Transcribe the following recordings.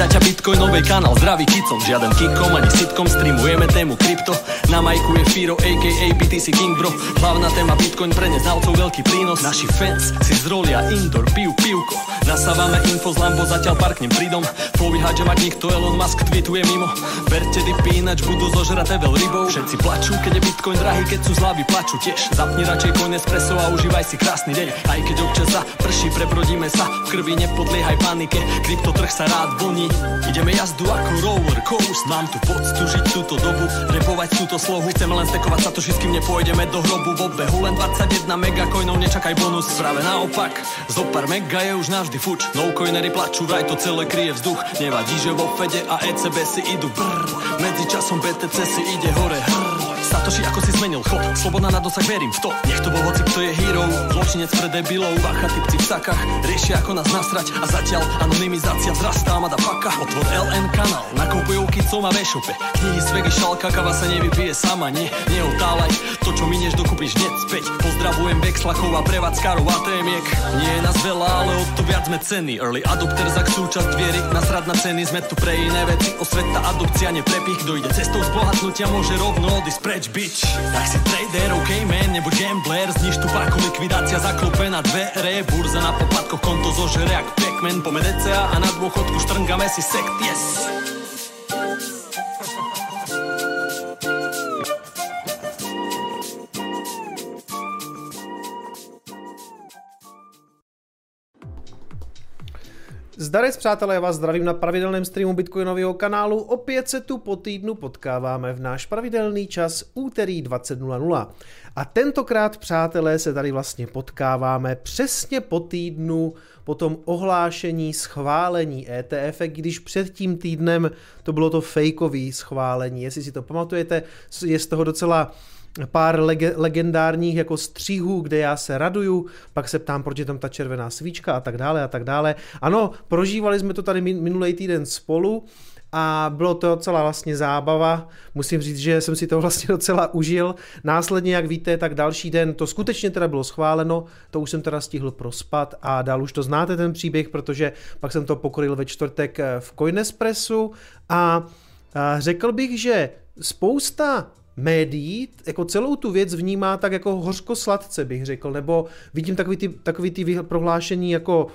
Víta ťa Bitcoinovej kanál, zdravý kicom. Žiaden kikom ani sitkom, streamujeme tému krypto. Na majku je Firo, a.k.a. BTC King bro. Hlavná téma Bitcoin pre neznalcov veľký prínos. Naši fans si zrolia indoor, pijú pivko. Nasávame info z Lambo, zatiaľ parknem pridom. Povíhať, že mať nikto, Elon Musk tweetuje mimo. Verte dipy, ináč budú zožraté veľ rybou. Všetci plačú, keď je Bitcoin drahý, keď sú zľavy, plačú tiež. Zapni radšej Coinespresso a užívaj si krásny deň. Aj keď občas prší, prebrodíme sa. V krvi nepodliehaj panike, kryptotrh sa rád vlní. Ideme jazdu ako roller coaster. Mám tu poctu žiť túto dobu, repovať túto slohu. Chceme len stekovať sa to, kým nepôjdeme do hrobu. V obehu len 21 megacoinov, nečakaj bonus. Práve naopak, zo pár mega je už navždy fuč. No-coinery plačú, vraj to celé kryje vzduch. Nevadí, že vo Fede a ECB si idú brr. Medzi časom BTC si ide hore Satoshi, ako si zmenil chod, slobodná na dosah, verím v to. Nech to bol hoci, kto je hero, zločinec pre debilov. Bacha, typci v sakách, riešia ako nás nasrať. A zatiaľ anonymizácia vzrastá, mada paka. Otvor LN kanál, nakoupujú kicom a v-shope. Knihy z vegy, šalka, kava sa nevypije sama. Neotálaj, to čo minieš dokúpiš hneď späť. Pozdravujem Vexlakov a prevádzkarov ATM-iek. Nie je nás veľa, ale o to viac sme ceny. Early adopters, ak súčasť viery, nasrad na ceny. Sme tu pre iné veci, osveta, adopcia, neprepich. Kto ide cestou zbohatnutia, môže rovno odísť preč, bitch. Tak si trader, ok man, nebuď gambler. Zniž tu páku, likvidácia, zaklope na dvere. Burza na poplatkoch, konto zožere jak Pac-Man. Pome DCA a na dôchodku štrngame si sekt, yes. Zdarec přátelé, já vás zdravím na pravidelném streamu Bitcoinového kanálu. Opět se tu po týdnu potkáváme v náš pravidelný čas úterý 20:00. A tentokrát, přátelé, se tady vlastně potkáváme přesně po týdnu po tom ohlášení schválení ETF, když před tím týdnem to bylo to fejkový schválení. Jestli si to pamatujete, je z toho docela pár legendárních jako střihů, kde já se raduju, pak se ptám, proč je tam ta červená svíčka a tak dále a tak dále. Ano, prožívali jsme to tady minulý týden spolu a bylo to docela vlastně zábava. Musím říct, že jsem si to vlastně docela užil. Následně, jak víte, tak další den to skutečně teda bylo schváleno, to už jsem teda stihl prospat a dál už to znáte ten příběh, protože pak jsem to pokryl ve čtvrtek v Coinespressu a řekl bych, že spousta médií jako celou tu věc vnímá tak jako hořko-sladce, bych řekl, nebo vidím takový ty prohlášení jako,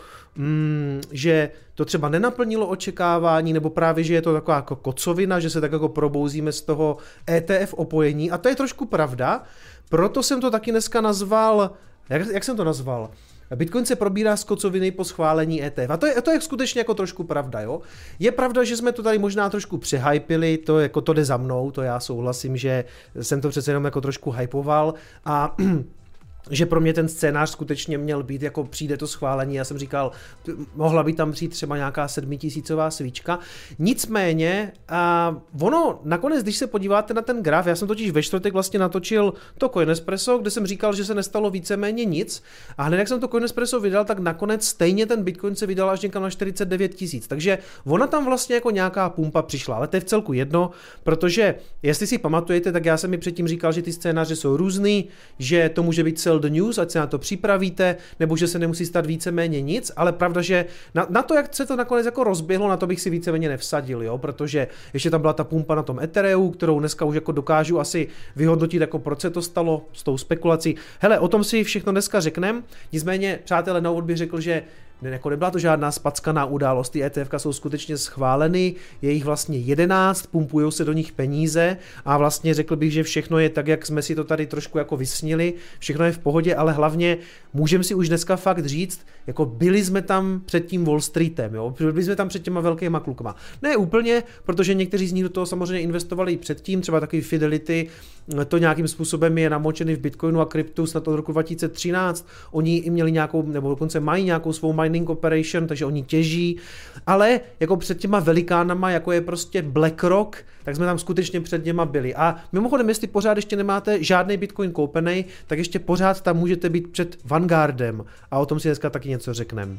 že to třeba nenaplnilo očekávání, nebo právě, že je to taková jako kocovina, že se tak jako probouzíme z toho ETF opojení a to je trošku pravda, proto jsem to taky dneska nazval, jak jsem to nazval? Bitcoin se probírá z kocoviny po schválení ETF. A to je skutečně jako trošku pravda, jo. Je pravda, že jsme to tady možná trošku přehypili, to jako to jde za mnou, to já souhlasím, že jsem to přece jenom jako trošku hypoval a že pro mě ten scénář skutečně měl být, jako přijde to schválení, já jsem říkal, mohla by tam přijít třeba nějaká 7000 svíčka, nicméně ono nakonec, když se podíváte na ten graf, já jsem totiž ve čtvrtek vlastně natočil to Coinespresso, kde jsem říkal, že se nestalo víceméně nic a hned jak jsem to Coinespresso vydal, tak nakonec stejně ten Bitcoin se vydal až někam na 49 000, takže ona tam vlastně jako nějaká pumpa přišla, ale to je v celku jedno, protože jestli si pamatujete, tak já jsem mi předtím říkal, že ty scénáře jsou různý, že to může být the news, ať se na to připravíte, nebo že se nemusí stát víceméně nic, ale pravda, že na to, jak se to nakonec jako rozběhlo, na to bych si víceméně nevsadil, jo, protože ještě tam byla ta pumpa na tom Ethereu, kterou dneska už jako dokážu asi vyhodnotit, jako proč se to stalo s tou spekulací. Hele, o tom si všechno dneska řekneme, nicméně, přátelé, na úvod bych řekl, že jako nebyla to žádná spackaná událost, ty ETF jsou skutečně schváleny, je jich vlastně 11, pumpujou se do nich peníze a vlastně řekl bych, že všechno je tak, jak jsme si to tady trošku jako vysnili, všechno je v pohodě, ale hlavně můžeme si už dneska fakt říct, jako byli jsme tam před tím Wall Streetem, jo? Byli jsme tam před těma velkýma klukama. Ne úplně, protože někteří z nich do toho samozřejmě investovali předtím, třeba takový Fidelity, to nějakým způsobem je namočený v Bitcoinu a kryptu snad od roku 2013, oni i měli nějakou, nebo dokonce mají nějakou svou mining operation, takže oni těží, ale jako před těma velikánama, jako je prostě BlackRock, tak jsme tam skutečně před něma byli. A mimochodem, jestli pořád ještě nemáte žádný Bitcoin koupený, tak ještě pořád tam můžete být před Vanguardem a o tom si dneska taky něco řekneme.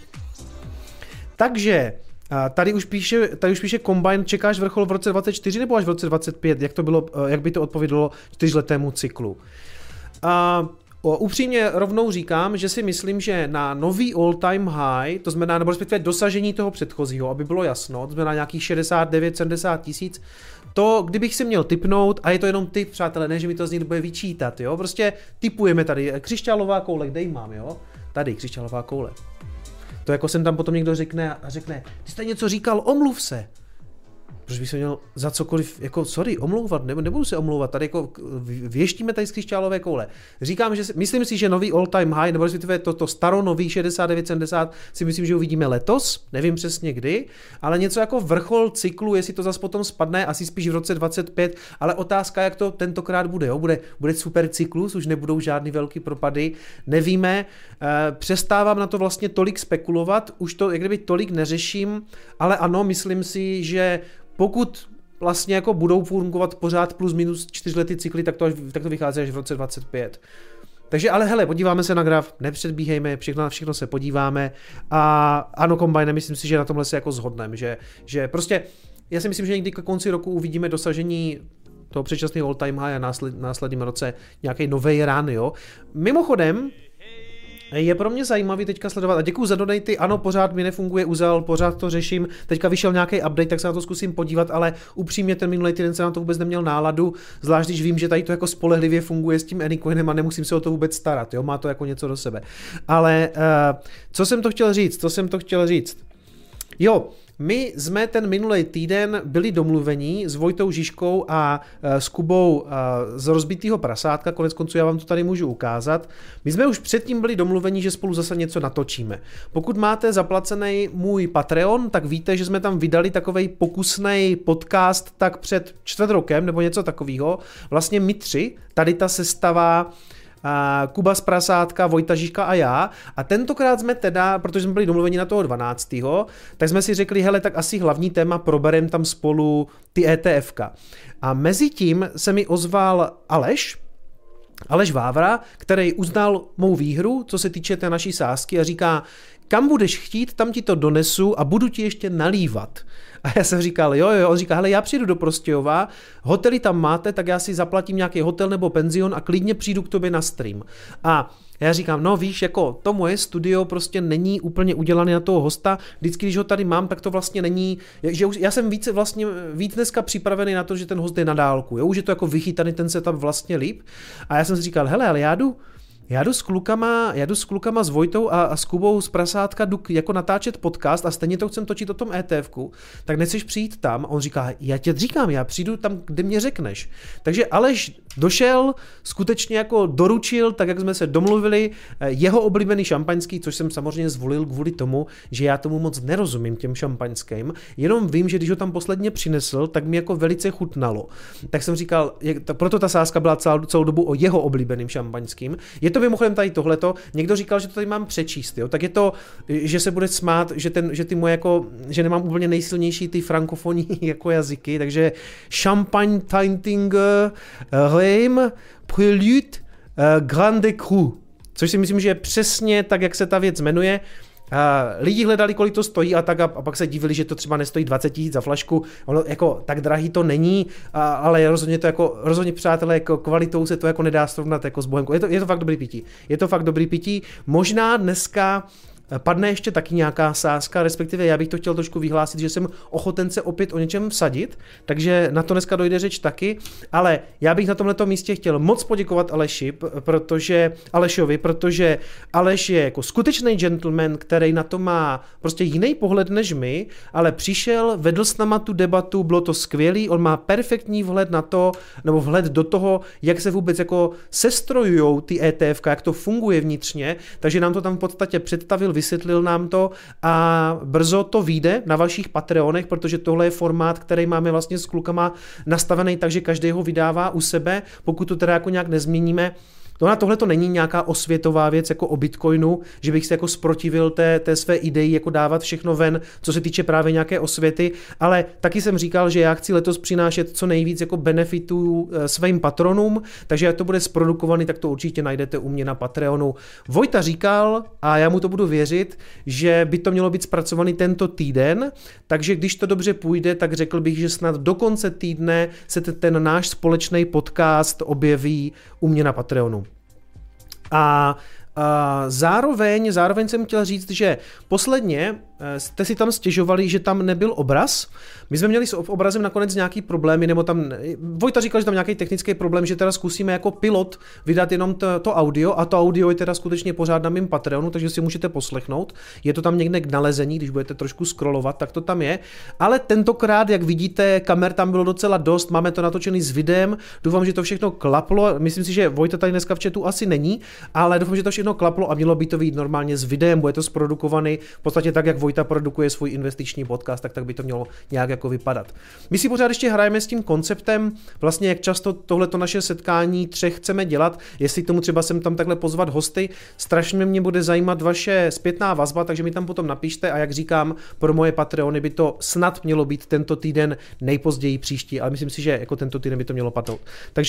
Takže tady už píše Combine, čekáš vrchol v roce 24 nebo až v roce 25, jak by to odpovědalo 4letému cyklu. Upřímně rovnou říkám, že si myslím, že na nový all-time high, to znamená, nebo respektive dosažení toho předchozího, aby bylo jasno, to znamená nějakých 69-70 tisíc, to, kdybych si měl tipnout, a je to jenom tip, přátelé, ne, že mi to z někdo bude vyčítat, jo, prostě tipujeme tady, křišťálová koule, kde ji mám, jo, tady, křišťálová koule. To jako sem tam potom někdo řekne, ty jste něco říkal, omluv se. Proč bych se měl za cokoliv, jako sorry, omlouvat, nebudu se omlouvat, tady jako věštíme tady z křišťálové koule. Říkám, že myslím si, že nový all time high, nebo respektive to staronový 69-70 si myslím, že uvidíme letos, nevím přesně kdy, ale něco jako vrchol cyklu, jestli to zase potom spadne, asi spíš v roce 25, ale otázka, jak to tentokrát bude, jo? Bude super cyklus, už nebudou žádný velký propady, nevíme, přestávám na to vlastně tolik spekulovat, už to jak kdyby tolik neřeším, ale ano, myslím si, že pokud vlastně jako budou fungovat pořád plus minus 4letý cykly, tak to vychází až v roce 25. Takže ale hele, podíváme se na graf, nepředbíhejme, na všechno se podíváme a ano, kombajne, myslím si, že na tomhle se jako shodneme, že prostě já si myslím, že někdy k konci roku uvidíme dosažení toho předčasného all time high a následným roce nějaký nový run, jo. Mimochodem, je pro mě zajímavý teďka sledovat a děkuju za donaty, ano, pořád mi nefunguje Uzal, pořád to řeším, teďka vyšel nějaký update, tak se na to zkusím podívat, ale upřímně ten minulý týden jsem na to vůbec neměl náladu, zvlášť když vím, že tady to jako spolehlivě funguje s tím Anycoinem a nemusím se o to vůbec starat, jo, má to jako něco do sebe. Ale co jsem to chtěl říct? Jo, my jsme ten minulý týden byli domluvení s Vojtou Žižkou a s Kubou z rozbitého prasátka, konec konců já vám to tady můžu ukázat. My jsme už předtím byli domluvení, že spolu zase něco natočíme. Pokud máte zaplacený můj Patreon, tak víte, že jsme tam vydali takovej pokusnej podcast tak před 4 rokem nebo něco takového. Vlastně my 3, tady ta sestava Kuba z Prasátka, Vojta Žižka a já. A tentokrát jsme teda, protože jsme byli domluveni na toho 12., tak jsme si řekli, hele, tak asi hlavní téma proberem tam spolu ty ETFka. A mezi tím se mi ozval Aleš Vávra, který uznal mou výhru, co se týče té naší sázky a říká, kam budeš chtít, tam ti to donesu a budu ti ještě nalívat. A já jsem říkal, jo, on říká, hele, já přijdu do Prostějova, hotely tam máte, tak já si zaplatím nějaký hotel nebo penzion a klidně přijdu k tobě na stream. A já říkám, no víš, jako to moje studio prostě není úplně udělané na toho hosta, vždycky, když ho tady mám, tak to vlastně není, že já jsem víc dneska připravený na to, že ten host je na dálku, jo, už je to jako vychytaný ten setup vlastně líp. A já jsem si říkal, hele, ale já jdu s klukama s Vojtou a s Kubou z Prasátka jdu jako natáčet podcast a stejně to chcem točit o tom ETFku, tak nechceš přijít tam? A on říká, já tě říkám, já přijdu tam, kde mě řekneš. Takže Aleš došel, skutečně jako doručil, tak jak jsme se domluvili, jeho oblíbený šampaňský, což jsem samozřejmě zvolil kvůli tomu, že já tomu moc nerozumím těm šampaňským, jenom vím, že když ho tam posledně přinesl, tak mi jako velice chutnalo. Tak jsem říkal, proto ta sázka byla celou dobu o jeho oblíbeným šampaňským. Je to mimochodem tady tohleto, někdo říkal, že to tady mám přečíst, jo? Tak je to, že se bude smát, že ty moje jako, že nemám úplně nejsilnější ty frankofonní jako jazyky, takže Champagne Tinting Reim Prélude Grande Cru, což si myslím, že je přesně tak, jak se ta věc jmenuje. Lidi hledali, kolik to stojí a tak a pak se divili, že to třeba nestojí 20 000 za flašku. Ono jako tak drahý to není, ale rozhodně to jako, rozhodně přátelé, jako kvalitou se to jako nedá srovnat jako s Bohemkou. Je to fakt dobrý pití. Je to fakt dobrý pití. Možná dneska padne ještě taky nějaká sázka, respektive já bych to chtěl trošku vyhlásit, že jsem ochoten se opět o něčem vsadit, takže na to dneska dojde řeč taky, ale já bych na tomhleto místě chtěl moc poděkovat Alešovi, protože Aleš je jako skutečný gentleman, který na to má prostě jiný pohled než my, ale přišel, vedl s náma tu debatu, bylo to skvělý, on má perfektní vhled na to, nebo vhled do toho, jak se vůbec jako sestrojujou ty ETF, jak to funguje vnitřně, takže nám to tam v podstatě představil, vysvětlil nám to a brzo to vyjde na vašich Patreonech, protože tohle je formát, který máme vlastně s klukama nastavený, takže každý ho vydává u sebe, pokud to teda jako nějak nezměníme. Tohle to není nějaká osvětová věc jako o Bitcoinu, že bych se jako zprotivil té své ideji jako dávat všechno ven, co se týče právě nějaké osvěty, ale taky jsem říkal, že já chci letos přinášet co nejvíc jako benefitů svým patronům, takže jak to bude zprodukovaný, tak to určitě najdete u mě na Patreonu. Vojta říkal, a já mu to budu věřit, že by to mělo být zpracovaný tento týden, takže když to dobře půjde, tak řekl bych, že snad do konce týdne se ten náš společný podcast objeví u mě na Patreonu. A zároveň jsem chtěl říct, že posledně jste si tam stěžovali, že tam nebyl obraz. My jsme měli s obrazem nakonec nějaký problémy, nebo tam, Vojta říkal, že tam nějaký technický problém, že teda zkusíme jako pilot vydat jenom to audio, a to audio je teda skutečně pořád na mém Patreonu, takže si můžete poslechnout. Je to tam někde k nalezení, když budete trošku scrollovat, tak to tam je. Ale tentokrát, jak vidíte, kamer tam bylo docela dost, máme to natočený s videem, doufám, že to všechno klaplo. Myslím si, že Vojta tady dneska v chatu asi není, ale doufám, že to všechno klaplo a mělo by to vyjít normálně s videem, bude to zprodukovaný v podstatě tak, jak Vojta produkuje svůj investiční podcast, tak by to mělo nějak jako vypadat. My si pořád ještě hrajeme s tím konceptem, vlastně jak často tohleto naše setkání 3 chceme dělat, jestli k tomu třeba sem tam takhle pozvat hosty. Strašně mě bude zajímat vaše zpětná vazba, takže mi tam potom napište, a jak říkám, pro moje Patreony by to snad mělo být tento týden, nejpozději příští, ale myslím si, že jako tento týden by to mělo padnout.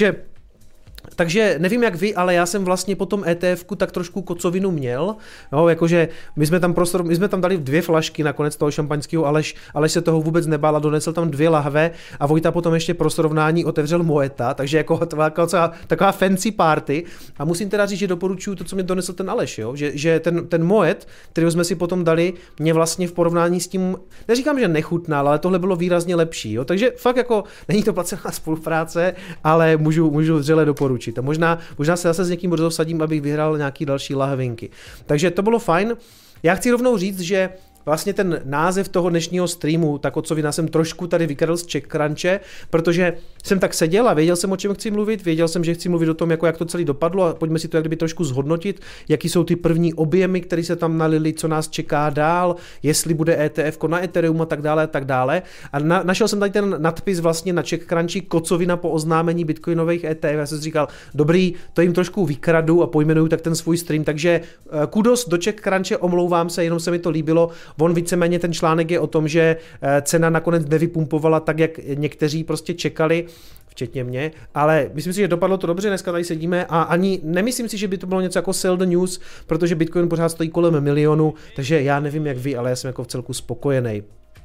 Takže nevím jak vy, ale já jsem vlastně po tom ETF-ku tak trošku kocovinu měl, jo, jakože my jsme tam dali 2 flašky nakonec toho šampaňského, Aleš se toho vůbec nebál a donesl tam 2 lahve a Vojta potom ještě pro srovnání otevřel Moeta, takže jako taková fancy party, a musím teda říct, že doporučuju to, co mi donesl ten Aleš, jo, že ten Moet, kterýho jsme si potom dali, mě vlastně v porovnání s tím, neříkám, že nechutnal, ale tohle bylo výrazně lepší, jo, takže fakt jako není to placená spolupráce, ale můžu vřele doporučit. A možná se zase s někým brzo vsadím, abych vyhrál nějaký další lahvinky. Takže to bylo fajn. Já chci rovnou říct, že vlastně ten název toho dnešního streamu, ta kocovina, jsem trošku tady vykradl z CzechCrunche, protože jsem tak seděl a věděl jsem, o čem chci mluvit, věděl jsem, že chci mluvit o tom, jako jak to celé dopadlo, a pojďme si to jak kdyby trošku zhodnotit, jaký jsou ty první objemy, které se tam nalily, co nás čeká dál, jestli bude ETF na Ethereum a tak dále. A našel jsem tady ten nadpis vlastně na CzechCrunchi, kocovina po oznámení bitcoinových ETF. Já jsem si říkal, dobrý, to jim trošku vykradu a pojmenuju tak ten svůj stream, takže kudos do CzechCrunche, omlouvám se, jenom se mi to líbilo. On víceméně ten článek je o tom, že cena nakonec nevypumpovala tak, jak někteří prostě čekali, včetně mě, ale myslím si, že dopadlo to dobře, dneska tady sedíme a ani nemyslím si, že by to bylo něco jako sell the news, protože Bitcoin pořád stojí kolem 1 milionu, takže já nevím jak vy, ale já jsem jako v celku spokojený.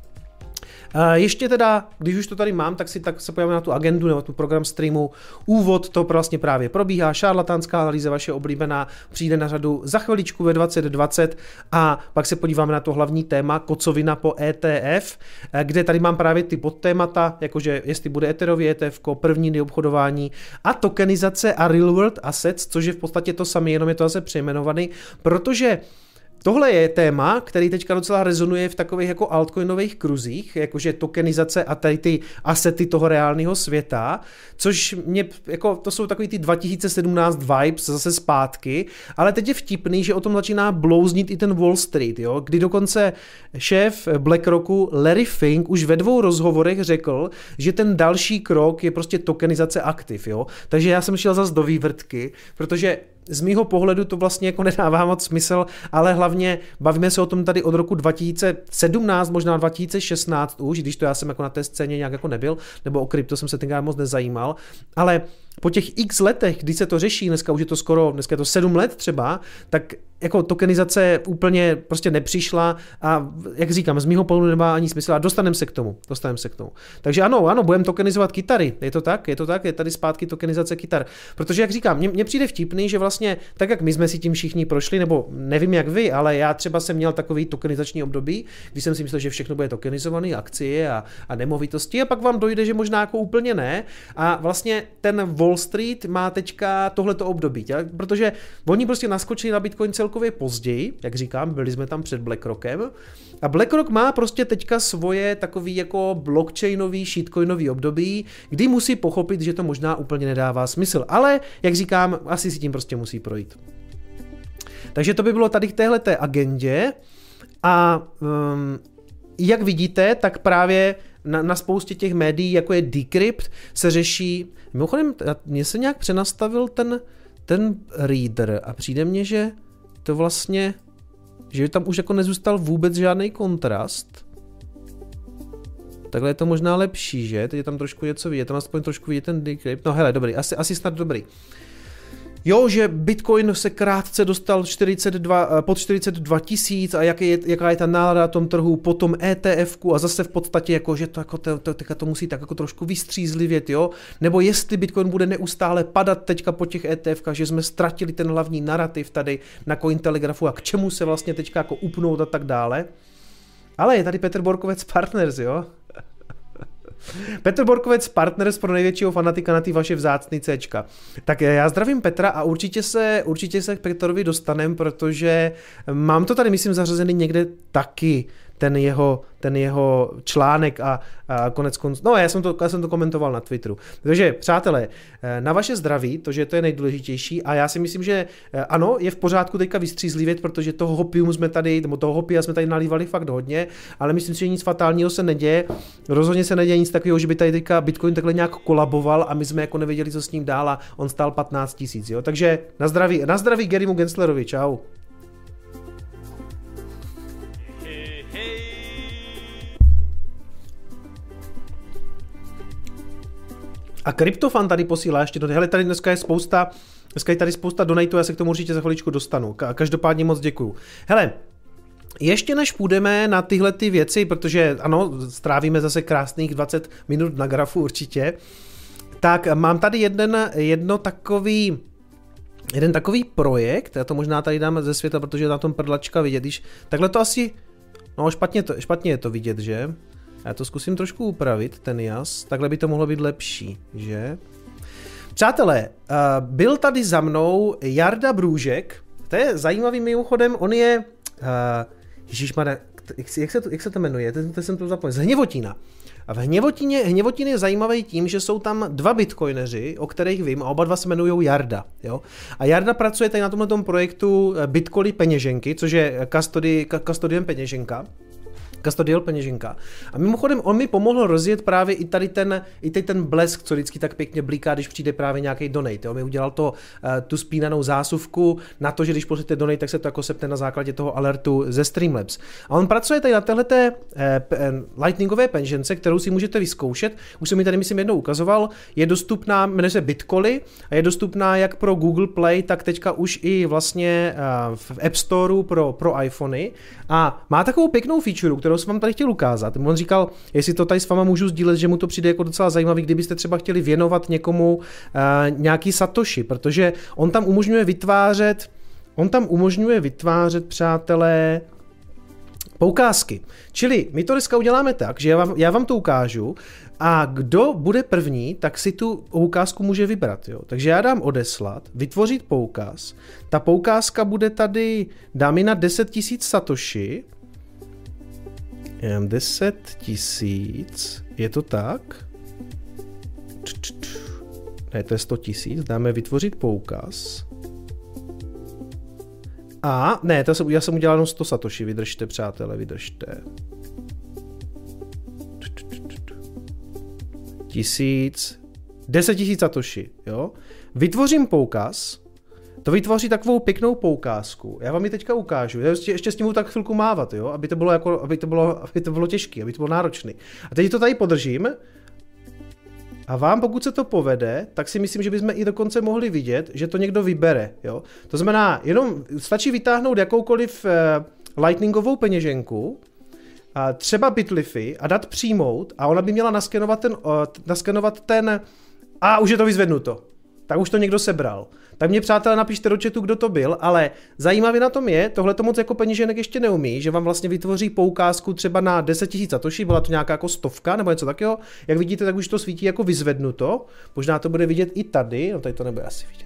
Ještě teda, když už to tady mám, tak se podíváme na tu agendu nebo tu program streamu. Úvod to vlastně právě probíhá, šarlatánská analýza vaše oblíbená přijde na řadu za chviličku ve 20:20 a pak se podíváme na to hlavní téma, kocovina po ETF, kde tady mám právě ty podtémata, jakože jestli bude Etherový ETF, první dny obchodování a tokenizace a real world assets, což je v podstatě to samé, jenom je to zase přejmenovaný, protože tohle je téma, který teďka docela rezonuje v takových jako altcoinových kruzích, jakože tokenizace a tady ty asety toho reálného světa, což mě, jako to jsou takový ty 2017 vibes zase zpátky, ale teď je vtipný, že o tom začíná blouznit i ten Wall Street, jo, kdy dokonce šéf BlackRocku Larry Fink už ve 2 rozhovorech řekl, že ten další krok je prostě tokenizace aktiv, jo, takže já jsem šel zase do vývrtky, protože z mýho pohledu to vlastně jako nedává moc smysl, ale hlavně bavíme se o tom tady od roku 2017, možná 2016 už, když to já jsem jako na té scéně nějak jako nebyl, nebo o krypto jsem se tenkrát moc nezajímal, ale po těch x letech, kdy se to řeší, dneska už je to dneska je to 7 let třeba, tak jako tokenizace úplně prostě nepřišla a jak říkám, z mýho pohledu nemá ani smysl a dostaneme se k tomu. Takže ano, budeme tokenizovat kytary, je to tak, je tady zpátky tokenizace kytar, protože jak říkám, mně přijde vtipný, že vlastně tak, jak my jsme si tím všichni prošli, nebo nevím jak vy, ale já třeba jsem měl takový tokenizační období, kdy jsem si myslel, že všechno bude tokenizovaný, akcie a nemovitosti a pak vám dojde, že možná jako úplně ne a vlastně ten Wall Street má teďka tohleto období, protože oni prostě naskočili na Bitcoin celkově později, jak říkám, byli jsme tam před BlackRockem a BlackRock má prostě teďka svoje takový jako blockchainový, shitcoinový období, kdy musí pochopit, že to možná úplně nedává smysl, ale jak říkám, asi si tím prostě musí projít. Takže to by bylo tady k téhleté agendě a jak vidíte, tak právě na spoustě těch médií, jako je Decrypt, se řeší, mimochodem, mně se nějak přenastavil ten reader a přijde mně, že to vlastně, že tam už jako nezůstal vůbec žádný kontrast. Takhle je to možná lepší, že? Teď je tam trošku něco vidět, tam aspoň trošku vidět ten Decrypt. No hele, dobrý, asi snad dobrý. Jo, že Bitcoin se krátce dostal pod 42 000 a jaká je ta nálada na tom trhu, potom ETF-ku a zase v podstatě jako, že to musí tak jako trošku vystřízlivět, jo? Nebo jestli Bitcoin bude neustále padat teďka po těch ETF-kách, že jsme ztratili ten hlavní narrativ tady na Cointelegrafu a k čemu se vlastně teďka jako upnout a tak dále. Ale je tady Petr Borkovec Partners, jo? Petr Borkovec Partners pro největšího fanatika na ty vaše vzácný Cčka. Tak já zdravím Petra a určitě se k Petrovi dostanem, protože mám to tady, myslím, zařazený někde taky, ten jeho článek a konec konců. No, já jsem to komentoval na Twitteru. Takže, přátelé, na vaše zdraví, to je nejdůležitější a já si myslím, že ano, je v pořádku teďka vystřízlivět, protože toho hopia jsme tady nalívali fakt hodně, ale myslím si, že nic fatálního se neděje. Rozhodně se neděje nic takového, že by tady teďka Bitcoin takhle nějak kolaboval a my jsme jako nevěděli, co s ním dál a on stál 15 000, jo. Takže na zdraví Garymu Genslerovi, čau. A Kryptofan tady posílá ještě hele, tady dneska je tady spousta donatů, já se k tomu určitě za chviličku dostanu. Každopádně moc děkuju. Hele, ještě než půjdeme na tyhle ty věci, protože ano, strávíme zase krásných 20 minut na grafu určitě, tak mám tady jeden takový projekt, já to možná tady dám ze světla, protože je na tom prdlačka vidět, když takhle to asi, no špatně je to vidět, že? Já to zkusím trošku upravit, ten jas, takhle by to mohlo být lepší, že? Přátelé, byl tady za mnou Jarda Brůžek, to je zajímavý mimochodem, on je, ježišmarja, jak se to jmenuje, to jsem to zapomněl, z Hněvotína. A v Hněvotín je zajímavý tím, že jsou tam dva bitcoineři, o kterých vím, a oba dva se jmenují Jarda. Jo? A Jarda pracuje tady na tomto projektu Bitcoin peněženky, což je custodian peněženka. Custodial peněženka. A mimochodem on mi pomohl rozjet právě i tady ten blesk, co vždycky tak pěkně bliká, když přijde právě nějaký donate. Jo? Mi udělal tu spínanou zásuvku na to, že když pošlete donate, tak se to jako sepne na základě toho alertu ze Streamlabs. A on pracuje tady na téhleté lightningové peněžence, kterou si můžete vyzkoušet. Už jsem mi tady myslím jednou ukazoval. Je dostupná, jmenuje se Bitcoin a je dostupná jak pro Google Play, tak teďka už i vlastně v App Storeu pro iPhony. A má takovou pěknou feature, kterou jsem vám tady chtěl ukázat. On říkal, jestli to tady s váma můžu sdílet, že mu to přijde jako docela zajímavý, kdybyste třeba chtěli věnovat někomu nějaký satoshi, protože on tam umožňuje vytvářet, přátelé, poukázky. Čili my to dneska uděláme tak, že já vám to ukážu a kdo bude první, tak si tu poukázku může vybrat. Jo? Takže já dám odeslat, vytvořit poukaz. Ta poukázka bude tady, dám ji na 10 000 satoshi. 10 000, je to tak? Ne, to je 100 000, dáme vytvořit poukaz. A ne, já jsem udělal jenom 100 satoshi, vydržte, přátelé, vydržte. 10 000 satoshi, jo. Vytvořím poukaz, to vytvoří takovou pěknou poukázku. Já vám ji teďka ukážu. Já ještě s tím budu tak chvilku mávat, jo, aby to bylo těžké, aby to bylo náročné. A teď to tady podržím. A vám, pokud se to povede, tak si myslím, že bychom i dokonce mohli vidět, že to někdo vybere, jo. To znamená, jenom stačí vytáhnout jakoukoliv lightningovou peněženku, třeba Bitlify a dát přijmout a ona by měla naskenovat ten a už je to vyzvednuto. Tak už to někdo sebral. Tak mě, přátelé, napište do chatu, kdo to byl, ale zajímavé na tom je, tohle to moc jako peněženek ještě neumí, že vám vlastně vytvoří poukázku třeba na 10 000 satoshi, byla to nějaká jako 100 nebo něco takového. Jak vidíte, tak už to svítí jako vyzvednuto. Možná to bude vidět i tady, no tady to nebude asi vidět.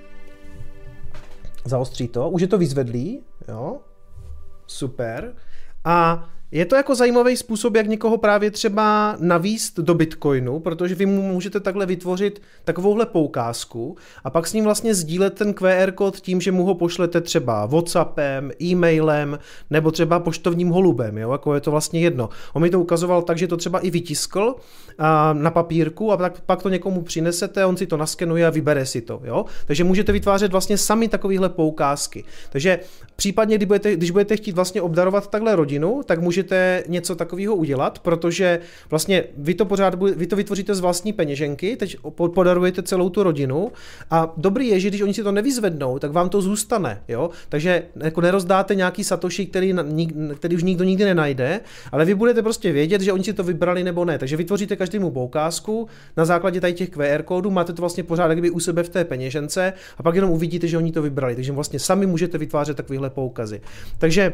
Zaostří to, už je to vyzvedlý, jo. Super. A je to jako zajímavý způsob, jak někoho právě třeba navíst do Bitcoinu, protože vy mu můžete takhle vytvořit takovouhle poukázku a pak s ním vlastně sdílet ten QR kód tím, že mu ho pošlete třeba WhatsAppem, e-mailem nebo třeba poštovním holubem, jo, jako je to vlastně jedno. On mi to ukazoval tak, že to třeba i vytiskl na papírku a pak to někomu přinesete, on si to naskenuje a vybere si to, jo. Takže můžete vytvářet vlastně sami takovýhle poukázky. Takže případně, když budete chtít vlastně obdarovat takhle rodinu, tak můžete můžete něco takového udělat, protože vlastně vy to vytvoříte z vlastní peněženky, teď podarujete celou tu rodinu a dobrý je, že když oni si to nevyzvednou, tak vám to zůstane, jo? Takže jako nerozdáte nějaký satoshi, který už nikdo nikdy nenajde, ale vy budete prostě vědět, že oni si to vybrali nebo ne. Takže vytvoříte každému poukázku na základě tady těch QR kódů, máte to vlastně pořád kdyby u sebe v té peněžence a pak jenom uvidíte, že oni to vybrali. Takže vlastně sami můžete vytvářet takovéhle poukazy. Takže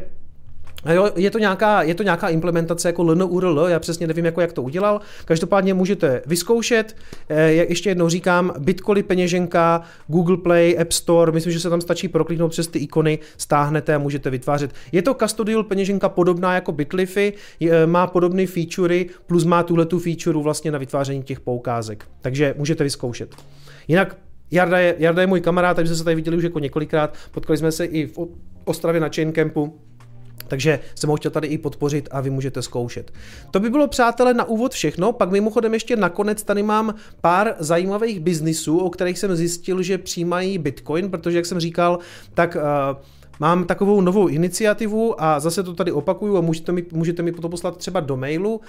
jo, je to nějaká implementace jako LNURL, já přesně nevím, jak to udělal. Každopádně můžete vyzkoušet, ještě jednou říkám, Bitcoin peněženka, Google Play, App Store, myslím, že se tam stačí prokliknout přes ty ikony, stáhnete a můžete vytvářet. Je to custodial peněženka podobná jako Bitlify, má podobné featurey, plus má tuhletu featureu vlastně na vytváření těch poukázek. Takže můžete vyzkoušet. Jinak Jarda je můj kamarád, takže jsme se tady viděli už jako několikrát, potkali jsme se i v Ostravě na Chain Campu. Takže jsem ho chtěl tady i podpořit a vy můžete zkoušet. To by bylo, přátelé, na úvod všechno, pak mimochodem ještě nakonec tady mám pár zajímavých biznisů, o kterých jsem zjistil, že přijímají Bitcoin, protože jak jsem říkal, tak mám takovou novou iniciativu a zase to tady opakuju a můžete mi to poslat třeba do mailu.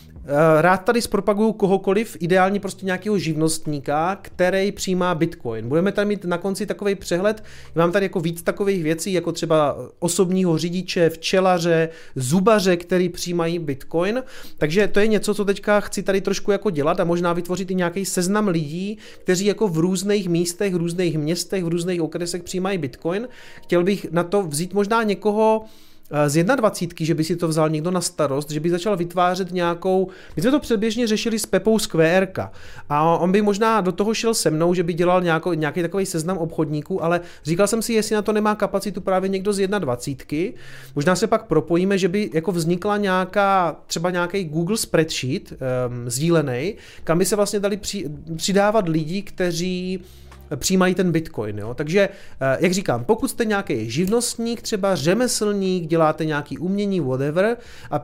Rád tady zpropaguju kohokoliv, ideálně prostě nějakého živnostníka, který přijímá Bitcoin. Budeme tady mít na konci takový přehled, mám tady jako víc takových věcí, jako třeba osobního řidiče, včelaře, zubaře, který přijímají Bitcoin. Takže to je něco, co teďka chci tady trošku jako dělat a možná vytvořit i nějaký seznam lidí, kteří jako v různých místech, v různých městech, v různých okresech přijímají Bitcoin. Chtěl bych na to vzít možná někoho z 21, že by si to vzal někdo na starost, že by začal vytvářet nějakou, my jsme to předběžně řešili s Pepou z QRka a on by možná do toho šel se mnou, že by dělal nějaký takový seznam obchodníků, ale říkal jsem si, jestli na to nemá kapacitu právě někdo z 21, možná se pak propojíme, že by jako vznikla třeba nějaký Google spreadsheet sdílený, kam by se vlastně dali přidávat lidi, kteří přijímají ten Bitcoin, jo? Takže, jak říkám, pokud jste nějaký živnostník, třeba řemeslník, děláte nějaký umění, whatever, a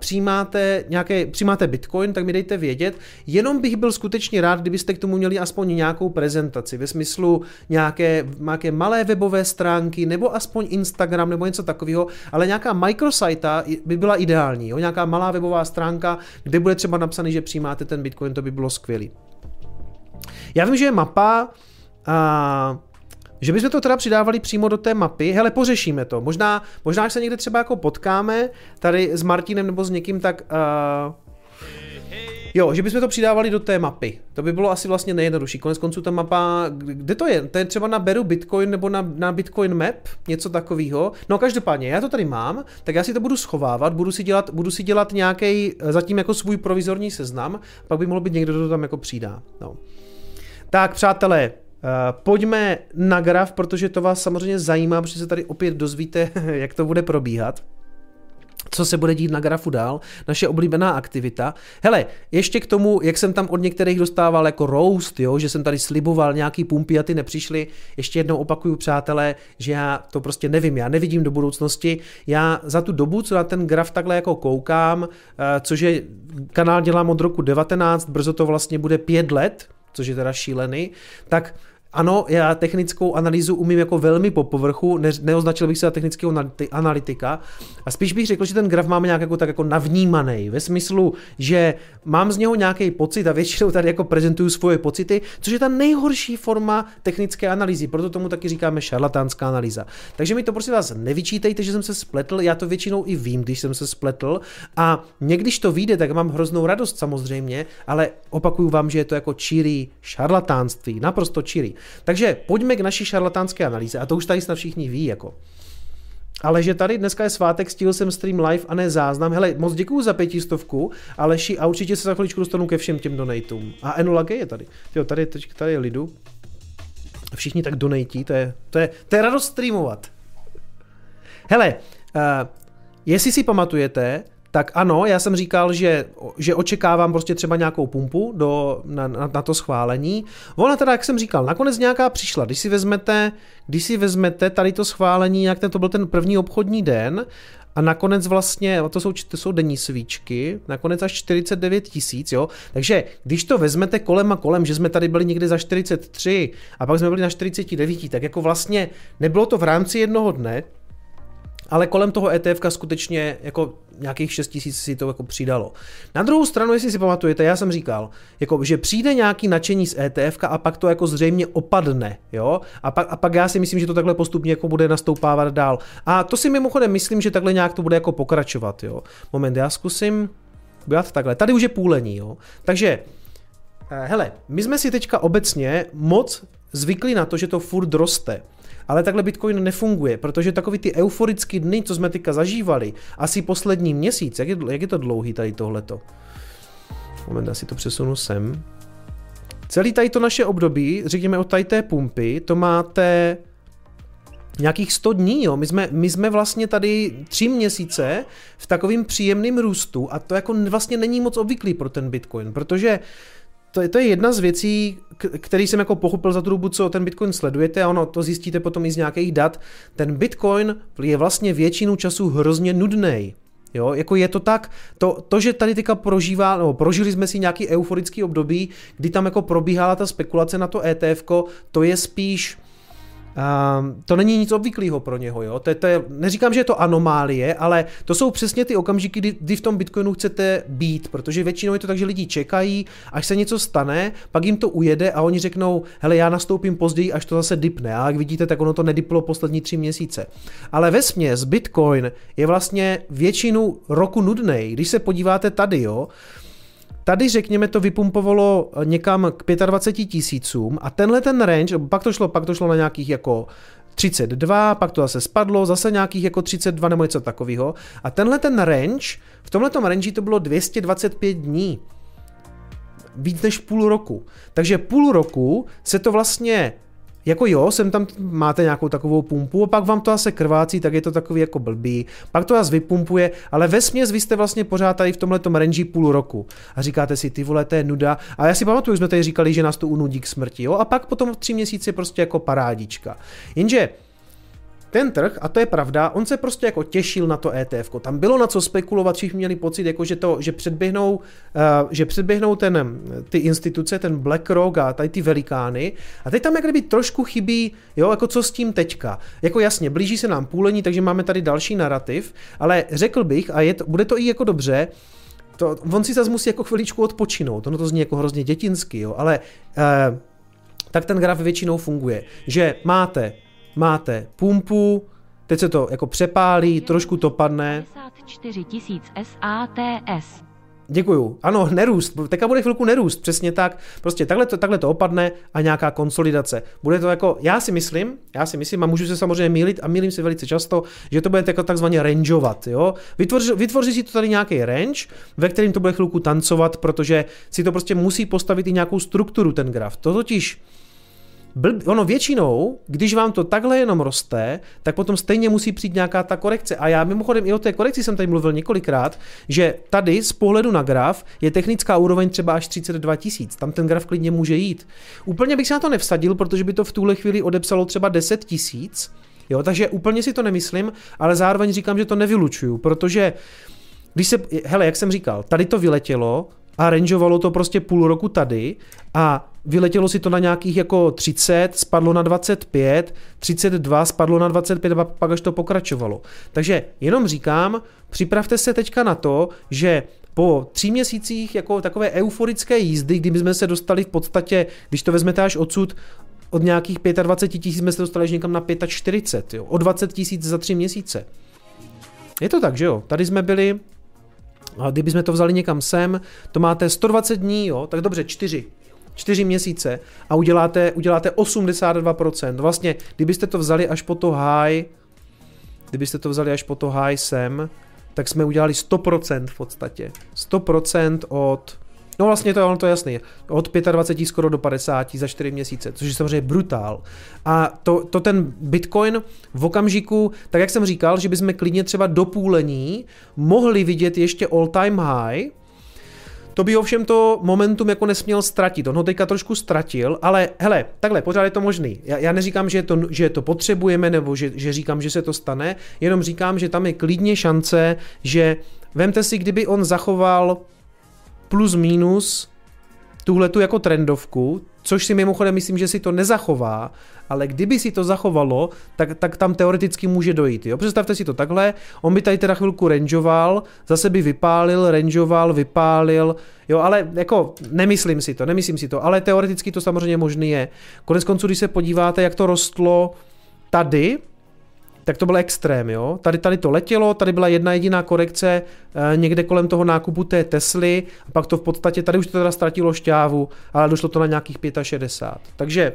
přijímáte Bitcoin, tak mi dejte vědět. Jenom bych byl skutečně rád, kdybyste k tomu měli aspoň nějakou prezentaci, ve smyslu nějaké malé webové stránky, nebo aspoň Instagram, nebo něco takového, ale nějaká microsite by byla ideální, jo? Nějaká malá webová stránka, kde bude třeba napsaný, že přijímáte ten Bitcoin, to by bylo skvělý. Já vím, že je mapa, že bychom to teda přidávali přímo do té mapy, hele, pořešíme to, možná až se někde třeba jako potkáme tady s Martinem nebo s někým, tak jo, že bychom to přidávali do té mapy, to by bylo asi vlastně nejjednodušší, konec konců ta mapa, kde to je? To je třeba na Beru Bitcoin nebo na Bitcoin Map, něco takového. No každopádně, já to tady mám, tak já si to budu schovávat, budu si dělat nějaký zatím jako svůj provizorní seznam, pak by mohlo být někdo, kdo to tam jako přidá, no. Tak přátelé, pojďme na graf, protože to vás samozřejmě zajímá, protože se tady opět dozvíte, jak to bude probíhat. Co se bude dít na grafu dál, naše oblíbená aktivita. Hele, ještě k tomu, jak jsem tam od některých dostával jako roast, jo, že jsem tady sliboval nějaký pumpy a ty nepřišly. Ještě jednou opakuju, přátelé, že já to prostě nevím, já nevidím do budoucnosti. Já za tu dobu, co na ten graf takhle jako koukám, což je kanál dělám od roku 19, brzo to vlastně bude 5 let, což je teda šílený, tak ano, já technickou analýzu umím jako velmi po povrchu, neoznačil bych se za technického analytika a spíš bych řekl, že ten graf máme nějak jako navnímaný, ve smyslu, že mám z něho nějaký pocit a většinou tady jako prezentuju svoje pocity, což je ta nejhorší forma technické analýzy, proto tomu taky říkáme šarlatánská analýza. Takže mi to prostě vás nevyčítejte, že jsem se spletl, já to většinou i vím, když jsem se spletl a někdy, když to vyjde, tak mám hroznou radost samozřejmě, ale opakuju vám, že je to jako čirý šarlatánství, naprosto čirý. Takže pojďme k naší šarlatánské analýze a to už tady snad všichni ví jako. Ale že tady dneska je svátek, stihl jsem stream live a ne záznam. Hele, moc děkuju za 500, Aleši, a určitě se za chviličku dostanu ke všem těm donatům. A Enola G je tady. Jo, tady je lidu. Všichni tak donatí, to je radost streamovat. Hele, jestli si pamatujete, tak ano, já jsem říkal, že očekávám prostě třeba nějakou pumpu na to schválení. Ona teda, jak jsem říkal, nakonec nějaká přišla. Když si vezmete tady to schválení, jak to byl ten první obchodní den, a nakonec vlastně, to jsou denní svíčky, nakonec až 49 000, jo. Takže když to vezmete kolem a kolem, že jsme tady byli někde za 43 a pak jsme byli na 49, tak jako vlastně nebylo to v rámci jednoho dne, ale kolem toho ETFka skutečně jako nějakých 6 000 si to jako přidalo. Na druhou stranu, jestli si pamatujete, já jsem říkal, jako, že přijde nějaký nadšení z ETFka a pak to jako zřejmě opadne, jo? A pak já si myslím, že to takhle postupně jako bude nastoupávat dál. A to si mimochodem myslím, že takhle nějak to bude jako pokračovat, jo? Moment, já zkusím dělat takhle. Tady už je půlení, jo? Takže, hele, my jsme si teďka obecně moc zvykli na to, že to furt roste. Ale takhle Bitcoin nefunguje, protože takový ty euforický dny, co jsme teďka zažívali, asi poslední měsíc, jak je to dlouhý tady tohleto? Moment, já si to přesunu sem. Celý tady to naše období, řekněme od tady té pumpy, to máte nějakých 100 dní, jo. My jsme vlastně tady 3 měsíce v takovým příjemným růstu a to jako vlastně není moc obvyklý pro ten Bitcoin, protože to je jedna z věcí, který jsem jako pochopil za tu dobu, co ten Bitcoin sledujete a ono to zjistíte potom i z nějakých dat. Ten Bitcoin je vlastně většinu času hrozně nudnej. Jo, jako je to tak, to že tady teďka prožili jsme si nějaký euforický období, kdy tam jako probíhala ta spekulace na to ETFko, to je spíš to není nic obvyklého pro něho, jo? Neříkám, že je to anomálie, ale to jsou přesně ty okamžiky, kdy v tom Bitcoinu chcete být, protože většinou je to tak, že lidi čekají, až se něco stane, pak jim to ujede a oni řeknou, hele, já nastoupím později, až to zase dipne. A jak vidíte, tak ono to nediplo poslední 3 měsíce. Ale vesměs Bitcoin je vlastně většinu roku nudnej. Když se podíváte tady, jo, tady, řekněme, to vypumpovalo někam k 25 000 a tenhle ten range, pak to šlo na nějakých jako 32, pak to zase spadlo, zase nějakých jako 32 nebo něco takového. A tenhle ten range, v tomhletom range to bylo 225 dní. Víc než půl roku. Takže půl roku se to vlastně jako jo, sem tam máte nějakou takovou pumpu a pak vám to zase krvácí, tak je to takový jako blbý. Pak to zase vypumpuje, ale vesměs vy jste vlastně pořád tady v tomhletom range půl roku. A říkáte si, ty vole, to je nuda. A já si pamatuju, jsme tady říkali, že nás to unudí k smrti, jo? A pak potom 3 měsíce prostě jako parádička. Jenže ten trh, a to je pravda, on se prostě jako těšil na to ETFko. Tam bylo na co spekulovat, všichni měli pocit, jako že předběhnou ty instituce, ten BlackRock a tady ty velikány. A teď tam jak kdyby trošku chybí, jo, jako co s tím teďka. Jako jasně, blíží se nám půlení, takže máme tady další narrativ, ale řekl bych, a bude to i jako dobře, on si zase musí jako chviličku odpočinout, ono to zní jako hrozně dětinsky, jo, ale tak ten graf většinou funguje, že máte pumpu, teď se to jako přepálí, trošku to padne. 54 000 SATS. Děkuju. Ano, nerůst. Teďka bude chvilku nerůst, přesně tak. Prostě takhle to opadne a nějaká konsolidace. Bude to jako, já si myslím, a můžu se samozřejmě mýlit a mýlím se velice často, že to bude jako takzvaně rangeovat, jo. Vytvoří si to tady nějaký range, ve kterým to bude chvilku tancovat, protože si to prostě musí postavit i nějakou strukturu ten graf. To totiž ono většinou, když vám to takhle jenom roste, tak potom stejně musí přijít nějaká ta korekce. A já mimochodem i o té korekci jsem tady mluvil několikrát, že tady z pohledu na graf je technická úroveň třeba až 32 000. Tam ten graf klidně může jít. Úplně bych se na to nevsadil, protože by to v tuhle chvíli odepsalo třeba 10 000. Jo, takže úplně si to nemyslím, ale zároveň říkám, že to nevylučuju, protože jak jsem říkal, tady to vyletělo a rangeovalo to prostě půl roku tady a vyletělo si to na nějakých jako 30, spadlo na 25, 32, spadlo na 25 a pak až to pokračovalo. Takže jenom říkám, připravte se teďka na to, že po 3 měsících jako takové euforické jízdy, kdy jsme se dostali v podstatě, když to vezmete až odsud, od nějakých 25 000 jsme se dostali až někam na 45, jo, o 20 000 za 3 měsíce. Je to tak, že jo? Tady jsme byli, a kdybychom to vzali někam sem, to máte 120 dní, jo, tak dobře, 4 měsíce a uděláte 82%. Vlastně, kdybyste to vzali až po to high sem, tak jsme udělali 100% v podstatě. 100% od, no vlastně to je jasný, od 25 skoro do 50 za 4 měsíce, což je samozřejmě brutál. A to ten Bitcoin v okamžiku, tak jak jsem říkal, že bychom klidně třeba do půlení mohli vidět ještě all time high. To by ovšem to momentum jako nesměl ztratit. On ho teďka trošku ztratil, ale hele, takhle, pořád je to možný. Já neříkám, že to potřebujeme, nebo že říkám, že se to stane, jenom říkám, že tam je klidně šance, že vemte si, kdyby on zachoval plus minus tuhletu jako trendovku, což si mimochodem myslím, že si to nezachová, ale kdyby si to zachovalo, tak tam teoreticky může dojít. Jo? Představte si to takhle, on by tady teda chvilku rangeoval, zase by vypálil, rangeoval, vypálil, jo, ale jako nemyslím si to, ale teoreticky to samozřejmě možný je. Konec konců, když se podíváte, jak to rostlo tady, tak to byl extrém, jo. Tady to letělo, tady byla jedna jediná korekce někde kolem toho nákupu té Tesly a pak to v podstatě, tady už to teda ztratilo šťávu, ale došlo to na nějakých 65. Takže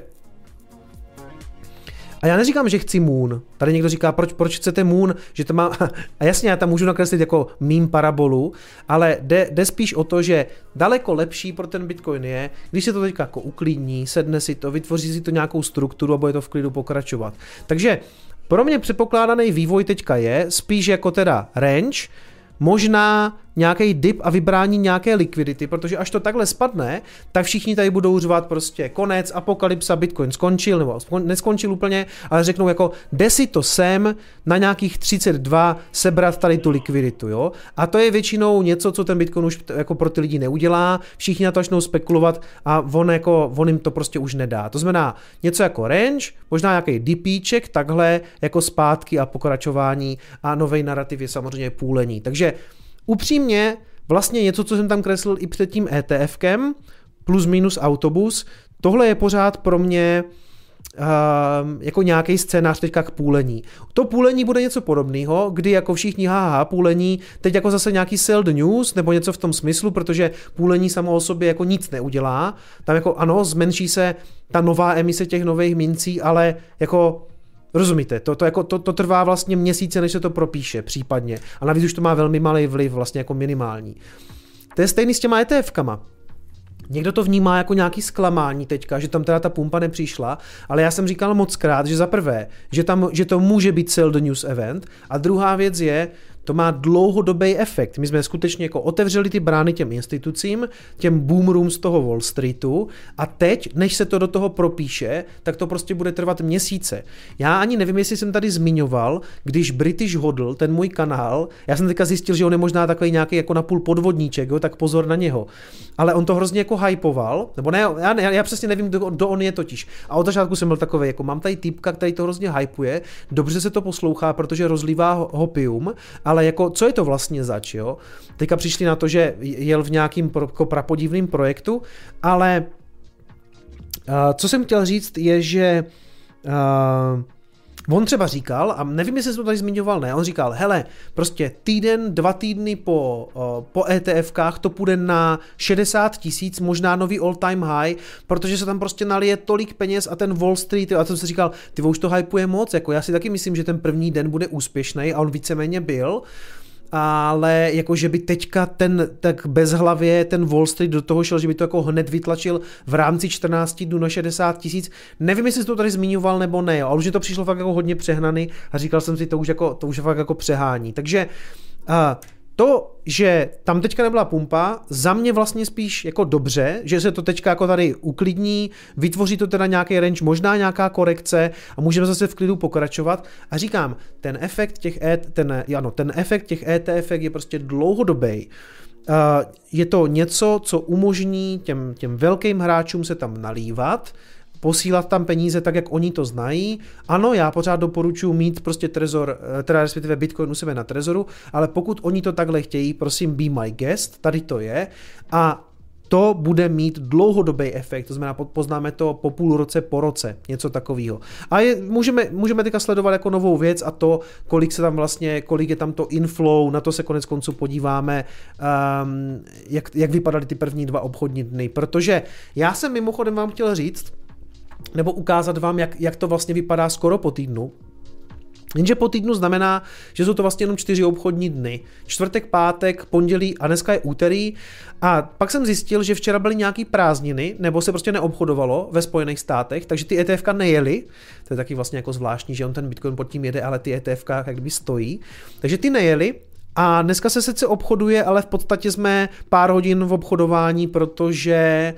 a já neříkám, že chci Moon. Tady někdo říká, proč chcete Moon, že to má... A jasně, já tam můžu nakreslit jako meme parabolu, ale jde spíš o to, že daleko lepší pro ten Bitcoin je, když se to teďka jako uklidní, sedne si to, vytvoří si to nějakou strukturu a bude to v klidu pokračovat. Takže pro mě předpokládaný vývoj teďka je spíš jako teda range, možná nějaký dip a vybrání nějaké likvidity, protože až to takhle spadne, tak všichni tady budou řvat prostě konec, apokalypsa, Bitcoin skončil, nebo neskončil úplně, ale řeknou jako jde si to sem na nějakých 32 sebrat tady tu likviditu, jo? A to je většinou něco, co ten Bitcoin už jako pro ty lidi neudělá, všichni na to začnou spekulovat a on jim to prostě už nedá. To znamená něco jako range, možná nějaký dipíček, takhle jako zpátky a pokračování a nový narrativ je samozřejmě půlení. Takže upřímně, vlastně něco, co jsem tam kreslil i před tím ETFkem, plus minus autobus, tohle je pořád pro mě jako nějaký scénář teďka k půlení. To půlení bude něco podobného, kdy jako všichni půlení, teď jako zase nějaký sell the news, nebo něco v tom smyslu, protože půlení samo o sobě jako nic neudělá. Tam jako ano, zmenší se ta nová emise těch nových mincí, ale jako rozumíte, to trvá vlastně měsíce, než se to propíše případně. A navíc už to má velmi malý vliv, vlastně jako minimální. To je stejný s těma ETFkama. Někdo to vnímá jako nějaký zklamání teďka, že tam teda ta pumpa nepřišla, ale já jsem říkal mockrát, že za prvé, že to může být sell the news event a druhá věc je, to má dlouhodobý efekt. My jsme skutečně jako otevřeli ty brány těm institucím, těm boomroom z toho Wall Streetu a teď, než se to do toho propíše, tak to prostě bude trvat měsíce. Já ani nevím, jestli jsem tady zmiňoval, když British Hodl, ten můj kanál, já jsem teďka zjistil, že on je možná takový nějaký jako napůl podvodníček, jo, tak pozor na něho. Ale on to hrozně jako hypoval, nebo ne, já přesně nevím, kdo on je totiž. A od začátku jsem byl takový, jako mám tady týpka, který to hrozně hypuje, dobře se to poslouchá, protože rozlívá hopium, ale jako, co je to vlastně zač, jo? Teďka přišli na to, že jel v nějakým prapodivným projektu, ale co jsem chtěl říct je, že on třeba říkal, a nevím, jestli jsem to tady zmiňoval, ne, on říkal, hele, prostě týden, 2 týdny po ETFkách to půjde na 60 000, možná nový all time high, protože se tam prostě nalije tolik peněz a ten Wall Street, a to se říkal, ty už to hypuje moc, jako já si taky myslím, že ten první den bude úspěšný a on víceméně byl, ale jako, že by teďka tak bezhlavě ten Wall Street do toho šel, že by to jako hned vytlačil v rámci 14 dnů na 60 000. Nevím, jestli jsi to tady zmiňoval nebo ne, ale už mi to přišlo fakt jako hodně přehnaný a říkal jsem si, to už fakt jako přehání. Takže to, že tam teďka nebyla pumpa, za mě vlastně spíš jako dobře, že se to teďka jako tady uklidní, vytvoří to teda nějaký range, možná nějaká korekce a můžeme zase v klidu pokračovat. A říkám, ten efekt těch ETFek je prostě dlouhodobý. Je to něco, co umožní těm velkým hráčům se tam nalívat, posílat tam peníze tak, jak oni to znají. Ano, já pořád doporučuji mít prostě trezor, teda respektive Bitcoin u sebe na trezoru, ale pokud oni to takhle chtějí, prosím, be my guest, tady to je a to bude mít dlouhodobý efekt, to znamená, poznáme to po půl roce, po roce, něco takového. A můžeme teďka sledovat jako novou věc a to, kolik je tam to inflow, na to se konec konců podíváme, jak vypadaly ty první 2 obchodní dny, protože já jsem mimochodem vám chtěl říct, nebo ukázat vám, jak to vlastně vypadá skoro po týdnu. Jenže po týdnu znamená, že jsou to vlastně jenom 4 obchodní dny. Čtvrtek, pátek, pondělí a dneska je úterý. A pak jsem zjistil, že včera byly nějaký prázdniny, nebo se prostě neobchodovalo ve Spojených státech, takže ty ETFka nejeli. To je taky vlastně jako zvláštní, že on ten Bitcoin pod tím jede, ale ty ETFka jak kdyby stojí. Takže ty nejeli. A dneska se sice obchoduje, ale v podstatě jsme pár hodin v obchodování, protože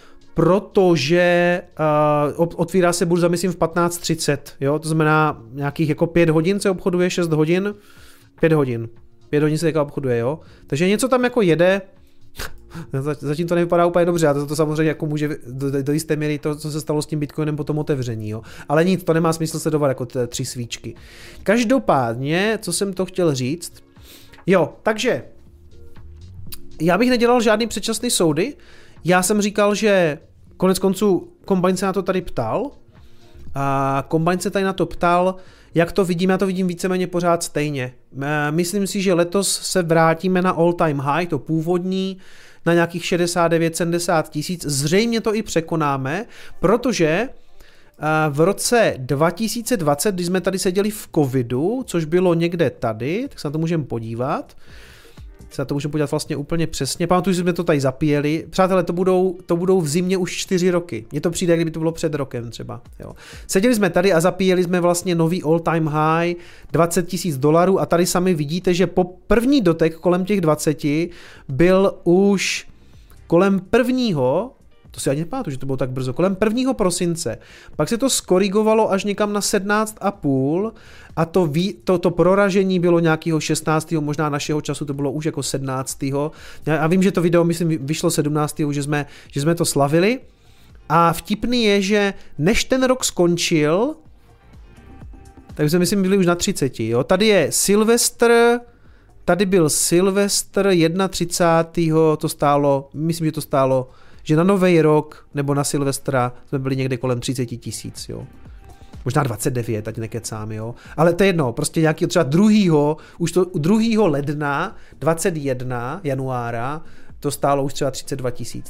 otvírá se burza, myslím, v 15:30, jo, to znamená nějakých jako 5 hodin se obchoduje, 6 hodin, 5 hodin se teďka obchoduje, jo, takže něco tam jako jede, Zatím to nevypadá úplně dobře a to samozřejmě jako může do jisté míry to, co se stalo s tím Bitcoinem po tom otevření. Jo. Ale nic, to nemá smysl sledovat jako 3 svíčky. Každopádně, co jsem to chtěl říct, jo, takže já bych nedělal žádný předčasný soudy. Já jsem říkal, že konec konců Combine se na to tady ptal a Combine se tady na to ptal, jak to vidím, já to vidím víceméně pořád stejně. Myslím si, že letos se vrátíme na all time high, to původní, na nějakých 69-70 tisíc. Zřejmě to i překonáme, protože v roce 2020, když jsme tady seděli v covidu, což bylo někde tady, tak se na to můžeme podívat. Se na to můžeme podívat vlastně úplně přesně. Pamatuju, že jsme to tady zapíjeli. Přátelé, to budou v zimě už 4 roky. Mně to přijde, kdyby to bylo před rokem třeba. Jo. Seděli jsme tady a zapíjeli jsme vlastně nový all time high, $20,000 a tady sami vidíte, že po první dotek kolem těch 20 byl už kolem prvního, to si ani nepamatuju, že to bylo tak brzo, kolem 1. prosince. Pak se to skorigovalo až někam na 17,5 a to proražení bylo nějakého 16. možná našeho času, to bylo už jako 17. Já vím, že to video, myslím, vyšlo 17. že jsme to slavili. A vtipný je, že než ten rok skončil, tak jsme, myslím, byli už na 30. Jo? Tady je Silvestr, tady byl Silvestr 31. To stálo, myslím, že to stálo, že na Nový rok nebo na Silvestra jsme byli někde kolem 30 tisíc, jo. Možná 29, ať nekecám, jo. Ale to je jedno, prostě nějaký třeba 2. ledna 21 januára to stálo už třeba 32 tisíc,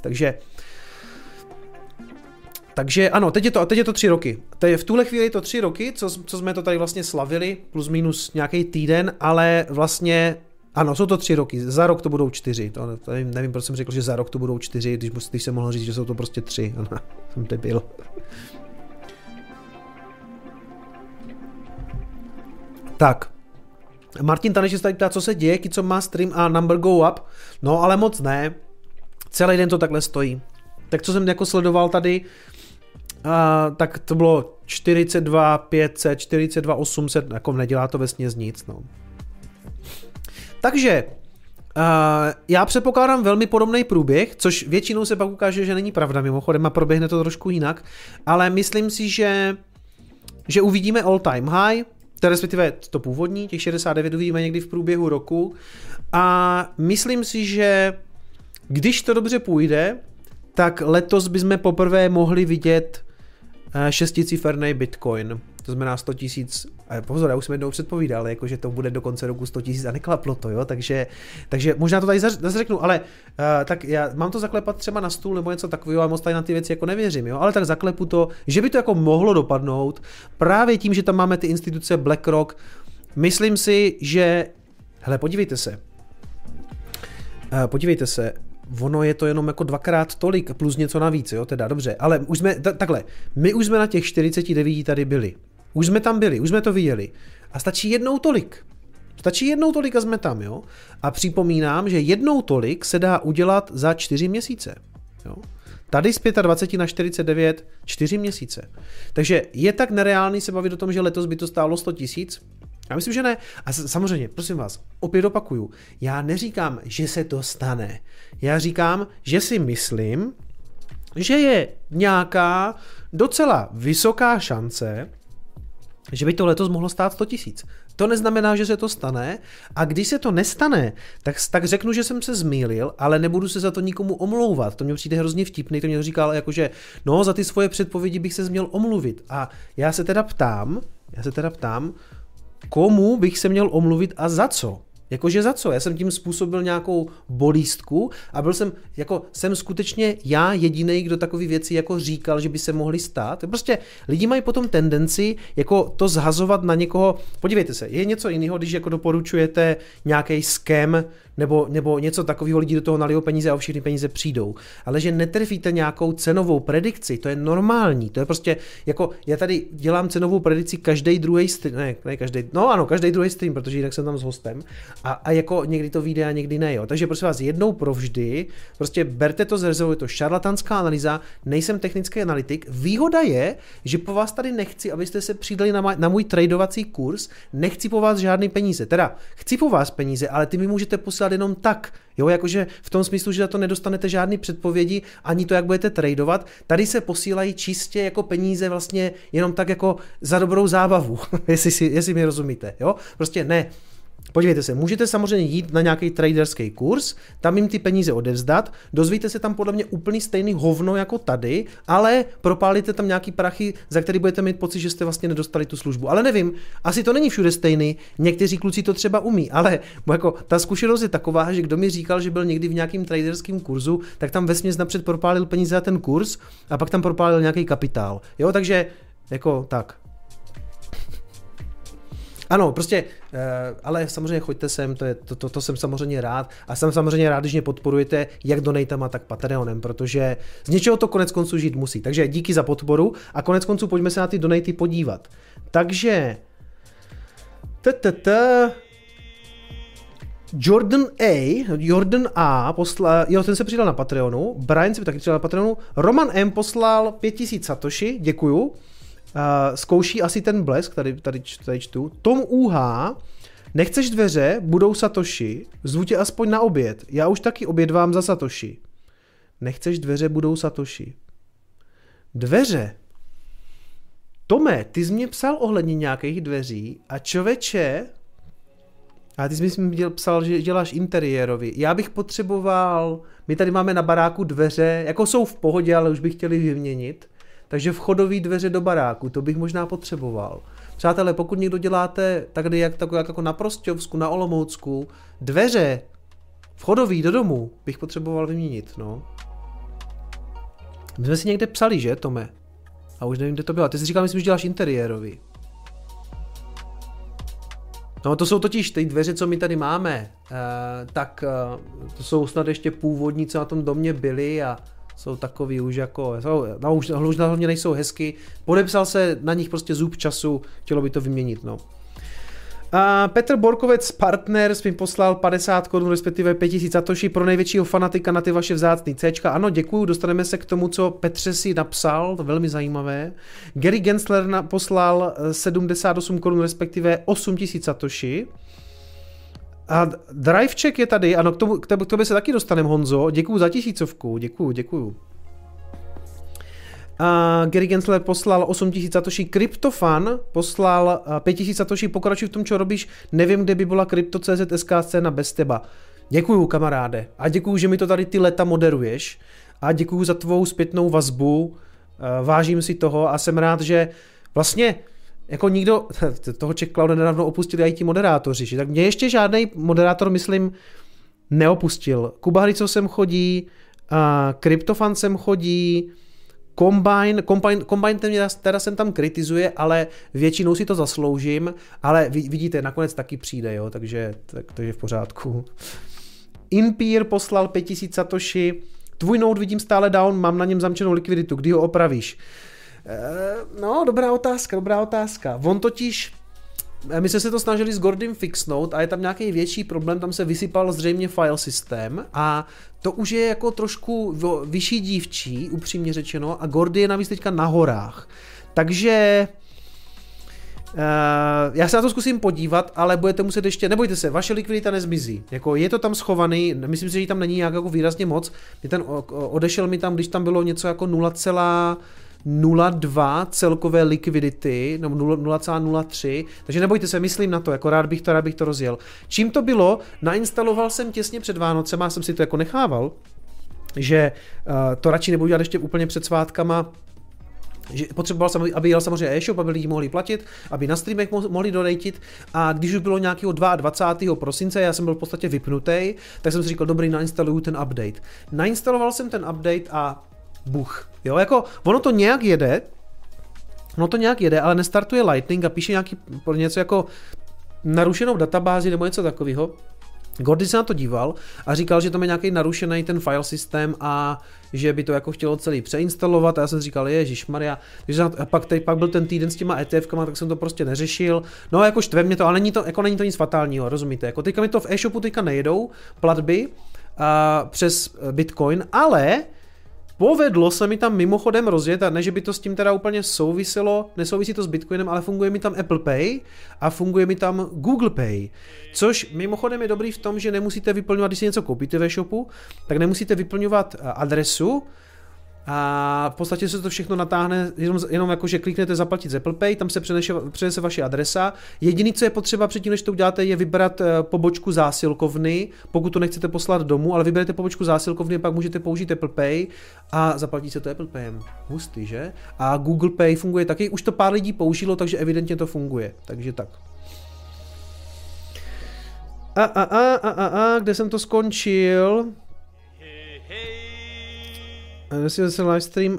takže ano, teď je to 3 roky. V tuhle chvíli je to 3 roky, co jsme to tady vlastně slavili, plus minus nějaký týden, ale vlastně ano, jsou to 3 roky, za rok to budou 4, nevím, proč jsem řekl, že za rok to budou 4, když jsem mohl říct, že jsou to prostě 3, ano, jsem debil. Tak, Martin Taneš se tady ptá, co se děje, co má stream a number go up, no ale moc ne, celý den to takhle stojí. Tak co jsem jako sledoval tady, tak to bylo 42 500, 42 800, jako nedělá to vesměs nic, no. Takže já předpokládám velmi podobný průběh, což většinou se pak ukáže, že není pravda mimochodem a proběhne to trošku jinak, ale myslím si, že uvidíme all time high, to respektive to původní, těch 69 uvidíme někdy v průběhu roku a myslím si, že když to dobře půjde, tak letos bychom poprvé mohli vidět 6ciferný Bitcoin. To znamená 100 tisíc, pozor, já už jsem jednou předpovídal, jako, že to bude do konce roku 100 tisíc a neklaplo to, jo, takže možná to tady zase řeknu, ale tak já mám to zaklepat třeba na stůl nebo něco takového, a moc tady na ty věci jako nevěřím, jo, ale tak zaklepu to, že by to jako mohlo dopadnout právě tím, že tam máme ty instituce BlackRock, myslím si, že, hele, podívejte se, ono je to jenom jako 2x tolik plus něco navíc, jo, teda dobře, ale už jsme, takhle, my už jsme na těch 49 tady byli. Už jsme tam byli, už jsme to viděli. A stačí jednou tolik. A jsme tam, jo. A připomínám, že jednou tolik se dá udělat za 4 měsíce. Jo. Tady z 25 na 49 4 měsíce. Takže je tak nereálný se bavit o tom, že letos by to stálo 100 tisíc? Já myslím, že ne. A samozřejmě, prosím vás, opět opakuju, já neříkám, že se to stane. Já říkám, že si myslím, že je nějaká docela vysoká šance, že by to letos mohlo stát 100 tisíc. To neznamená, že se to stane a když se to nestane, tak řeknu, že jsem se zmýlil, ale nebudu se za to nikomu omlouvat. To mě přijde hrozně vtipný, to mě říkal jakože no, za ty svoje předpovědi bych se měl omluvit. A já se teda ptám, komu bych se měl omluvit a za co? Jakože za co? Já jsem tím způsobil nějakou bolístku a jsem skutečně já jedinej, kdo takový věci jako říkal, že by se mohly stát. Prostě lidi mají potom tendenci jako to zhazovat na někoho. Podívejte se, je něco jiného, když jako doporučujete nějaký scam nebo něco takového, lidi do toho nalijou peníze a o všechny peníze přijdou. Ale že netrefíte nějakou cenovou predikci, to je normální. To je prostě jako já tady dělám cenovou predikci každý druhý stream, každý druhý stream, protože jinak jsem tam s hostem. A jako někdy to vyjde a někdy ne, jo. Takže prosím vás, jednou provždy, prostě berte to z rezervu, je to šarlatánská analýza, nejsem technický analytik. Výhoda je, že po vás tady nechci, abyste se přidali na můj tradovací kurz, nechci po vás žádný peníze. Teda, chci po vás peníze, ale ty mi můžete posílat jenom tak, jo, jakože v tom smyslu, že za to nedostanete žádný předpovědi, ani to, jak budete tradovat. Tady se posílají čistě jako peníze vlastně jenom tak jako za dobrou zábavu, jestli mi rozumíte, jo. Prostě ne. Podívejte se, můžete samozřejmě jít na nějaký traderský kurz, tam jim ty peníze odevzdat, dozvíte se tam podle mě úplný stejný hovno jako tady, ale propálíte tam nějaký prachy, za který budete mít pocit, že jste vlastně nedostali tu službu. Ale nevím, asi to není všude stejný, někteří kluci to třeba umí, ale jako ta zkušenost je taková, že kdo mi říkal, že byl někdy v nějakým traderském kurzu, tak tam vesměs napřed propálil peníze za ten kurz a pak tam propálil nějaký kapitál. Jo, takže jako tak. Ano, prostě, ale samozřejmě choďte sem, to jsem samozřejmě rád a jsem samozřejmě rád, když mě podporujete jak donatama, tak Patreonem, protože z něčeho to konec konců žít musí. Takže díky za podporu a konec konců pojďme se na ty donaty podívat. Takže Jordan A poslal, jo, ten se přidal na Patreonu, Brian se taky přidal na Patreonu, Roman M poslal 5000 satoshi, děkuju. Zkouší asi ten blesk, tady čtu. Tom UH, nechceš dveře, budou satoshi, zvu tě aspoň na oběd, já už taky obědvám za satoshi. Nechceš dveře, budou satoshi. Dveře? Tome, ty jsi mě psal ohledně nějakých dveří a čověče, a ty jsi mi psal, že děláš interiérovi. Já bych potřeboval, my tady máme na baráku dveře, jako jsou v pohodě, ale už bych chtěli vyměnit. Takže vchodové dveře do baráku, to bych možná potřeboval. Přátelé, pokud někdo děláte takhle jako na Prostějovsku, na Olomoucku, dveře vchodový do domu bych potřeboval vyměnit, no. My jsme si někde psali, že, Tome? A už nevím, kde to bylo. Ty jsi říkal, myslím, že děláš interiérový. No, to jsou totiž ty dveře, co my tady máme. To jsou snad ještě původní, co na tom domě byly a jsou takový už jako, už hlavně nejsou hezky. Podepsal se na nich prostě zub času, chtělo by to vyměnit, no. A Petr Borkovec partner mi poslal 50 korun, respektive 5000 satoshi pro největšího fanatika na ty vaše vzácný Cčka. Ano, děkuju, dostaneme se k tomu, co Petře si napsal, to velmi zajímavé. Gary Gensler poslal 78 korun, respektive 8000 satoshi. A Drivecheck je tady, ano, k tobě se taky dostaneme, Honzo, děkuju za 1000, děkuju. Gary Gensler poslal 8000 satoshi, Kryptofan poslal 5000 satoshi, pokračuj v tom, co robíš, nevím, kde by byla Crypto.cz SK scéna bez teba. Děkuju, kamaráde, a děkuju, že mi to tady ty leta moderuješ a děkuju za tvou zpětnou vazbu, vážím si toho a jsem rád, že vlastně jako nikdo, toho Czech Clouda nedávno opustili i ti moderátoři, tak mě ještě žádný moderátor, myslím, neopustil. Kuba Hrycov sem chodí, Kryptofan sem chodí, Combine teda sem tam kritizuje, ale většinou si to zasloužím, ale vidíte, nakonec taky přijde, jo, takže v pořádku. Impír poslal 5000 satoshi, tvůj node vidím stále down, mám na něm zamčenou likviditu, kdy ho opravíš? No, dobrá otázka. On totiž, my jsme se to snažili s Gordym fixnout a je tam nějaký větší problém, tam se vysypal zřejmě file systém a to už je jako trošku vyšší dívčí, upřímně řečeno, a Gordy je navíc teďka na horách. Takže já se na to zkusím podívat, ale budete muset ještě, nebojte se, vaše likvidita nezmizí. Jako je to tam schovaný, myslím si, že tam není nějak jako výrazně moc. Odešel mi tam, když tam bylo něco jako 0,02 celkové likvidity, nebo 0,03, takže nebojte se, myslím na to, jako rád bych to rozjel. Čím to bylo? Nainstaloval jsem těsně před Vánocema, jsem si to jako nechával, že to radši nebudu dělat ještě úplně před svátkama, že potřeboval jsem, aby jel samozřejmě e-shop, aby lidi mohli platit, aby na streamech mohli donejtit a když už bylo nějakého 22. prosince, já jsem byl v podstatě vypnutý, tak jsem si říkal, dobrý, nainstaluju ten update. Nainstaloval jsem ten update a buch. Jo, jako ono to nějak jede, ale nestartuje Lightning a píše něco jako narušenou databázi nebo něco takového. Gordy se na to díval a říkal, že tam je nějaký narušený ten file systém a že by to jako chtělo celý přeinstalovat a já jsem říkal, ježišmarja, a pak byl ten týden s těma ETF-kama, tak jsem to prostě neřešil. No jako štve mě to, ale není to nic fatálního, rozumíte? Jako teďka mi to v e-shopu teďka nejedou platby přes Bitcoin, ale povedlo se mi tam mimochodem rozjet, a ne, že by to s tím teda úplně souviselo, nesouvisí to s Bitcoinem, ale funguje mi tam Apple Pay a funguje mi tam Google Pay, což mimochodem je dobrý v tom, že nemusíte vyplňovat, když si něco koupíte ve shopu, tak nemusíte vyplňovat adresu a v podstatě se to všechno natáhne, jenom jako, že kliknete zaplatit z Apple Pay, tam se přenese vaše adresa. Jediné, co je potřeba předtím, než to uděláte, je vybrat pobočku zásilkovny, pokud to nechcete poslat domů, ale vyberete pobočku zásilkovny, pak můžete použít Apple Pay a zaplatit se to Apple Payem. Hustý, že? A Google Pay funguje taky, už to pár lidí použilo, takže evidentně to funguje, takže tak. Kde jsem to skončil? Zase livestream,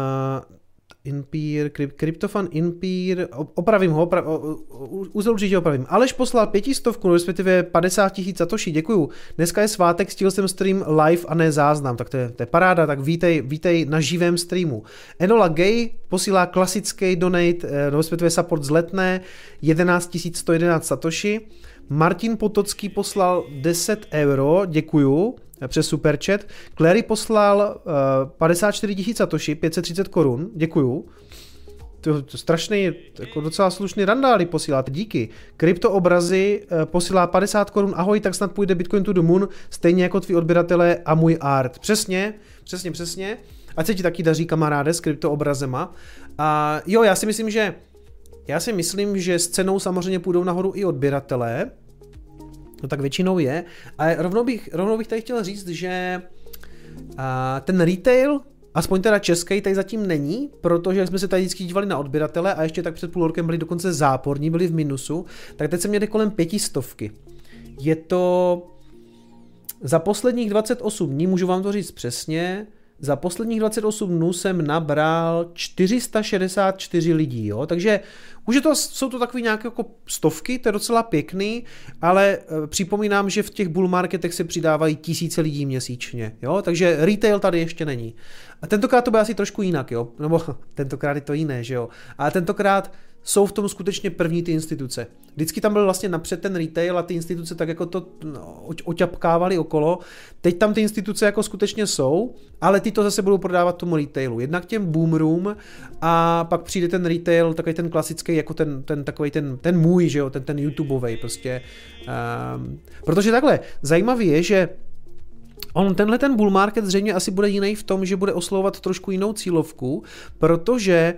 Inpeer, Cryptofan, Inpeer, opravím ho, určitě opravím. Aleš poslal 500, respektive 50 000 satoshi, děkuju. Dneska je svátek, stihl jsem stream live a ne záznam, tak to je paráda, tak vítej na živém streamu. Enola Gay posílá klasický donate, respektive support z Letné, 11 111 satoshi. Martin Potocký poslal 10 €, děkuju, přes superchat. Clary poslal 54 000 satoshi, 530 korun, děkuju. To strašný, jako docela slušný randály posíláte, díky. Kryptoobrazy posílá 50 korun, ahoj, tak snad půjde Bitcoin to the moon, stejně jako tví odběratele a můj art. Přesně. Ať se ti taky daří, kamaráde, s kryptoobrazema. A jo, já si myslím, že s cenou samozřejmě půjdou nahoru i odběratelé. No tak většinou je. A rovnou bych tady chtěl říct, že ten retail, aspoň teda český, tady zatím není, protože jsme se tady vždycky dívali na odběratele a ještě tak před půl rokem byli dokonce záporní, byli v minusu, tak teď se mě jde kolem 500. Je to za posledních 28 dní, můžu vám to říct přesně, za posledních 28 dnů jsem nabral 464 lidí, jo? Takže už jsou to takový nějaké jako stovky, to je docela pěkný, ale připomínám, že v těch bull marketech se přidávají tisíce lidí měsíčně, jo? Takže retail tady ještě není. A tentokrát to bude asi trošku jinak, jo? Nebo tentokrát je to jiné, že jo? Ale tentokrát jsou v tom skutečně první ty instituce. Vždycky tam byl vlastně napřed ten retail a ty instituce tak jako to oťapkávaly okolo. Teď tam ty instituce jako skutečně jsou, ale ty to zase budou prodávat tomu retailu. Jednak těm boomerům a pak přijde ten retail, takový ten klasický, jako ten můj, že jo, ten YouTubeovej prostě. Protože takhle, zajímavý je, že tenhle ten bull market zřejmě asi bude jiný v tom, že bude oslovovat trošku jinou cílovku, protože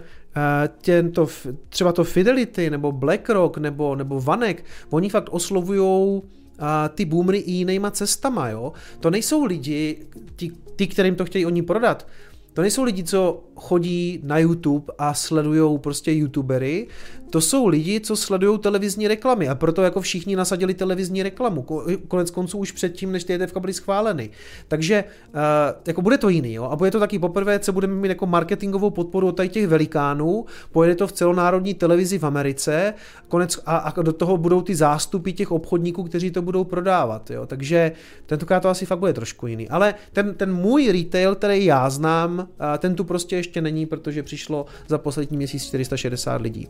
třeba to Fidelity nebo BlackRock nebo Vanek, oni fakt oslovujou ty boomery i jinýma cestama, jo. To nejsou lidi, ty, kterým to chtějí oni prodat, to nejsou lidi, co chodí na YouTube a sledujou prostě youtubery, to jsou lidi, co sledují televizní reklamy a proto jako všichni nasadili televizní reklamu, konec konců už předtím, než ty ETF byly schváleny. Takže jako bude to jiný, jo? A bude to taky poprvé, co budeme mít jako marketingovou podporu od tady těch velikánů, pojede to v celonárodní televizi v Americe, a do toho budou ty zástupy těch obchodníků, kteří to budou prodávat, jo? Takže tentokrát to asi fakt bude trošku jiný. Ale ten můj retail, který já znám, ten tu prostě ještě není, protože přišlo za poslední měsíc 460 lidí.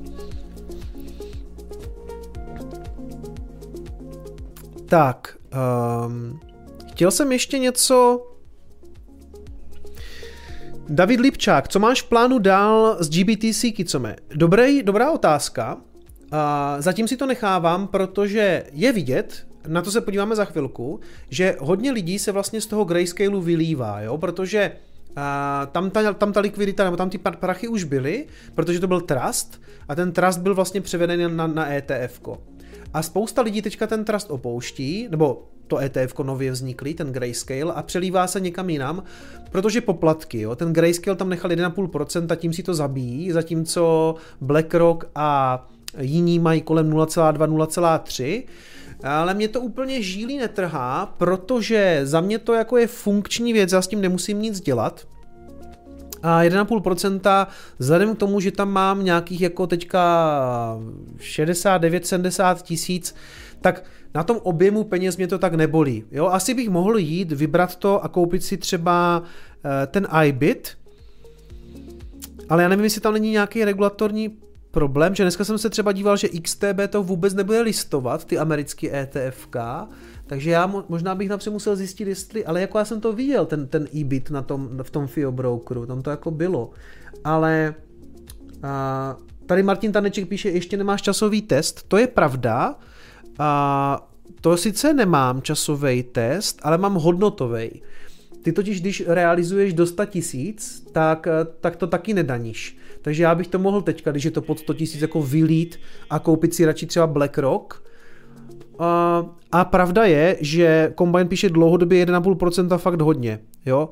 Tak, chtěl jsem ještě něco. David Lipčák, co máš v plánu dál s GBTC, Kicome? Dobrá otázka. Zatím si to nechávám, protože je vidět, na to se podíváme za chvilku, že hodně lidí se vlastně z toho grayscaleu vylívá, jo? Protože tam ta likvidita, nebo tam ty prachy už byly, protože to byl trust a ten trust byl vlastně převeden na ETF-ko. A spousta lidí teďka ten trust opouští, nebo to ETF-ko nově vzniklý, ten grayscale, a přelívá se někam jinam, protože poplatky, jo, ten grayscale tam nechal 1,5% a tím si to zabíjí, zatímco BlackRock a jiní mají kolem 0,2, 0,3, ale mě to úplně žíly netrhá, protože za mě to jako je funkční věc, já s tím nemusím nic dělat. A 1,5% vzhledem k tomu, že tam mám nějakých jako teďka 69-70 tisíc, tak na tom objemu peněz mě to tak nebolí. Jo? Asi bych mohl jít, vybrat to a koupit si třeba ten iBit, ale já nevím, jestli tam není nějaký regulatorní problém, že dneska jsem se třeba díval, že XTB to vůbec nebude listovat, ty americké ETFK, takže já možná bych například musel zjistit, jestli, ale jako já jsem to viděl, ten iBit v tom FIO brokeru, tam to jako bylo, ale tady Martin Taneček píše, ještě nemáš časový test, to je pravda, to sice nemám časový test, ale mám hodnotový. Ty totiž, když realizuješ do 100 tisíc, tak to taky nedaníš. Takže já bych to mohl teďka, když je to pod 100 tisíc, jako vylít a koupit si radši třeba BlackRock. A pravda je, že Combine píše dlouhodobě 1,5% fakt hodně. Jo?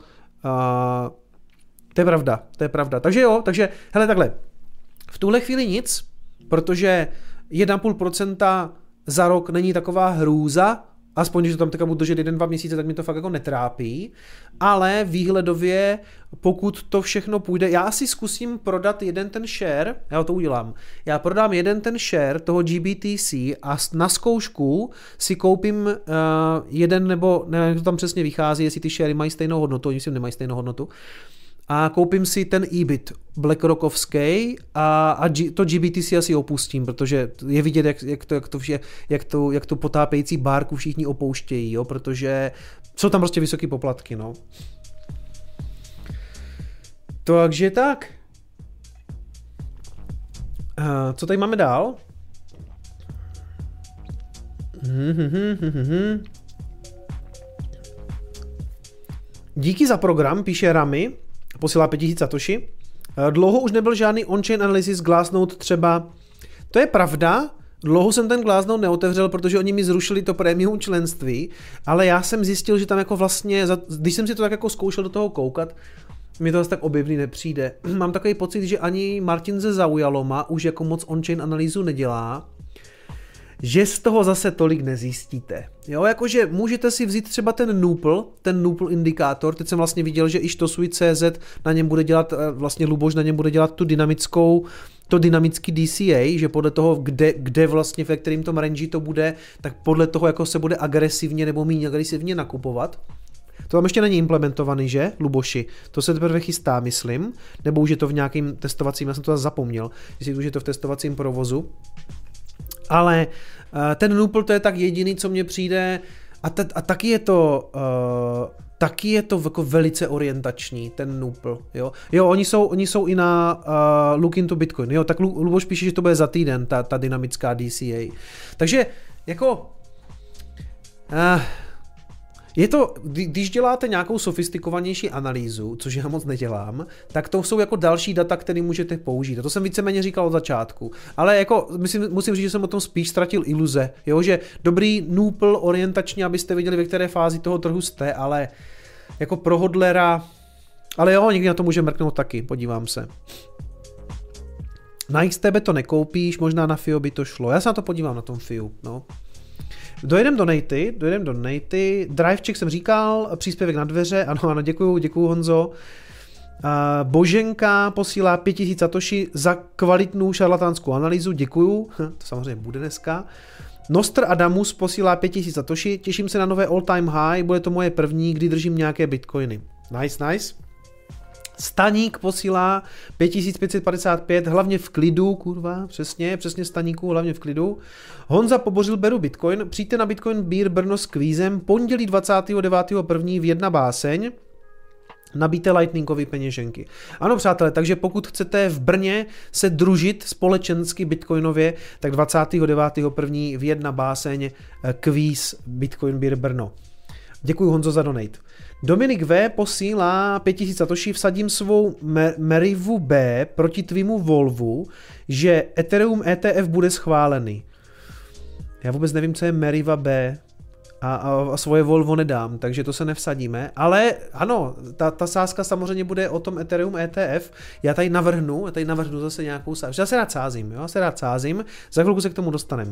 To je pravda. Takže jo, hele takhle. V tuhle chvíli nic, protože 1,5% za rok není taková hrůza, aspoň když to tam teďka budu držet 1-2 měsíce, tak mi to fakt jako netrápí, ale výhledově, pokud to všechno půjde, já asi zkusím prodat jeden ten share, já to udělám, já prodám jeden ten share toho GBTC a na zkoušku si koupím jeden nebo, nevím, jak to tam přesně vychází, jestli ty share mají stejnou hodnotu, oni si nemají stejnou hodnotu, a koupím si ten EBIT BlackRockovský a to GBTC asi opustím, protože je vidět, jak to potápějící bárku všichni opouštějí, jo, protože jsou tam prostě vysoké poplatky, no. Takže tak. Co tady máme dál? Díky za program, píše Rami. Posílá 5000 satoshi. Dlouho už nebyl žádný on-chain analysis Glassnode třeba. To je pravda, dlouho jsem ten Glassnode neotevřel, protože oni mi zrušili to premium členství, ale já jsem zjistil, že tam jako vlastně, když jsem si to tak jako zkoušel do toho koukat, mi to zase tak objevný nepřijde. Mám takový pocit, že ani Martin ze Zaujaloma už jako moc on-chain analýzu nedělá, že z toho zase tolik nezjistíte. Jo, jakože můžete si vzít třeba ten Nupl indikátor, teď jsem vlastně viděl, že i Štosui.cz na něm bude dělat, vlastně Luboš na něm bude dělat to dynamický DCA, že podle toho, kde vlastně, ve kterým tom range to bude, tak podle toho, jako se bude agresivně nebo méně agresivně nakupovat. To tam ještě není implementovaný, že, Luboši? To se teprve chystá, myslím, nebo už je to v nějakým testovacím, já jsem to zase zapomněl, jestli už je to v testovacím provozu. Ale ten Nupl to je tak jediný, co mně přijde a taky je to jako velice orientační, ten Nupl, jo. Jo, oni jsou i na Look into Bitcoin, jo, tak Luboš píše, že to bude za týden, ta dynamická DCA. Takže jako je to, když děláte nějakou sofistikovanější analýzu, což já moc nedělám, tak to jsou jako další data, které můžete použít. A to jsem víceméně říkal od začátku. Ale jako musím říct, že jsem o tom spíš ztratil iluze. Jo, že dobrý Nupl orientačně, abyste viděli, ve které fázi toho trhu jste, ale jako pro hodlera, ale jo, někdy na to může mrknout taky, podívám se. Na XTB to nekoupíš, možná na FIO by to šlo. Já se na to podívám na tom FIO, no. Dojedem donaty, Drivecheck jsem říkal, příspěvek na dveře, ano, děkuju Honzo. Boženka posílá 5000 satoshi za kvalitnou šarlatánskou analýzu, děkuju, to samozřejmě bude dneska. Nostr Adamus posílá 5000 satoshi, těším se na nové all time high, bude to moje první, kdy držím nějaké bitcoiny. Nice. Staník posílá 5555, hlavně v klidu, kurva, přesně Staníku, hlavně v klidu. Honza Pobořil, beru Bitcoin, přijďte na Bitcoin Beer Brno s kvízem, pondělí 29.1. v 1 báseň, nabíjte lightningové peněženky. Ano, přátelé, takže pokud chcete v Brně se družit společensky bitcoinově, tak 29.1. v 1 báseň kvíz Bitcoin Beer Brno. Děkuji, Honzo, za donate. Dominik V. posílá 5000 satoshi, vsadím svou Merivu B proti tvýmu Volvu, že Ethereum ETF bude schválený. Já vůbec nevím, co je Meriva B a svoje Volvo nedám, takže to se nevsadíme, ale ano, ta sázka samozřejmě bude o tom Ethereum ETF. Já tady navrhnu zase nějakou sázku. Já se rád sázím, za chvilku se k tomu dostaneme.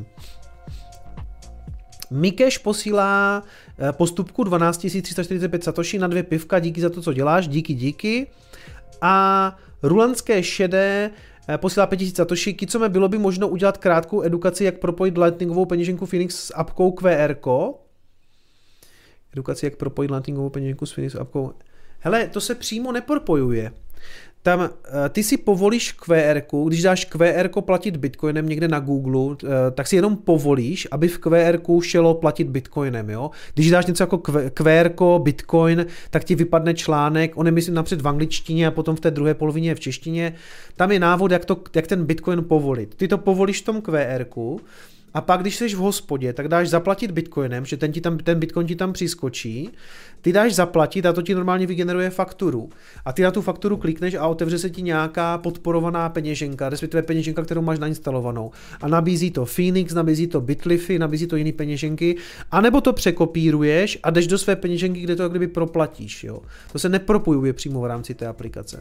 Mikeš posílá postupku 12 345 satoshi na 2 pivka, díky za to, co děláš, díky. A Rulandské šedé posílá 5000 satoshi. Kicome, bylo by možno udělat krátkou edukaci, jak propojit lightningovou peněženku Phoenix s apkou QR. Edukaci, jak propojit lightningovou peněženku s Phoenix s apkou. Hele, to se přímo nepropojuje. Tam ty si povolíš QR, když dáš QR platit bitcoinem někde na Google, tak si jenom povolíš, aby v QR šelo platit bitcoinem, jo? Když dáš něco jako QR, bitcoin, tak ti vypadne článek, on je myslím napřed v angličtině a potom v té druhé polovině v češtině. Tam je návod, jak ten bitcoin povolit. Ty to povolíš v tom QR, a pak, když jsi v hospodě, tak dáš zaplatit bitcoinem, že ten bitcoin ti tam přiskočí, ty dáš zaplatit a to ti normálně vygeneruje fakturu. A ty na tu fakturu klikneš a otevře se ti nějaká podporovaná peněženka, respektive peněženka, kterou máš nainstalovanou. A nabízí to Phoenix, nabízí to Bitlify, nabízí to jiné peněženky, anebo to překopíruješ a jdeš do své peněženky, kde to jak kdyby proplatíš. Jo. To se nepropojuje přímo v rámci té aplikace.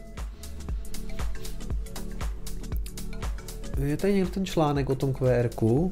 Je tady někdo ten článek o tom QR-ku?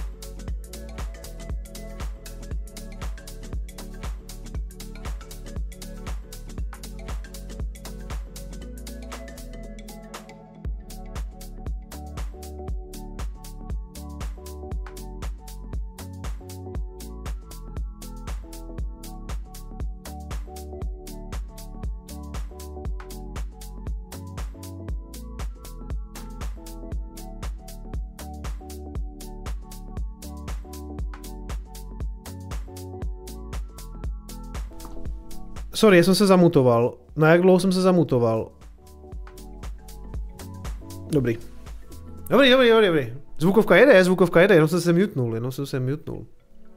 Sorry, já jsem se zamutoval. Na jak dlouho jsem se zamutoval? Dobrý. Zvukovka jede, jenom jsem se mutnul.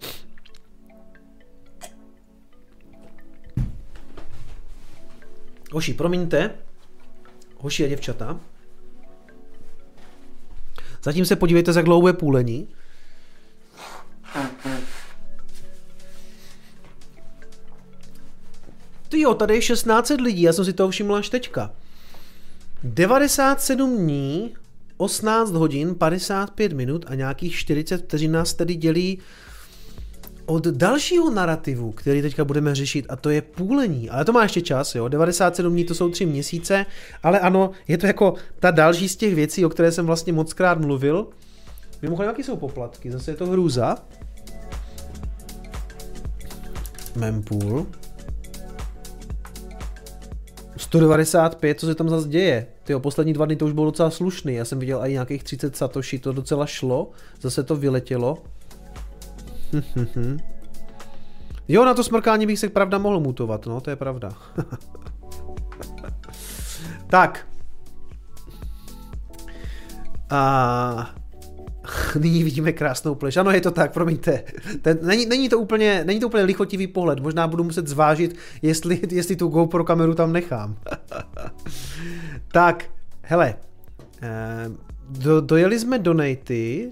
Hoši, promiňte. Hoši a děvčata. Zatím se podívejte, jak dlouho je půlení. Jo, tady je 1600 lidí, já jsem si toho všiml až teďka. 97 dní, 18 hodin, 55 minut a nějakých 40 vteřin nás tedy dělí od dalšího narrativu, který teďka budeme řešit, a to je půlení. Ale to má ještě čas, jo. 97 dní to jsou 3 měsíce, ale ano, je to jako ta další z těch věcí, o které jsem vlastně mockrát mluvil. Mimochodem, jaký jsou poplatky? Zase je to hrůza. Mempool. 195, co se tam zase děje? Tyjo, poslední 2 dny to už bylo docela slušný, já jsem viděl i nějakých 30 satoshi, to docela šlo, zase to vyletělo. Jo, na to smrkání bych se pravda mohl mutovat, no, to je pravda. Tak. A nyní vidíme krásnou pleš. Ano, je to tak, promiňte. Není to úplně lichotivý pohled. Možná budu muset zvážit, jestli tu GoPro kameru tam nechám. Tak, hele. Dojeli jsme donaty.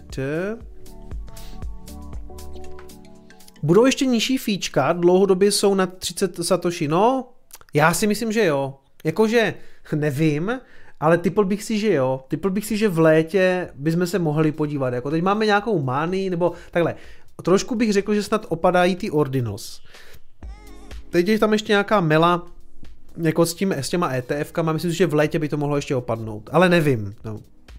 Budou ještě nižší fíčka, dlouhodobě jsou na 30 satoshi. No, já si myslím, že jo. Jakože, nevím, ale typl bych si, že jo. Typl bych si, že v létě bychom se mohli podívat. Jako teď máme nějakou mánii, nebo takhle. Trošku bych řekl, že snad opadají ty Ordinos. Teď je tam ještě nějaká mela jako s těma ETF-kama. Myslím si, že v létě by to mohlo ještě opadnout. Ale nevím. No.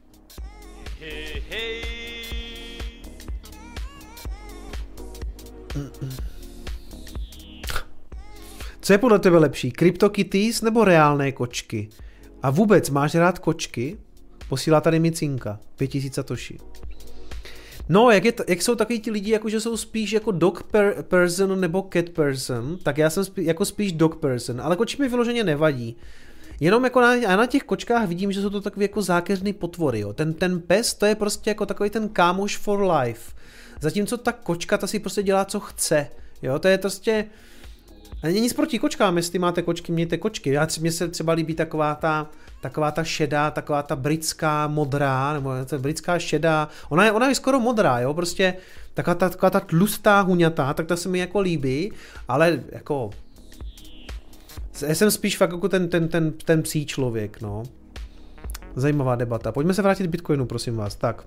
Co je podle tebe lepší? CryptoKitties nebo reálné kočky? A vůbec máš rád kočky? Posílá tady Micinka. 5000 satoshi. No, jak jsou takový ti lidi, jako že jsou spíš jako dog person nebo cat person, tak já jsem jako spíš dog person, ale kočky mi vyloženě nevadí. Jenom jako na těch kočkách vidím, že jsou to takový jako zákeřný potvory. Jo. Ten pes, to je prostě jako takový ten kámoš for life. Zatímco ta kočka, ta si prostě dělá, co chce. Jo, to je prostě... A není nic proti kočkám, jestli máte kočky, mějte kočky. Mně se třeba líbí taková ta šedá, taková ta britská modrá, nebo ta britská šedá. Ona je skoro modrá, jo, prostě taková ta tlustá huňatá, tak ta se mi jako líbí, ale jako... Já jsem spíš fakt jako ten psí člověk, no. Zajímavá debata. Pojďme se vrátit k Bitcoinu, prosím vás. Tak.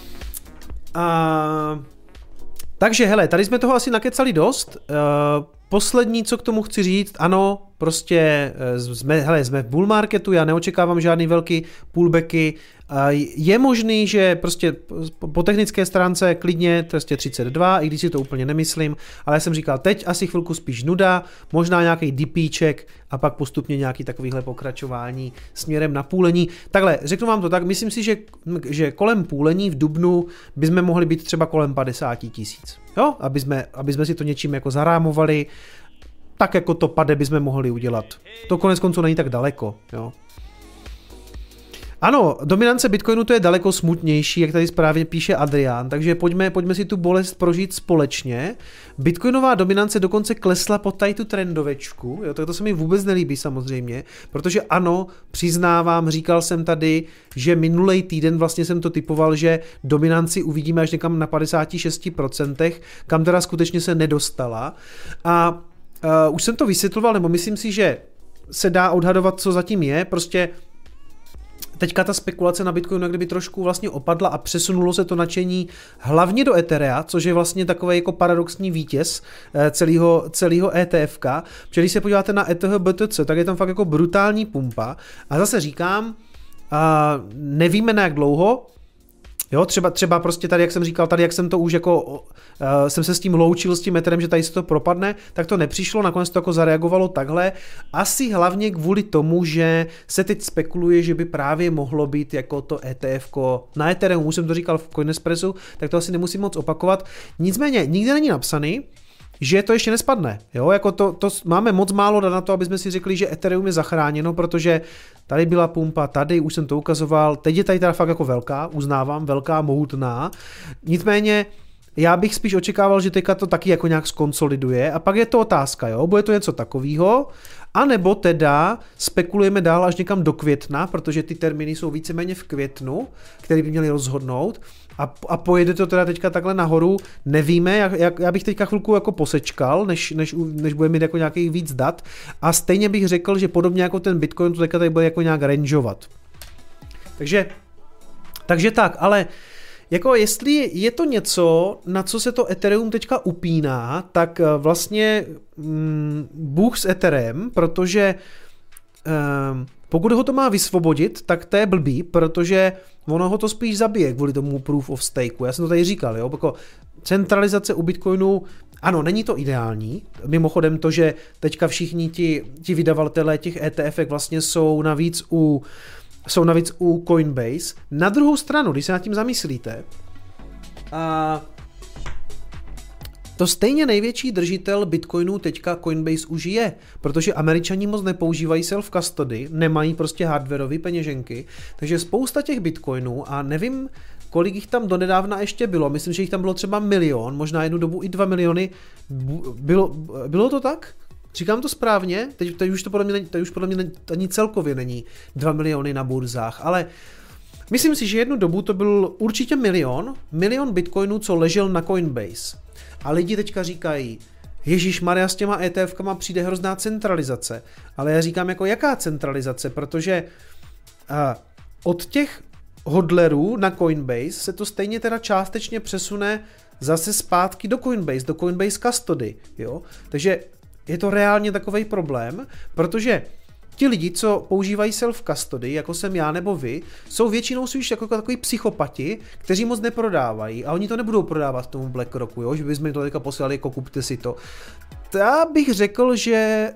Takže hele, tady jsme toho asi nakecali dost. poslední, co k tomu chci říct, ano, prostě jsme v bull marketu, já neočekávám žádný velký pullbacky. Je možný, že prostě po technické stránce klidně prostě 32, i když si to úplně nemyslím, ale já jsem říkal, teď asi chvilku spíš nuda, možná nějaký dipíček a pak postupně nějaký takovýhle pokračování směrem na půlení. Takhle, řeknu vám to tak, myslím si, že kolem půlení v dubnu bychom mohli být třeba kolem 50 000. Jo, aby jsme si to něčím jako zarámovali, tak jako to pade bychom mohli udělat. To konec konců není tak daleko, jo. Ano, dominance Bitcoinu to je daleko smutnější, jak tady správně píše Adrián, takže pojďme si tu bolest prožít společně. Bitcoinová dominance dokonce klesla pod tady tu trendovečku, jo, to se mi vůbec nelíbí samozřejmě, protože ano, přiznávám, říkal jsem tady, že minulej týden vlastně jsem to typoval, že dominanci uvidíme až někam na 56%, kam teda skutečně se nedostala. A už jsem to vysvětloval, nebo myslím si, že se dá odhadovat, co zatím je, prostě teďka ta spekulace na Bitcoinu kdyby trošku vlastně opadla a přesunulo se to nadšení hlavně do Etherea, což je vlastně takový jako paradoxní vítěz celého ETFka. Protože když se podíváte na ETH BTC, tak je tam fakt jako brutální pumpa. A zase říkám, nevíme na jak dlouho, jo, třeba prostě tady, jak jsem říkal, tady jak jsem to už jako, jsem se s tím loučil s tím Etherem, že tady se to propadne, tak to nepřišlo, nakonec to jako zareagovalo takhle. Asi hlavně kvůli tomu, že se teď spekuluje, že by právě mohlo být jako to ETFko na Ethereum, už jsem to říkal v Coinespressu, tak to asi nemusím moc opakovat. Nicméně, nikde není napsaný, že to ještě nespadne. Jo? Jako to máme moc málo na to, aby jsme si řekli, že Ethereum je zachráněno, protože tady byla pumpa, tady už jsem to ukazoval, teď je tady teda fakt jako velká, uznávám, velká, mohutná. Nicméně já bych spíš očekával, že teďka to taky jako nějak skonsoliduje a pak je to otázka, jo? Bude to něco takového, anebo teda spekulujeme dál až někam do května, protože ty termíny jsou víceméně v květnu, který by měli rozhodnout. A pojede to teda teďka takhle nahoru, nevíme, já bych teďka chvilku jako posečkal, než bude mít jako nějakých víc dat a stejně bych řekl, že podobně jako ten Bitcoin to teďka tady bude jako nějak rangeovat. Takže tak, ale jako jestli je to něco, na co se to Ethereum teďka upíná, tak vlastně bůh s Etherem, protože pokud ho to má vysvobodit, tak to je blbý, protože ono ho to spíš zabije kvůli tomu proof of stakeu. Já jsem to tady říkal, jo, jako centralizace u Bitcoinu, ano, není to ideální. Mimochodem to, že teďka všichni ti vydavatelé těch ETFek vlastně jsou navíc u Coinbase. Na druhou stranu, když se nad tím zamyslíte, to stejně největší držitel Bitcoinu teďka Coinbase už je, protože Američani moc nepoužívají self-custody, nemají prostě hardwareové peněženky, takže spousta těch Bitcoinů a nevím, kolik jich tam donedávna ještě bylo, myslím, že jich tam bylo třeba 1 milion, možná jednu dobu i 2 miliony, bylo to tak? Říkám to správně? Teď už podle mě ani celkově není 2 miliony na burzách, ale myslím si, že jednu dobu to byl určitě milion Bitcoinů, co ležel na Coinbase. A lidi teďka říkají, ježišmarja, s těma ETFkama přijde hrozná centralizace. Ale já říkám, jako jaká centralizace, protože od těch hodlerů na Coinbase se to stejně teda částečně přesune zase zpátky do Coinbase Custody. Jo? Takže je to reálně takovej problém, protože ti lidi, co používají self-custody, jako jsem já nebo vy, jsou většinou spíš jako takový psychopati, kteří moc neprodávají a oni to nebudou prodávat tomu BlackRocku, jo? Že bychom jim to teďka poslali, jako kupte si to. Já bych řekl, že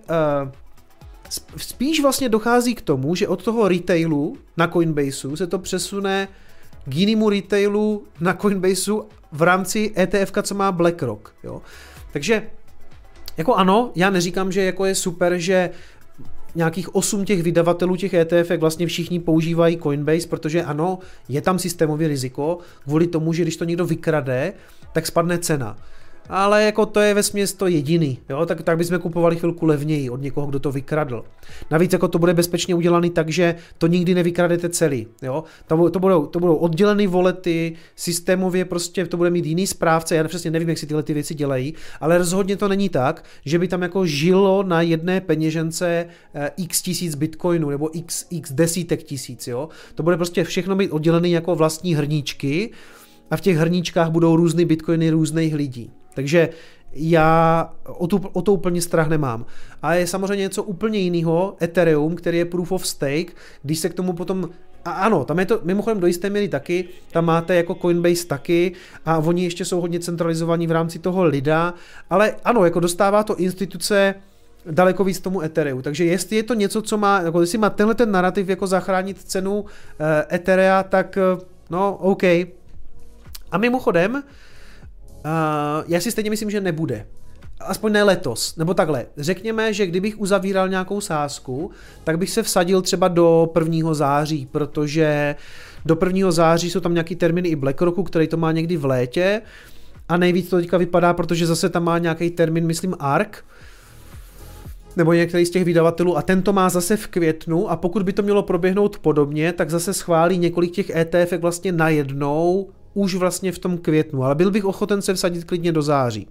spíš vlastně dochází k tomu, že od toho retailu na Coinbaseu se to přesune k jinému retailu na Coinbaseu v rámci ETFka, co má BlackRock. Jo? Takže jako ano, já neříkám, že jako je super, že nějakých 8 těch vydavatelů těch ETFek vlastně všichni používají Coinbase, protože ano, je tam systémový riziko kvůli tomu, že když to někdo vykrade, tak spadne cena. Ale jako to je vesměs to jediný, jo? Tak bychom kupovali chvilku levněji od někoho, kdo to vykradl. Navíc jako to bude bezpečně udělaný tak, že to nikdy nevykradete celý, jo? To budou oddělený volety, systémově prostě to bude mít jiný správce, já přesně nevím, jak si tyhle ty věci dělají, ale rozhodně to není tak, že by tam jako žilo na jedné peněžence x tisíc bitcoinů nebo x desítek tisíc, jo? To bude prostě všechno mít oddělený jako vlastní hrníčky a v těch hrníčkách budou různý bitcoiny různých lidí. Takže já o to úplně strach nemám. A je samozřejmě něco úplně jiného, Ethereum, který je proof of stake, když se k tomu potom, a ano, tam je to mimochodem do jisté míry taky, tam máte jako Coinbase taky a oni ještě jsou hodně centralizovaní v rámci toho LIDA, ale ano, jako dostává to instituce daleko víc tomu Ethereu. Takže jestli je to něco, co má, jako jestli má tenhle ten narrativ jako zachránit cenu Etherea, tak no OK. A mimochodem, já si stejně myslím, že nebude. Aspoň ne letos, nebo takhle. Řekněme, že kdybych uzavíral nějakou sázku, tak bych se vsadil třeba do 1. září, protože do 1. září jsou tam nějaký termíny i BlackRocku, který to má někdy v létě a nejvíc to teďka vypadá, protože zase tam má nějaký termín, myslím ARK, nebo některý z těch vydavatelů a ten to má zase v květnu a pokud by to mělo proběhnout podobně, tak zase schválí několik těch ETF vlastně najednou už vlastně v tom květnu, ale byl bych ochoten se vsadit klidně do září.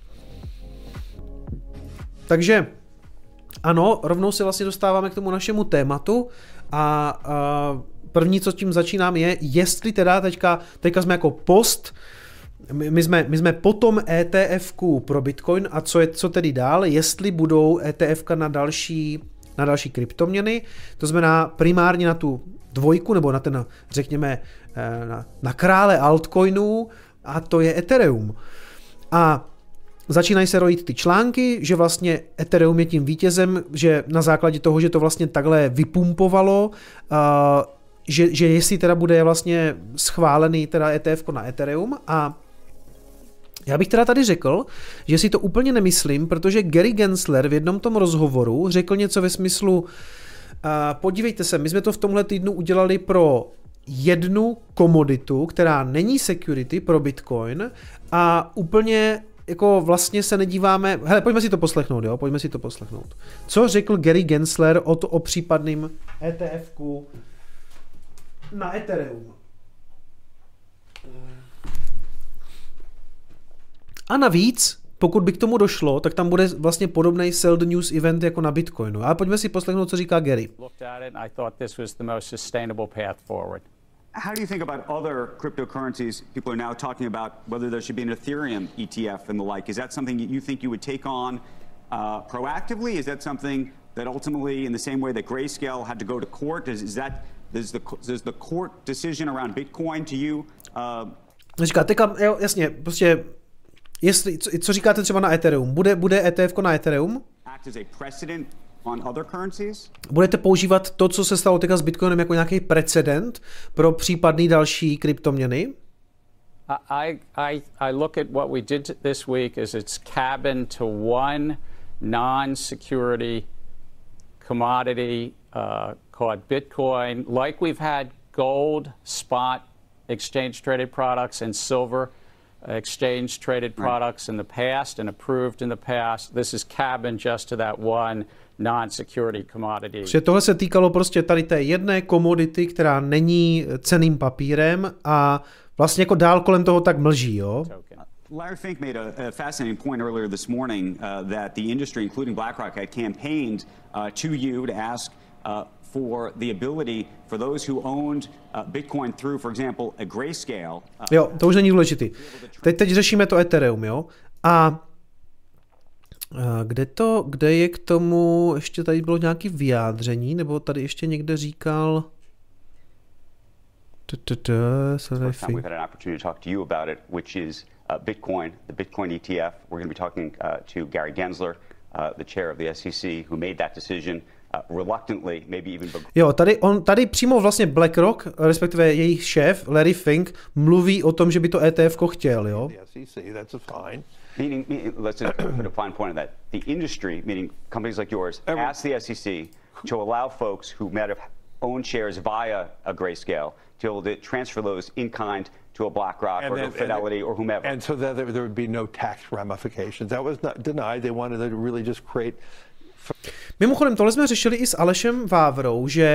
Takže ano, rovnou se vlastně dostáváme k tomu našemu tématu a první, co tím začínám je, jestli teda teďka jsme jako post, my jsme potom ETF-ku pro Bitcoin a co tedy dál, jestli budou ETF-ka na další kryptoměny, to znamená primárně na tu dvojku nebo na ten, řekněme, na krále altcoinů a to je Ethereum. A začínají se rojit ty články, že vlastně Ethereum je tím vítězem, že na základě toho, že to vlastně takhle vypumpovalo, že jestli teda bude vlastně schválený teda ETF na Ethereum a já bych teda tady řekl, že si to úplně nemyslím, protože Gary Gensler v jednom tom rozhovoru řekl něco ve smyslu podívejte se, my jsme to v tomhle týdnu udělali pro jednu komoditu, která není security pro Bitcoin a úplně jako vlastně se nedíváme, hele, pojďme si to poslechnout, jo, pojďme si to poslechnout. Co řekl Gary Gensler o případným ETF-ku na Ethereum? A navíc, pokud by k tomu došlo, tak tam bude vlastně podobný sell the news event jako na Bitcoinu. Ale pojďme si poslechnout, co říká Gary. How do you think about other cryptocurrencies? People are now talking about whether there should be an Ethereum ETF and the like. Is that something that you think you would take on proactively? Is that something that ultimately, in the same way that Grayscale had to go to court, does the court decision around Bitcoin to you? Říká, teďka, jo, jasně, prostě, jestli, co říkáte třeba na Ethereum? Bude ETF na Ethereum? Act as a precedent on other currencies? Budete používat to, co se stalo teďka s Bitcoinem, jako nějaký precedent pro případný další kryptoměny? I look at what we did this week as it's cabin to one non-security commodity called Bitcoin, like we've had gold, spot, exchange-traded products, and silver exchange-traded products in the past and approved in the past. This is cabin just to that one non-security commodity. Protože tohle se týkalo prostě tady té jedné komodity, která není cenným papírem a vlastně jako dál kolem toho tak mlží, jo? Larry Fink made a fascinating point earlier this morning that the industry, including BlackRock, had campaigned to you to ask for the ability for those who owned Bitcoin through, for example, a Grayscale. Jo, to už není důležitý. Teď řešíme to Ethereum, jo? A kde je k tomu, ještě tady bylo nějaké vyjádření, nebo tady ještě někde říkal... We've had an opportunity to talk to you about it, which is Bitcoin, the Bitcoin ETF. We're going to be talking to Gary Gensler, the chair of the SEC, who made that decision reluctantly, maybe even... Jo, tady přímo vlastně BlackRock, respektive jejich šéf, Larry Fink, mluví o tom, že by to ETF-ko chtěl, jo? Meaning, let's just put a fine point on that. The industry, meaning companies like yours, asked the SEC to allow folks who might have owned shares via a Grayscale to be able to transfer those in kind to a BlackRock or to Fidelity or whomever. And so that there would be no tax ramifications. That was not denied. They wanted to really just create... Mimochodem, tohle jsme řešili i s Alešem Vávrou, že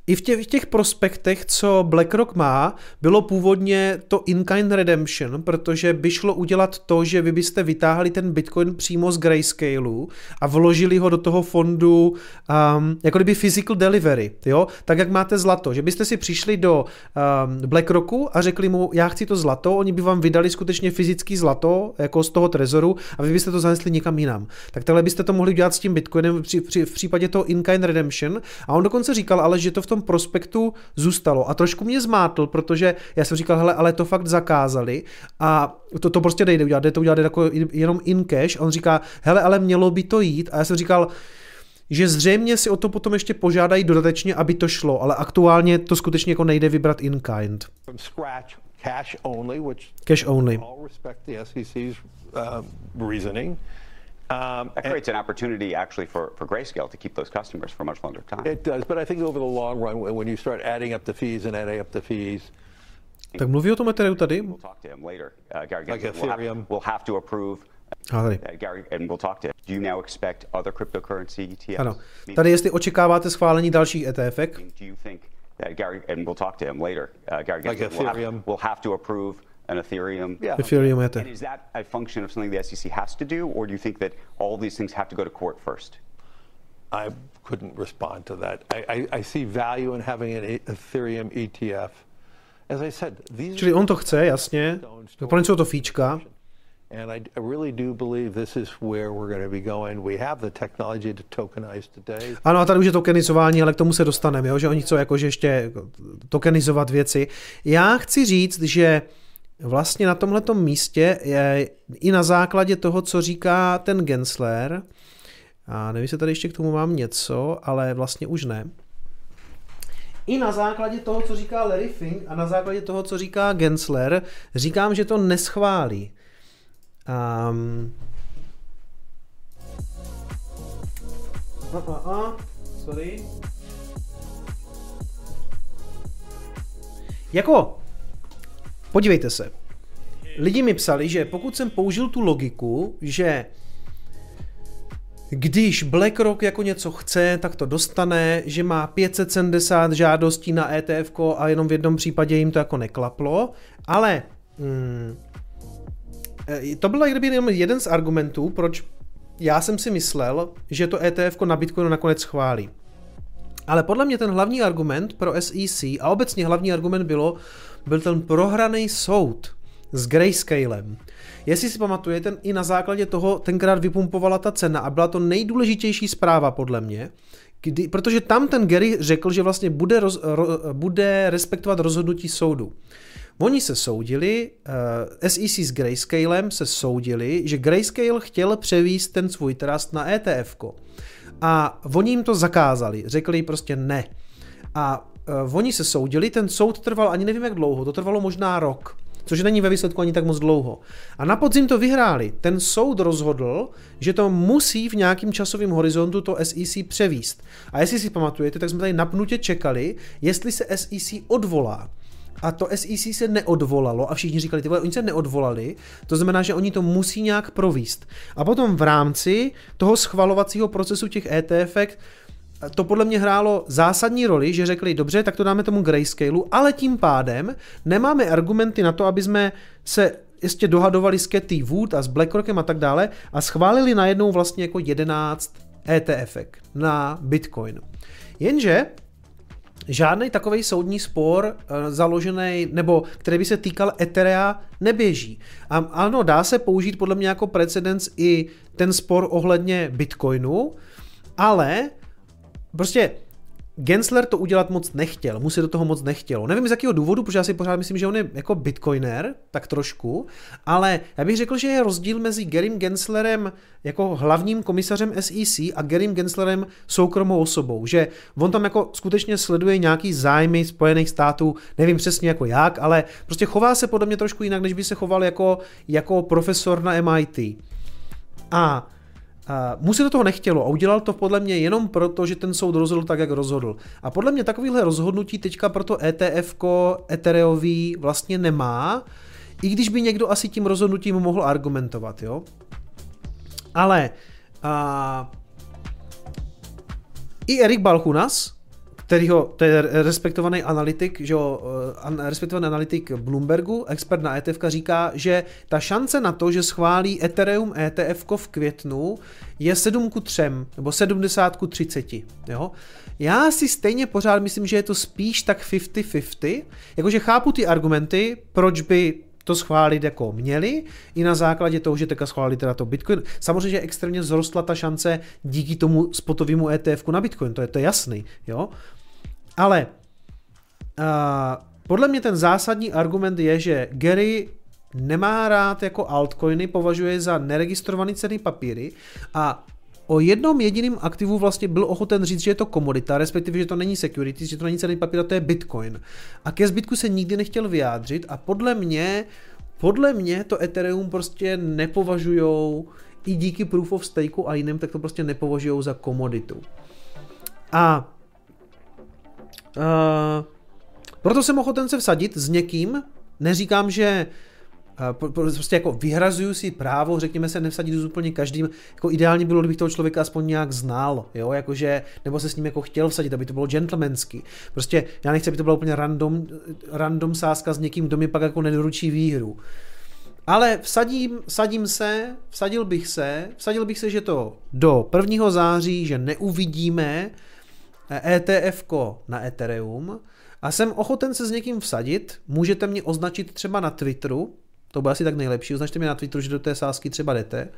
i v těch prospektech, co BlackRock má, bylo původně to in-kind redemption, protože by šlo udělat to, že vy byste vytáhli ten Bitcoin přímo z Grayscaleu a vložili ho do toho fondu jako kdyby physical delivery, jo? Tak jak máte zlato, že byste si přišli do BlackRocku a řekli mu, já chci to zlato, oni by vám vydali skutečně fyzický zlato, jako z toho trezoru a vy byste to zanesli někam jinam. Tak takhle byste to mohli udělat s tím Bitcoinem v případě toho in-kind redemption a on dokonce říkal, ale že to v tom prospektu zůstalo a trošku mě zmátl, protože já jsem říkal, hele, ale to fakt zakázali a to prostě nejde udělat, jde to udělat jako jenom in cash a on říká, hele, ale mělo by to jít a já jsem říkal, že zřejmě si o to potom ještě požádají dodatečně, aby to šlo, ale aktuálně to skutečně jako nejde vybrat in kind. Cash only, which cash only. All respect the SEC's reasoning. That creates an opportunity actually for Grayscale to keep those customers for a much longer time. It does, but I think over the long run, when you start adding up the fees and adding up the fees. Tak mluví o tom Ethereum tady? We'll talk to him later. Gary like Ethereum. We'll have to approve. Gary, and we'll talk to him. Do you now expect other cryptocurrency ETFs? Ano. Tady jestli očekáváte schválení dalších ETFek? Do you think that Gary, and we'll talk to him later. Gary, like Ethereum. We'll have to approve an Ethereum. Yeah. Ethereum ETF. And is that a function of something the SEC has to do, or do you think that all these things have to go to court first? I couldn't respond to that. I see value in having an Ethereum ETF. As I said, these Čili on to chce, jasně. Pro něco to fíčka. And I really do believe this is where we're going to be going. We have the technology to tokenize today. Ano, a tady už je tokenizování, ale k tomu se dostaneme, jo? Že oni chcou jakože ještě tokenizovat věci. Já chci říct, že vlastně na tomhletom místě je i na základě toho, co říká ten Gensler, a nevím, jestli tady ještě k tomu mám něco, ale vlastně už ne. I na základě toho, co říká Larry Fink a na základě toho, co říká Gensler, říkám, že to neschválí. Sorry. Jako, podívejte se. Lidi mi psali, že pokud jsem použil tu logiku, že když BlackRock jako něco chce, tak to dostane, že má 570 žádostí na ETF a jenom v jednom případě jim to jako neklaplo, ale to byl kdyby jenom jeden z argumentů, proč já jsem si myslel, že to ETF na Bitcoinu nakonec schválí. Ale podle mě ten hlavní argument pro SEC a obecně hlavní argument byl ten prohraný soud s Grayscalem. Jestli si pamatujete, i na základě toho tenkrát vypumpovala ta cena a byla to nejdůležitější zpráva podle mě, protože tam ten Gary řekl, že vlastně bude respektovat rozhodnutí soudu. Oni se soudili, SEC s Grayscalem se soudili, že Grayscale chtěl převést ten svůj trust na ETF-ko. A oni jim to zakázali, řekli prostě ne. A oni se soudili, ten soud trval ani nevím jak dlouho, to trvalo možná rok, což není ve výsledku ani tak moc dlouho. A na podzim to vyhráli. Ten soud rozhodl, že to musí v nějakým časovém horizontu to SEC převést. A jestli si pamatujete, tak jsme tady napnutě čekali, jestli se SEC odvolá. A to SEC se neodvolalo a všichni říkali, oni se neodvolali, to znamená, že oni to musí nějak provést. A potom v rámci toho schvalovacího procesu těch ETFek to podle mě hrálo zásadní roli, že řekli, dobře, tak to dáme tomu Grayscaleu, ale tím pádem nemáme argumenty na to, aby jsme se ještě dohadovali s Cathie Wood a s BlackRockem a tak dále a schválili najednou vlastně jako 11 ETFek na Bitcoin. Jenže žádný takovej soudní spor založený, nebo který by se týkal Etherea, neběží. A ano, dá se použít podle mě jako precedens i ten spor ohledně Bitcoinu, ale prostě Gensler to udělat moc nechtěl, mu se do toho moc nechtělo. Nevím z jakého důvodu, protože já si pořád myslím, že on je jako bitcoiner, tak trošku, ale já bych řekl, že je rozdíl mezi Garym Genslerem jako hlavním komisařem SEC a Garym Genslerem soukromou osobou, že on tam jako skutečně sleduje nějaký zájmy Spojených států, nevím přesně jako jak, ale prostě chová se podle mě trošku jinak, než by se choval jako profesor na MIT. A mu se do toho nechtělo a udělal to podle mě jenom proto, že ten soud rozhodl tak, jak rozhodl. A podle mě takovýhle rozhodnutí teďka pro to ETF-ko Ethereový vlastně nemá, i když by někdo asi tím rozhodnutím mohl argumentovat, jo. Ale i Erik Balchunas, to je respektovaný analytik, že jo, respektovaný analytik Bloombergu, expert na ETF, říká, že ta šance na to, že schválí Ethereum ETF v květnu, je 7:3 nebo 70:30. Jo? Já si stejně pořád myslím, že je to spíš tak 50-50, jakože chápu ty argumenty, proč by to schválit jako měli, i na základě toho, že teďka schválili teda to Bitcoin. Samozřejmě, že extrémně vzrostla ta šance díky tomu spotovému ETF-ku na Bitcoin, to je jasný, jo. Ale podle mě ten zásadní argument je, že Gary nemá rád jako altcoiny, považuje za neregistrovaný cenný papíry a o jednom jediným aktivu vlastně byl ochoten říct, že je to komodita, respektive, že to není securities, že to není cenný papír, a to je Bitcoin. A ke zbytku se nikdy nechtěl vyjádřit a podle mě to Ethereum prostě nepovažujou i díky Proof of Stakeu a jiným, tak to prostě nepovažujou za komoditu. A proto jsem ochoten se vsadit s někým, neříkám, že prostě jako vyhrazuju si právo, řekněme se, nevsadit s úplně každým, jako ideálně bylo, kdybych toho člověka aspoň nějak znal, jo, jakože, nebo se s ním jako chtěl vsadit, aby to bylo gentlemanský. Prostě já nechci, aby to byla úplně random sázka s někým, kdo mi pak jako nedoručí výhru. Ale vsadil bych se, že to do 1. září, že neuvidíme ETF-ko na Ethereum a jsem ochoten se s někým vsadit, můžete mě označit třeba na Twitteru, to bude asi tak nejlepší, označte mě na Twitteru, že do té sázky třeba jdete.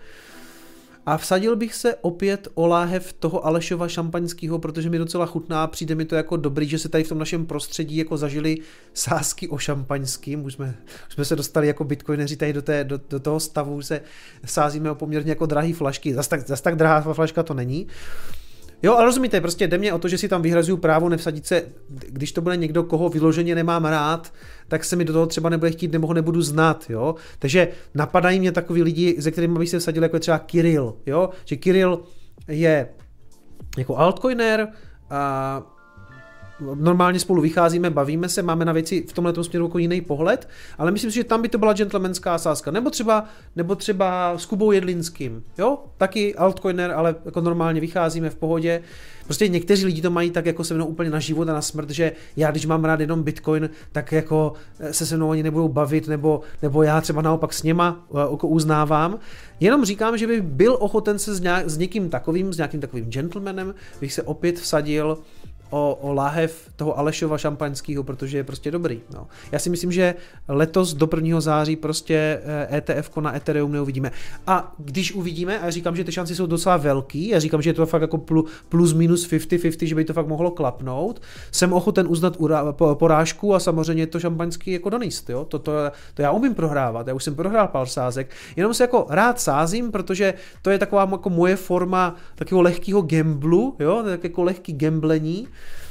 A vsadil bych se opět o láhev toho Alešova šampaňského, protože mi docela chutná, přijde mi to jako dobrý, že se tady v tom našem prostředí jako zažili sázky o šampaňským, už jsme se dostali jako bitcoineři tady do toho stavu, se sázíme o poměrně jako drahý flašky, zas tak drahá flaška to není. Jo, ale rozumíte, prostě jde mě o to, že si tam vyhrazuju právo nevsadit se, když to bude někdo, koho vyloženě nemám rád, tak se mi do toho třeba nebude chtít, nebo ho nebudu znát, jo. Takže napadají mě takový lidi, se kterými bych se vsadil, jako je třeba Kirill, jo, že Kirill je jako altcoiner a normálně spolu vycházíme, bavíme se, máme na věci v tomhle směru jako jiný pohled, ale myslím si, že tam by to byla gentlemanská sázka. Nebo třeba s Kubou Jedlinským, jo? Taky altcoiner, ale jako normálně vycházíme v pohodě. Prostě někteří lidi to mají tak jako se mnou úplně na život a na smrt, že já, když mám rád jenom Bitcoin, tak jako se mnou ani nebudou bavit, nebo já třeba naopak s něma jako uznávám. Jenom říkám, že bych byl ochoten se s někým takovým, s nějakým takovým gentlemanem, bych se opět vsadil o láhev toho Alešova šampaňského, protože je prostě dobrý. No. Já si myslím, že letos do 1. září prostě ETF-ko na Ethereum neuvidíme. A když uvidíme, a já říkám, že ty šance jsou docela velký, já říkám, že je to fakt jako plus minus 50-50, že by to fakt mohlo klapnout, jsem ochoten uznat porážku a samozřejmě to šampaňský jako donést. Jo? To já umím prohrávat, já už jsem prohrál pár sázek, jenom se jako rád sázím, protože to je taková jako moje forma takového lehkého gamblu, jo? Tak jako lehký gamblení.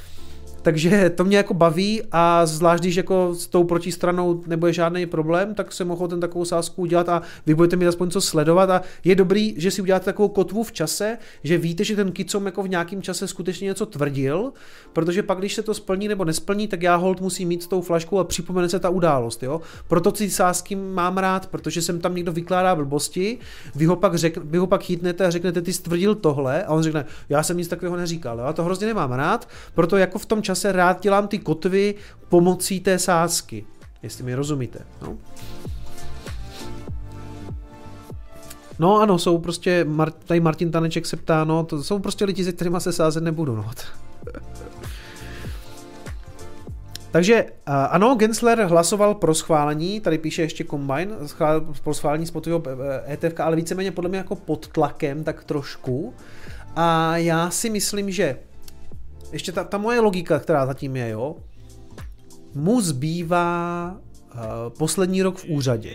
Takže to mě jako baví a zvlášť, když jako s tou protistranou nebude žádný problém, tak jsem ochoten takovou sázku udělat a vy budete mít aspoň co sledovat a je dobrý, že si uděláte takovou kotvu v čase, že víte, že ten Kicom jako v nějakém čase skutečně něco tvrdil, protože pak, když se to splní nebo nesplní, tak já hold musím mít s tou flaškou a připomene se ta událost, jo. Proto ty sázky mám rád, protože sem tam někdo vykládá blbosti, vy ho pak chytnete a řeknete, ty stvrdil tohle a on řekne, já jsem nic takového neříkal, jo? Já to hrozně nemám rád, proto jako v tom čase rád dělám ty kotvy pomocí té sázky, jestli mi rozumíte. No ano, jsou prostě, tady Martin Taneček se ptá, no, to jsou prostě lidi, se kterýma se sázet nebudu, no. Takže ano, Gensler hlasoval pro schválení, tady píše ještě Combine, pro schválení spotového ETF, ale víceméně podle mě jako pod tlakem, tak trošku. A já si myslím, že ještě ta moje logika, která zatím je, jo, mu zbývá poslední rok v úřadě.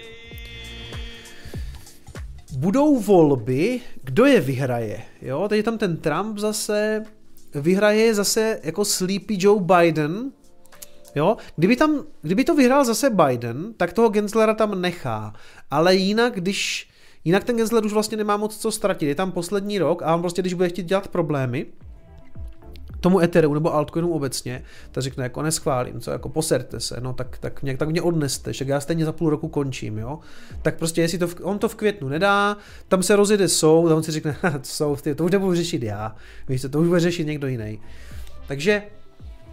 Budou volby, kdo je vyhraje, jo, teď tam ten Trump zase vyhraje zase jako Sleepy Joe Biden, jo, kdyby to vyhrál zase Biden, tak toho Genslera tam nechá, ale jinak ten Gensler už vlastně nemá moc co ztratit, je tam poslední rok a on prostě, když bude chtít dělat problémy tomu Ethereum nebo altcoinu obecně, tak řekne, jako neschválím, co, jako poserte se, no tak mě odneste, však já stejně za půl roku končím, jo. Tak prostě, jestli on to v květnu nedá, tam se rozjede soud a on si řekne, to už nebudu řešit já, víš co, to už bude řešit někdo jiný. Takže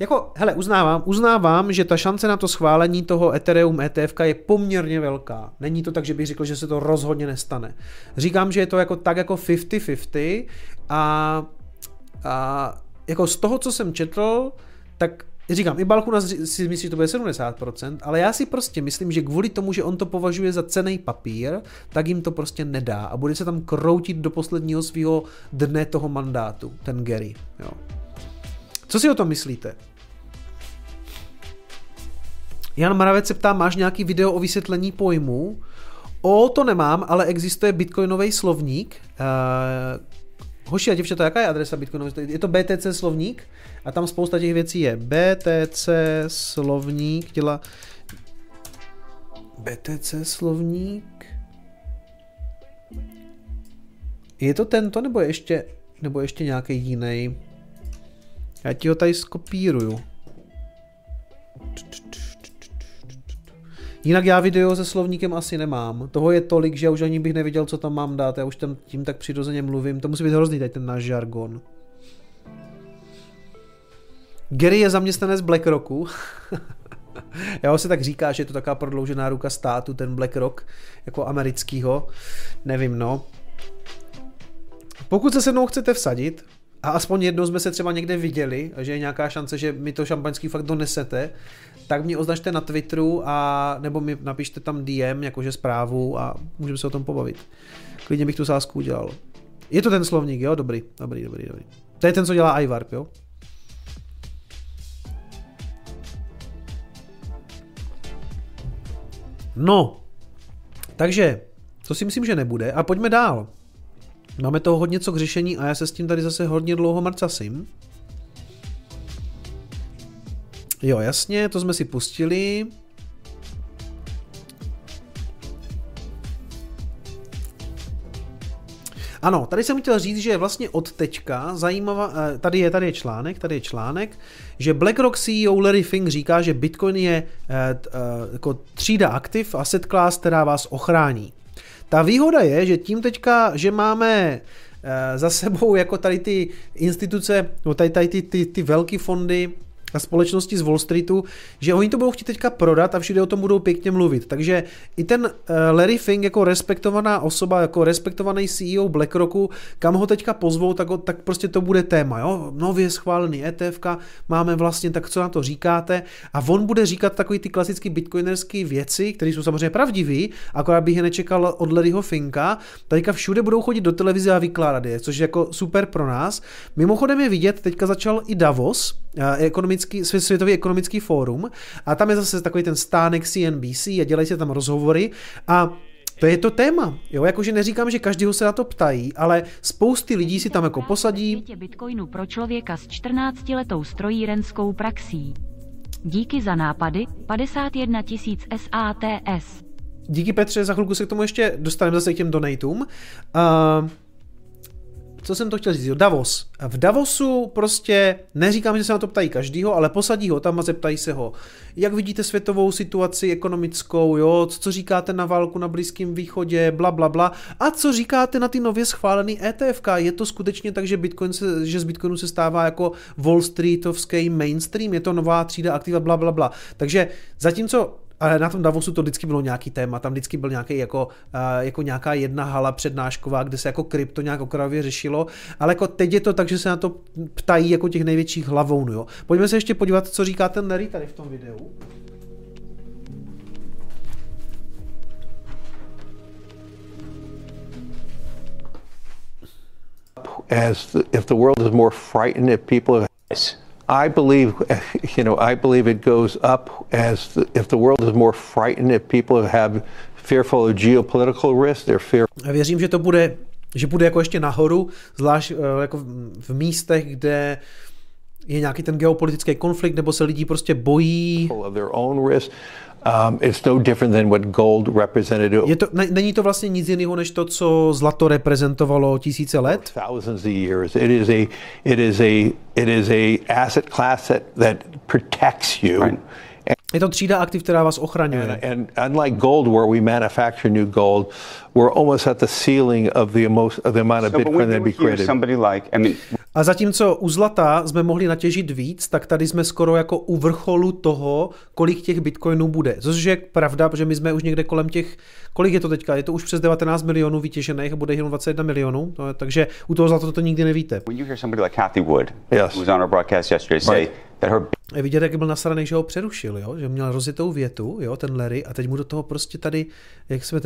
Jako, hele, uznávám, že ta šance na to schválení toho Ethereum ETF je poměrně velká. Není to tak, že bych řekl, že se to rozhodně nestane. Říkám, že je to jako tak jako 50-50 a jako z toho, co jsem četl, tak říkám, i Balchuna si myslí, že to bude 70%, ale já si prostě myslím, že kvůli tomu, že on to považuje za cenný papír, tak jim to prostě nedá a bude se tam kroutit do posledního svého dne toho mandátu, ten Gary. Jo. Co si o tom myslíte? Jan Maravec se ptá, máš nějaký video o vysvětlení pojmů? To nemám, ale existuje bitcoinový slovník. Hoši a děvčata, jaká je adresa bitcoinový? Je to BTC slovník a tam spousta těch věcí je. BTC slovník, BTC slovník. Je to tento, nebo ještě nějaký jiný? Já ti ho tady skopíruju. Jinak já video se slovníkem asi nemám. Toho je tolik, že já už ani bych nevěděl, co tam mám dát. Já už tam tím tak přirozeně mluvím. To musí být hrozný, tady ten náš žargon. Gary je zaměstnanec BlackRocku. Já se tak říká, že je to taková prodloužená ruka státu, ten BlackRock, jako americkýho. Nevím, no. Pokud se mnou chcete vsadit, a aspoň jednou jsme se třeba někde viděli, že je nějaká šance, že mi to šampaňský fakt donesete, tak mě označte na Twitteru a nebo mi napište tam DM, jakože zprávu a můžeme se o tom pobavit. Klidně bych tu sázku udělal. Je to ten slovník, jo? Dobrý. To je ten, co dělá iWarp, jo? No, takže to si myslím, že nebude a pojďme dál. Máme toho hodně co k řešení a já se s tím tady zase hodně dlouho marcasím. Jo, jasně, to jsme si pustili. Ano, tady jsem chtěl říct, že vlastně od teďka zajímavá, tady je článek, že BlackRock CEO Larry Fink říká, že Bitcoin je jako třída aktiv, asset class, která vás ochrání. Ta výhoda je, že tím teďka, že máme za sebou jako tady ty instituce, no tady ty velké fondy a společnosti z Wall Streetu, že oni to budou chtít teďka prodat a všude o tom budou pěkně mluvit. Takže i ten Larry Fink jako respektovaná osoba, jako respektovaný CEO BlackRocku, kam ho teďka pozvou, tak prostě to bude téma. Jo? Nově schválený ETFka máme vlastně, tak co na to říkáte? A on bude říkat takový ty klasické bitcoinerské věci, které jsou samozřejmě pravdivý, akorát bych je nečekal od Larryho Finka. Teďka všude budou chodit do televize a vykládat je, což je jako super pro nás. Mimochodem je vidět, teďka začal i Davos, Světový ekonomický fórum a tam je zase takový ten stánek CNBC a dělají se tam rozhovory a to je to téma, jo, jakože neříkám, že každýho se na to ptají, ale spousty lidí si tam jako posadí. Bitcoinu pro člověka s 14letou strojírenskou praxí. Díky za nápady, 51 000 SATS. Díky Petře, za chvilku se k tomu ještě dostaneme zase k těm donatům. Co jsem to chtěl říct? Davos. V Davosu prostě neříkám, že se na to ptají každýho, ale posadí ho tam a zeptají se ho, jak vidíte světovou situaci ekonomickou, jo, co říkáte na válku na Blízkém východě, bla, bla, bla, a co říkáte na ty nově schválený ETFK? Je to skutečně tak, že z Bitcoinu se stává jako Wall Streetovský mainstream, je to nová třída aktiva, bla, bla, bla. Takže zatímco ale na tom Davosu to vždycky bylo nějaký téma, tam vždycky byl nějaký jako nějaká jedna hala přednášková, kde se jako krypto nějak okrajově řešilo, ale jako teď je to tak, že se na to ptají jako těch největších hlavounů, jo. Pojďme se ještě podívat, co říká ten Larry tady v tom videu. If the world is more frightened, if people I believe it goes up if the world is more frightened, if people have fearful of geopolitical risk, they're fearful. Věřím, že bude jako ještě nahoru, zvlášť jako v místech, kde je nějaký ten geopolitický konflikt, nebo se lidi prostě bojí. It's no different than what gold represented. Není to vlastně nic jiného, než to, co zlato reprezentovalo tisíce let? Thousands of years. It is a asset class that protects you. Right. Je to třída aktiv, která vás ochraňuje. And unlike gold, where we manufacture new gold, we're almost at the ceiling of the amount of Bitcoin that be created. A zatímco u zlata jsme mohli natěžit víc, tak tady jsme skoro jako u vrcholu toho, kolik těch bitcoinů bude. Což je pravda, protože my jsme už někde kolem těch, kolik je to teďka? Je to už přes 19 milionů vytěžených a bude jenom 21 milionů, takže u toho zlata to nikdy nevíte. When you hear somebody like Cathie Wood, who was on our broadcast yesterday, say that her... Vidíte, jak byl nasranej, že ho přerušil, jo? Že měl rozjetou větu, jo, ten Larry, a teď mu do toho prostě tady, jak jsme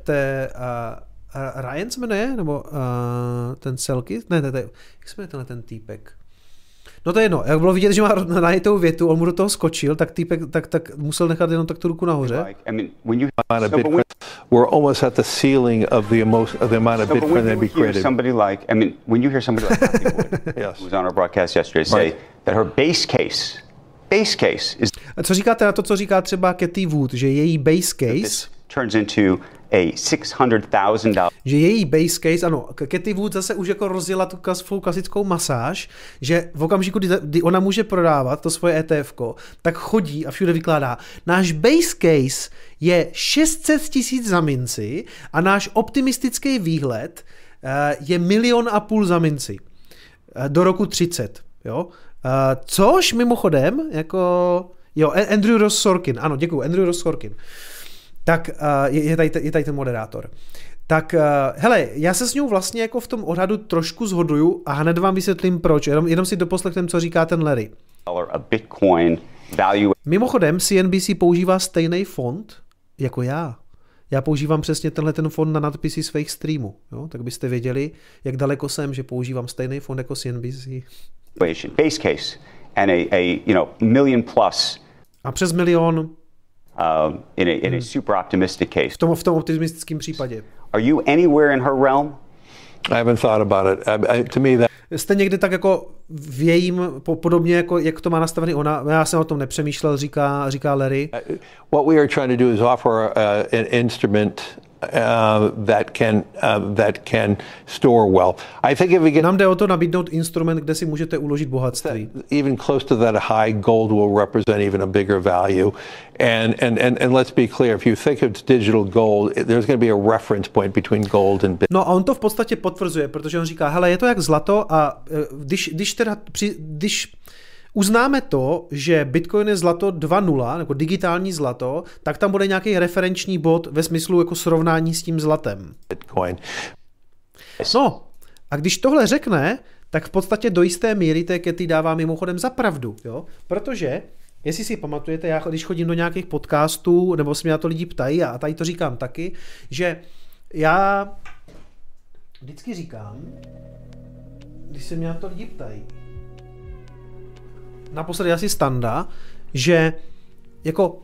Ryan se jmenuje, nebo ten Selky? Ne, jak se jmenuje ten týpek? No to je jedno, jak bylo vidět, že má najetou větu, on mu do toho skočil, tak týpek tak musel nechat jenom tak tu ruku nahoře. We're almost at the ceiling of the amount of Bitcoin that be created. When you hear somebody like Cathie Wood, who was on our broadcast yesterday, say that her base case is... A co říkáte na to, co říká třeba Cathie Wood, že její base case turns into a $600,000. Že její base case, ano, Cathie Wood zase už jako rozjela tu svou klasickou masáž, že v okamžiku, kdy ona může prodávat to svoje ETF-ko, tak chodí a všude vykládá, náš base case je 600 000 za minci a náš optimistický výhled je 1,5 milionu za minci do roku 30, jo? Což mimochodem, jako, jo, Andrew Ross Sorkin, ano, děkuju, Andrew Ross Sorkin. Tak je tady ten moderátor. Tak hele, já se s ním vlastně jako v tom odhadu trošku shoduju a hned vám vysvětlím proč. Jenom si doposlechnem, co říká ten Larry. Mimochodem, CNBC používá stejný fond jako já. Já používám přesně tenhle ten fond na nadpisy svých streamů. Jo? Tak byste věděli, jak daleko jsem, že používám stejný fond jako CNBC. Base case and a million plus. A přes milion. In a super optimistic case. V tom optimistickém případě. Are you anywhere in her realm? I haven't thought about it. To me that... Jste někde tak jako v jejím, podobně jako jak to má nastavený ona, já jsem o tom nepřemýšlel, říká Larry. What we are trying to do is offer an instrument that can store wealth. I think if we get... Nám jde o to nabídnout instrument, kde si můžete uložit bohatství. Even close to that high, gold will represent even a bigger value. And let's be clear, if you think of digital gold, there's going to be a reference point between gold and Bitcoin. No a on to v podstatě potvrzuje, protože on říká, hele, je to jak zlato a když uznáme to, že Bitcoin je zlato 2.0, jako digitální zlato, tak tam bude nějaký referenční bod ve smyslu jako srovnání s tím zlatem. Bitcoin. No, a když tohle řekne, tak v podstatě do jisté míry té Cathie dává mimochodem za pravdu, jo? Protože, jestli si pamatujete, já když chodím do nějakých podcastů, nebo se mě na to lidi ptají, a tady to říkám taky, že já vždycky říkám, když se mě na to lidi ptají, naposledy asi Standa, že jako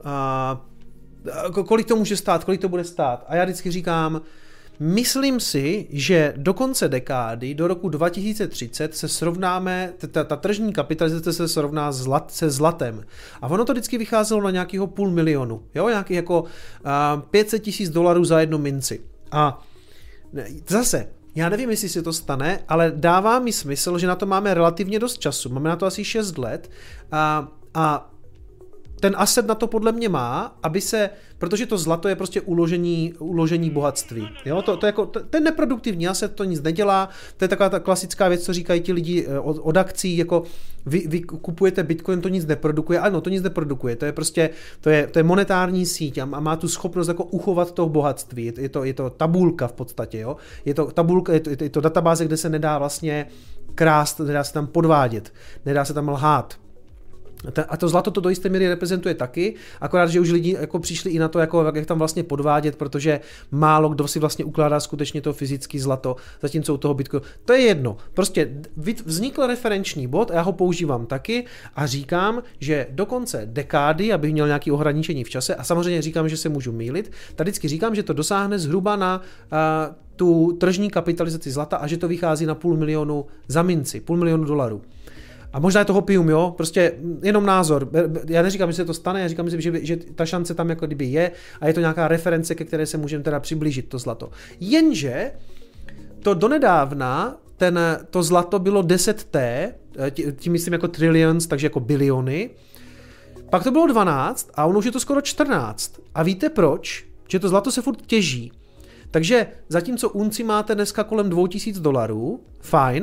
kolik to může stát, kolik to bude stát. A já vždycky říkám, myslím si, že do konce dekády, do roku 2030 se srovnáme, ta tržní kapitalizace se srovná se zlatem. A ono to vždycky vycházelo na nějakého 500 000, jo, nějakých jako $500 000 za jednu minci. A zase, já nevím, jestli se to stane, ale dává mi smysl, že na to máme relativně dost času. Máme na to asi 6 let a ten asset na to podle mě má, protože to zlato je prostě uložení bohatství. Jo? Ten neproduktivní asset to nic nedělá, to je taková ta klasická věc, co říkají ti lidi od akcí, jako vy kupujete Bitcoin, to nic neprodukuje, ano, to nic neprodukuje, to je prostě, to je monetární síť a má tu schopnost jako uchovat to bohatství, je to tabulka v podstatě, jo? Je to tabulka, je to databáze, kde se nedá vlastně krást, nedá se tam podvádět, nedá se tam lhát. A to zlato to do jisté míry reprezentuje taky, akorát, že už lidi jako přišli i na to, jako, jak tam vlastně podvádět, protože málo kdo si vlastně ukládá skutečně to fyzické zlato, zatímco u toho Bitcoinu. To je jedno. Prostě vznikl referenční bod a já ho používám taky a říkám, že do konce dekády, abych měl nějaké ohraničení v čase, a samozřejmě říkám, že se můžu mýlit, tak vždycky říkám, že to dosáhne zhruba na tu tržní kapitalizaci zlata a že to vychází na 500 000 za minci, $500 000. A možná je to hopium, jo, prostě jenom názor. Já neříkám, že se to stane, já říkám, že ta šance tam jako kdyby je a je to nějaká reference, ke které se můžeme teda přiblížit, to zlato. Jenže to donedávna, to zlato bylo 10T, tím myslím jako trillions, takže jako biliony, pak to bylo 12 a ono už je to skoro 14. A víte proč? Že to zlato se furt těží. Takže zatímco unci máte dneska kolem $2000, fajn,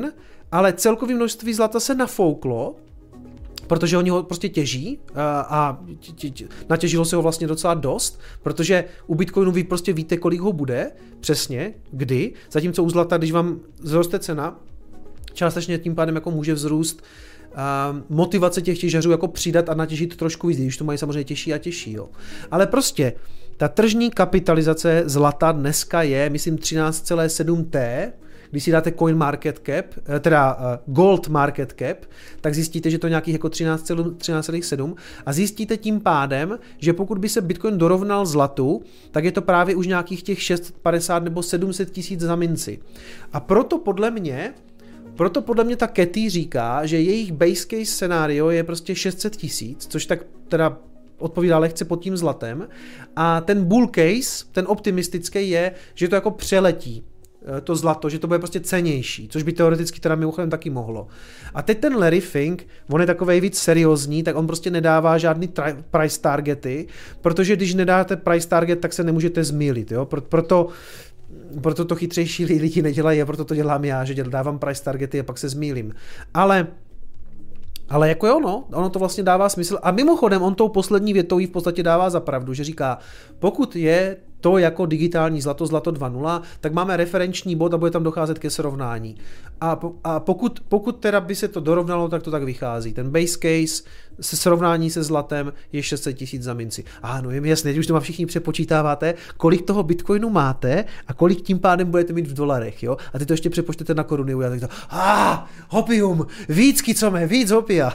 ale celkové množství zlata se nafouklo, protože oni ho prostě těží a natěžilo se ho vlastně docela dost, protože u Bitcoinu vy prostě víte, kolik ho bude, přesně, kdy, zatímco u zlata, když vám zroste cena, částečně tím pádem jako může vzrůst motivace těch těžařů jako přidat a natěžit trošku víc, když to mají samozřejmě těžší a těžší, jo. Ale prostě ta tržní kapitalizace zlata dneska je, myslím, 13,7T, když si dáte coin market cap, teda gold market cap, tak zjistíte, že to je nějakých jako 13,7 a zjistíte tím pádem, že pokud by se Bitcoin dorovnal zlatu, tak je to právě už nějakých těch 650 nebo 700 tisíc za minci. A proto podle mě ta Katie říká, že jejich base case scenario je prostě 600 tisíc, což tak teda odpovídá lehce pod tím zlatem. A ten bull case, ten optimistický je, že to jako přeletí to zlato, že to bude prostě cennější, což by teoreticky teda mimochodem taky mohlo. A teď ten Larry Fink, on je takovej víc seriózní, tak on prostě nedává žádný price targety, protože když nedáte price target, tak se nemůžete zmýlit, jo? Proto to chytřejší lidi nedělají a proto to dělám já, že dávám price targety a pak se zmýlím. Ale jako jo, no, ono to vlastně dává smysl. A mimochodem, on tou poslední větou jí v podstatě dává za pravdu, že říká, pokud je to jako digitální zlato 2.0, tak máme referenční bod a bude tam docházet ke srovnání. A pokud teda by se to dorovnalo, tak to tak vychází. Ten base case se srovnání se zlatem je 600 tisíc za minci. No je mi jasné, už to všichni přepočítáváte, kolik toho Bitcoinu máte a kolik tím pádem budete mít v dolarech, jo? A ty to ještě přepočtete na koruny a tak to, hopium, víc kicome, víc hopia.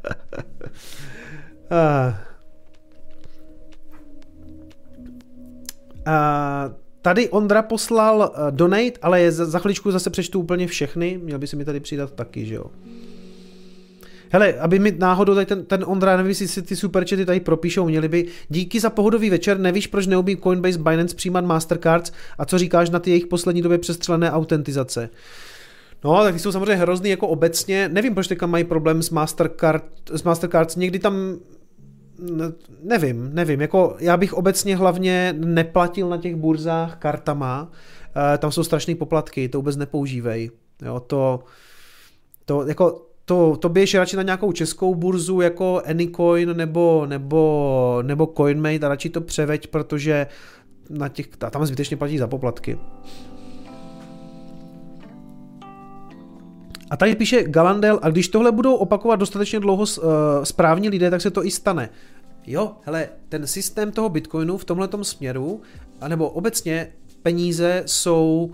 Tady Ondra poslal donate, ale za chviličku zase přečtu úplně všechny, měl by se mi tady přidat taky, že jo. Hele, aby mi náhodou tady ten Ondra, nevím, jestli si ty superchaty tady propíšou, měli by, díky za pohodový večer, nevíš, proč neumí Coinbase Binance přijímat Mastercards a co říkáš na ty jejich poslední době přestřelené autentizace? No, tak ty jsou samozřejmě hrozný jako obecně, nevím, proč teďka mají problém s Mastercards, někdy tam nevím, jako já bych obecně hlavně neplatil na těch burzách kartama, tam jsou strašný poplatky, to vůbec nepoužívej, jo, to běž radši na nějakou českou burzu jako Anycoin nebo Coinmate a radši to převeď, protože tam zbytečně platí za poplatky. A tady píše Galandel, a když tohle budou opakovat dostatečně dlouho správní lidé, tak se to i stane. Jo, hele, ten systém toho Bitcoinu v tomhletom směru, anebo obecně peníze jsou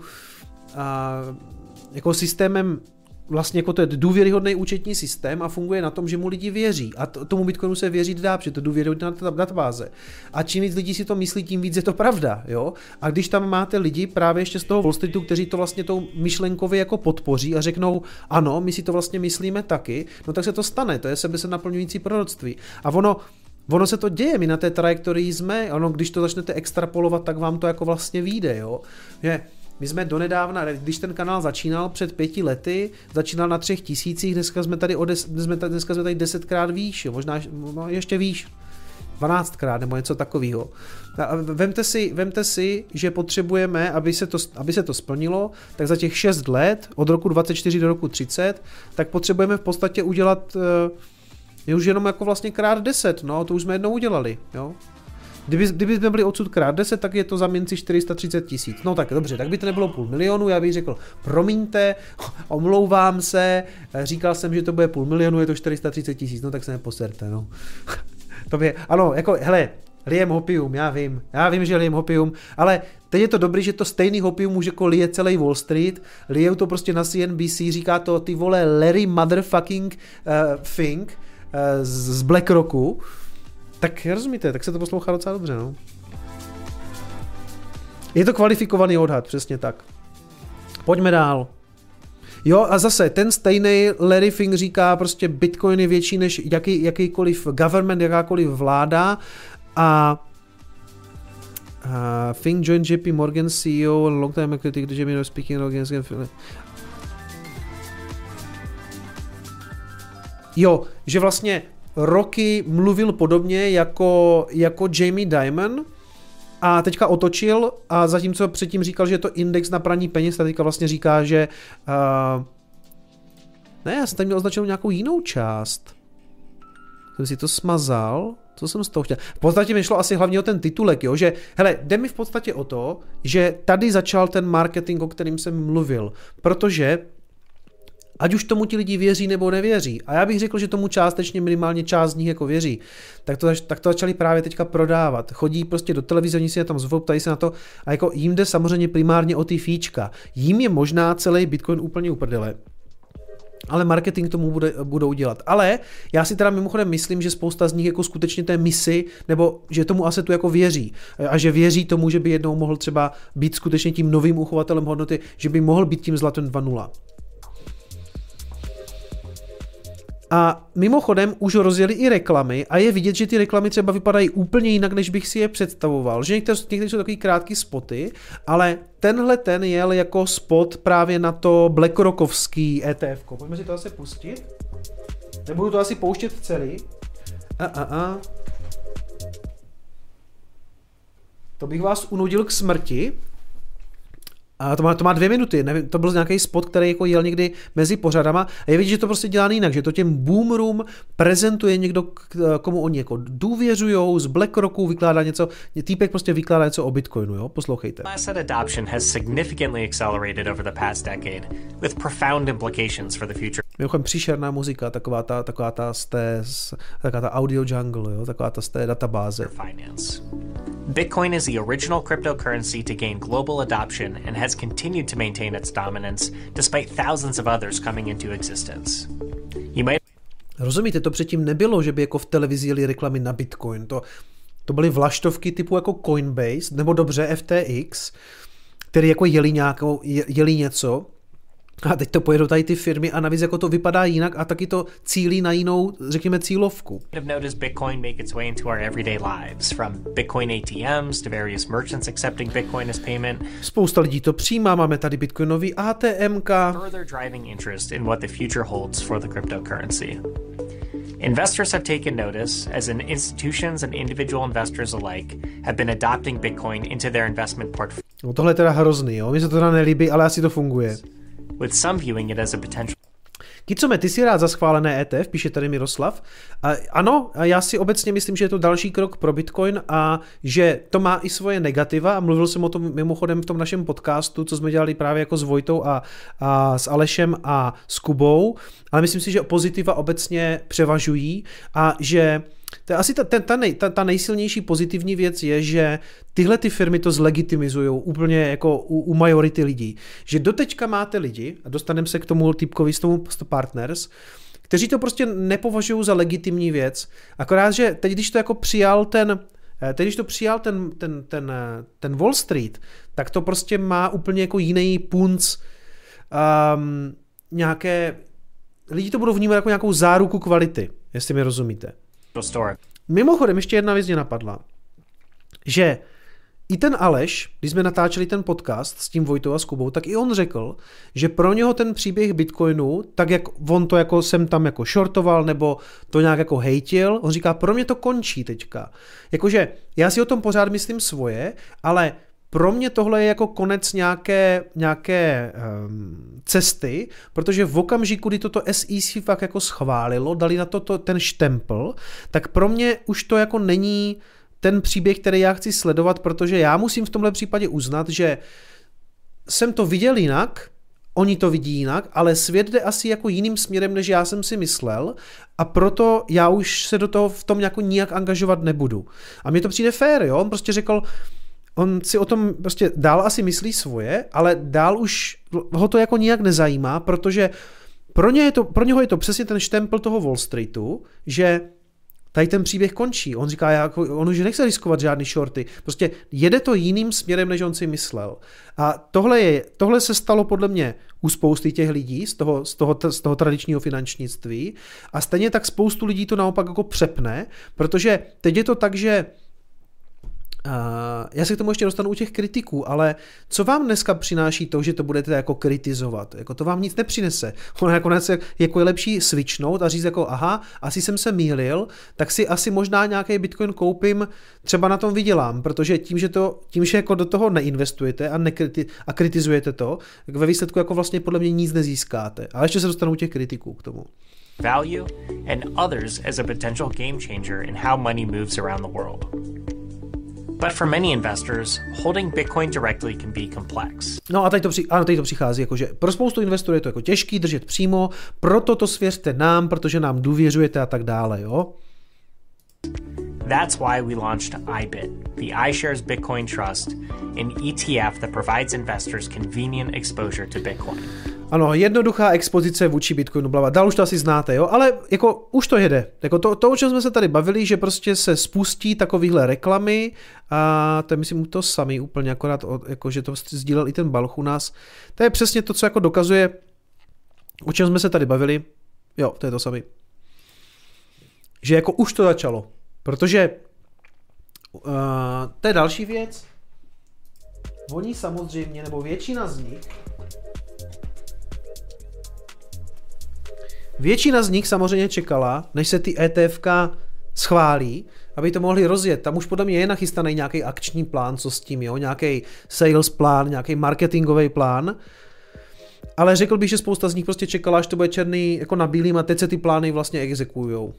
jako systémem, vlastně jako to je důvěryhodný účetní systém a funguje na tom, že mu lidi věří. A tomu Bitcoinu se věřit dá, protože to je důvěryhodná databáze. A čím víc lidí si to myslí, tím víc je to pravda, jo? A když tam máte lidi právě ještě z toho Wall Streetu, kteří to vlastně tou myšlenkově jako podpoří a řeknou, ano, my si to vlastně myslíme taky, no tak se to stane, to je sebe se naplňující proroctví. A ono se to děje, my na té trajektorii jsme, když to začnete extrapolovat, tak vám to jako vlastně vyjde, jo? Že my jsme donedávna, když ten kanál začínal před 5 lety, začínal na 3000, dneska jsme tady 10krát výš, možná ještě výš, 12krát nebo něco takového. Vemte si, že potřebujeme, aby se to splnilo, tak za těch 6 let, od roku 24 do roku 30, tak potřebujeme v podstatě udělat už jenom jako vlastně krát 10, no, to už jsme jednou udělali, jo. Kdyby jsme byli odsud krát 10, tak je to za minci 430 000. No tak dobře, tak by to nebylo 500 000, já bych řekl, promiňte, omlouvám se, říkal jsem, že to bude 500 000, je to 430 000, no tak se neposerte, no. To by, ano, jako, hele, lijem hopium, já vím, že lijem hopium, ale teď je to dobrý, že to stejný hopium už jako lije celý Wall Street, lijou to prostě na CNBC, říká to ty vole Larry motherfucking Fink z BlackRocku. Tak rozumíte, tak se to poslouchá docela dobře, no. Je to kvalifikovaný odhad, přesně tak. Pojďme dál. Jo, a zase, ten stejný Larry Fink říká, prostě Bitcoin je větší než jakýkoliv government, jakákoliv vláda a Fink joined JP Morgan CEO and long time critic to JP speaking against. Jo, že vlastně roky mluvil podobně jako Jamie Dimon a teďka otočil a zatímco předtím říkal, že je to index na praní peněz, a teďka vlastně říká, že Ne, já jsem tady měl označenou nějakou jinou část. Jsem si to smazal. Co jsem z toho chtěl? V podstatě mi šlo asi hlavně o ten titulek, jo, že hele, jde mi v podstatě o to, že tady začal ten marketing, o kterým jsem mluvil, protože ať už tomu ti lidi věří nebo nevěří, a já bych řekl, že tomu částečně minimálně část z nich jako věří, tak to začali právě teďka prodávat. Chodí prostě do televize, oni si je tam zvou, ptají se na to a jako jim jde samozřejmě primárně o ty fíčka. Jím je možná celý Bitcoin úplně uprdele. Ale marketing tomu budou dělat. Ale já si teda mimochodem myslím, že spousta z nich jako skutečně té misi, nebo že tomu asetu jako věří. A že věří tomu, že by jednou mohl třeba být skutečně tím novým uchovatelem hodnoty, že by mohl být tím zlatem 2.0. A mimochodem už rozjeli i reklamy a je vidět, že ty reklamy třeba vypadají úplně jinak, než bych si je představoval. Že některé jsou takový krátký spoty, ale tenhle ten jel jako spot právě na to BlackRockovský ETF. Pojďme si to asi pustit. Nebudu to asi pouštět celý. To bych vás unudil k smrti. A to má 2 minuty, nevím, to byl nějaký spot, který jako jel někdy mezi pořadama a je vidět, že to prostě dělá jinak, že to těm boomerům prezentuje někdo, komu oni jako důvěřujou, z BlackRocku vykládá něco, týpek prostě vykládá něco o Bitcoinu, jo, poslouchejte. Asset adoption has significantly accelerated over the past decade, with profound implications for the future. Mimochodem příšerná muzika, taková ta audio jungle, jo, taková ta z té databáze. Finance. Bitcoin is the original cryptocurrency to gain global adoption and has continued to maintain its dominance despite thousands of others coming into existence. Rozumíte, to předtím nebylo, že by jako v televizi jeli reklamy na Bitcoin. To byly vlaštovky typu jako Coinbase, nebo dobře FTX, který jako jeli něco. A teď to pojedou tady ty firmy a navíc jako to vypadá jinak a taky to cílí na jinou, řekněme, cílovku. Bitcoin make its way into our everyday lives, from Bitcoin ATMs to various merchants accepting Bitcoin as payment. Spousta lidí to přijímá, máme tady bitcoinový ATMka. Further driving interest in what the future holds for the cryptocurrency. Investors have taken notice, as in institutions and individual investors alike have been adopting Bitcoin into their investment portfolio. No tohle je teda hrozný, jo? Mně se to teda nelíbí, ale asi to funguje. With some viewing it as a potential. Kicome, ty si rád za schválené ETF, píše tady Miroslav. Ano, já si obecně myslím, že je to další krok pro Bitcoin a že to má i svoje negativa a mluvil jsem o tom mimochodem v tom našem podcastu, co jsme dělali právě jako s Vojtou a s Alešem a s Kubou, ale myslím si, že pozitiva obecně převažují a že to je asi ta nejsilnější pozitivní věc je, že tyhle ty firmy to zlegitimizují úplně jako u majority lidí. Že doteďka máte lidi, a dostaneme se k tomu typkovi z tomu Partners, kteří to prostě nepovažují za legitimní věc. Akorát, že teď, když to jako přijal ten Wall Street, tak to prostě má úplně jako jiný punc nějaké... Lidi to budou vnímat jako nějakou záruku kvality, jestli mi rozumíte. Mimochodem, ještě jedna věc mě napadla, že i ten Aleš, když jsme natáčeli ten podcast s tím Vojtou a s Kubou, tak i on řekl, že pro něho ten příběh Bitcoinu, tak jak on to jako sem tam jako shortoval nebo to nějak jako hejtil, on říká, pro mě to končí teďka. Jakože já si o tom pořád myslím svoje, ale pro mě tohle je jako konec nějaké cesty, protože v okamžiku, kdy toto SEC fakt jako schválilo, dali na to ten štempl, tak pro mě už to jako není ten příběh, který já chci sledovat, protože já musím v tomhle případě uznat, že jsem to viděl jinak, oni to vidí jinak, ale svět jde asi jako jiným směrem, než já jsem si myslel a proto já už se do toho v tom jako nijak angažovat nebudu. A mně to přijde fér, jo? On prostě řekl, on si o tom prostě dál asi myslí svoje, ale dál už ho to jako nijak nezajímá, protože pro něho je to přesně ten štempl toho Wall Streetu, že tady ten příběh končí. On říká, on už nechce riskovat žádný shorty. Prostě jede to jiným směrem, než on si myslel. A tohle se stalo podle mě u spousty těch lidí z toho tradičního finančnictví a stejně tak spoustu lidí to naopak jako přepne, protože teď je to tak, že Já se k tomu ještě dostanu u těch kritiků, ale co vám dneska přináší to, že to budete jako kritizovat? Jako to vám nic nepřinese. Ono nakonec jako je lepší switchnout a říct jako aha, asi jsem se mýlil, tak si asi možná nějaký Bitcoin koupím, třeba na tom vydělám, protože tím, že jako do toho neinvestujete a kritizujete to, tak ve výsledku jako vlastně podle mě nic nezískáte. Ale ještě se dostanu u těch kritiků k tomu. Value and others as a potential game changer in how money moves around the world. But for many investors, holding Bitcoin directly can be complex. No a teď to přichází, jakože pro spoustu investorů je to jako těžký držet přímo, proto to svěřte nám, protože nám důvěřujete a tak dále, jo? That's why we launched iBit, the iShares Bitcoin Trust, an ETF that provides investors convenient exposure to Bitcoin. Ano, jednoduchá expozice vůči Bitcoinu, blava. Dál už to asi znáte, jo? Ale jako už to jede. Jako to, o čem jsme se tady bavili, že prostě se spustí takovýhle reklamy a to je myslím to samý úplně, akorát jako, že to sdílel i ten Balch u nás. To je přesně to, co jako dokazuje, o čem jsme se tady bavili. Jo, to je to samý. Že jako už to začalo. Protože to je další věc. Oni samozřejmě, nebo většina z nich samozřejmě čekala, než se ty ETFka schválí, aby to mohli rozjet. Tam už podle mě je nachystaný nějaký akční plán, co s tím, jo? Nějaký sales plán, nějaký marketingový plán. Ale řekl bych, že spousta z nich prostě čekala, až to bude černý jako na bílým a teď se ty plány vlastně exekujou.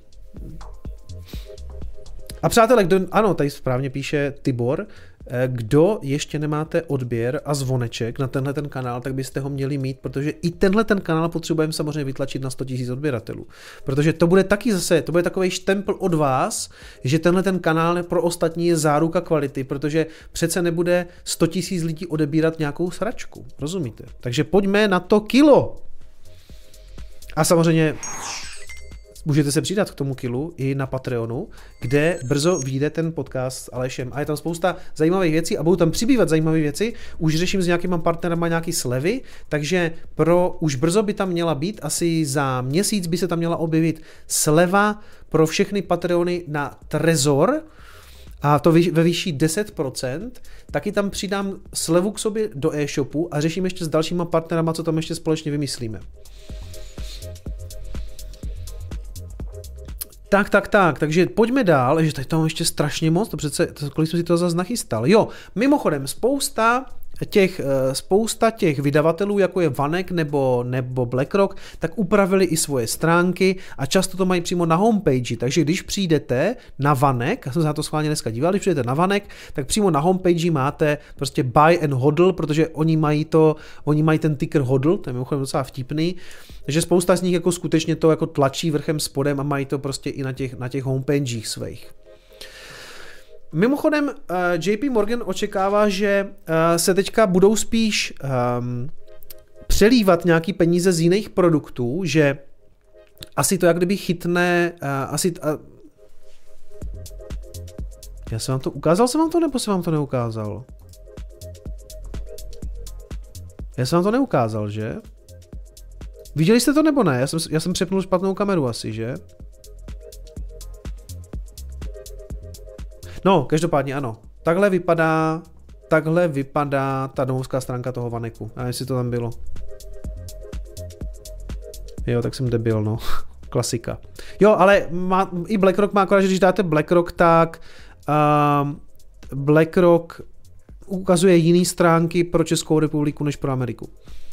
A přátelé, ano, tady správně píše Tibor, kdo ještě nemáte odběr a zvoneček na tenhle ten kanál, tak byste ho měli mít, protože i tenhle ten kanál potřebujeme samozřejmě vytlačit na 100 000 odběratelů. Protože to bude taky zase, to bude takový štempl od vás, že tenhle ten kanál pro ostatní je záruka kvality, protože přece nebude 100 000 lidí odebírat nějakou sračku, rozumíte? Takže pojďme na to kilo. A samozřejmě můžete se přidat k tomu kilu i na Patreonu, kde brzo vyjde ten podcast s Alešem. A je tam spousta zajímavých věcí a budou tam přibývat zajímavé věci. Už řeším s nějakýma partnerama nějaký slevy, takže už brzo by tam měla být, asi za měsíc by se tam měla objevit sleva pro všechny Patreony na Trezor, a to ve výši 10%, taky tam přidám slevu k sobě do e-shopu a řeším ještě s dalšíma partnerama, co tam ještě společně vymyslíme. Takže pojďme dál, že tady to mám ještě strašně moc, to přece, kolik jsem si to zase nachystal. Jo, mimochodem, spousta těch vydavatelů, jako je Vanek nebo BlackRock, tak upravili i svoje stránky a často to mají přímo na homepage, takže když přijdete na Vanek, já jsem se na to schválně dneska díval, když přijdete na Vanek, tak přímo na homepage máte prostě buy and hodl, protože oni mají ten ticker hodl, to je mimochodem docela vtipný, takže spousta z nich jako skutečně to jako tlačí vrchem spodem a mají to prostě i na těch homepagech svých. Mimochodem, JP Morgan očekává, že se teďka budou spíš přelívat nějaký peníze z jiných produktů, že asi to jak kdyby chytne, já jsem vám to ukázal, nebo jsem vám to neukázal? Já jsem vám to neukázal, že? Viděli jste to nebo ne? Já jsem přepnul špatnou kameru asi, že? No, každopádně ano. Takhle vypadá ta domovská stránka toho Vaneku. A jestli to tam bylo. Jo, tak jsem debil, no. Klasika. Jo, ale i BlackRock má akorát, že když dáte BlackRock, tak BlackRock ukazuje jiné stránky pro Českou republiku než pro Ameriku.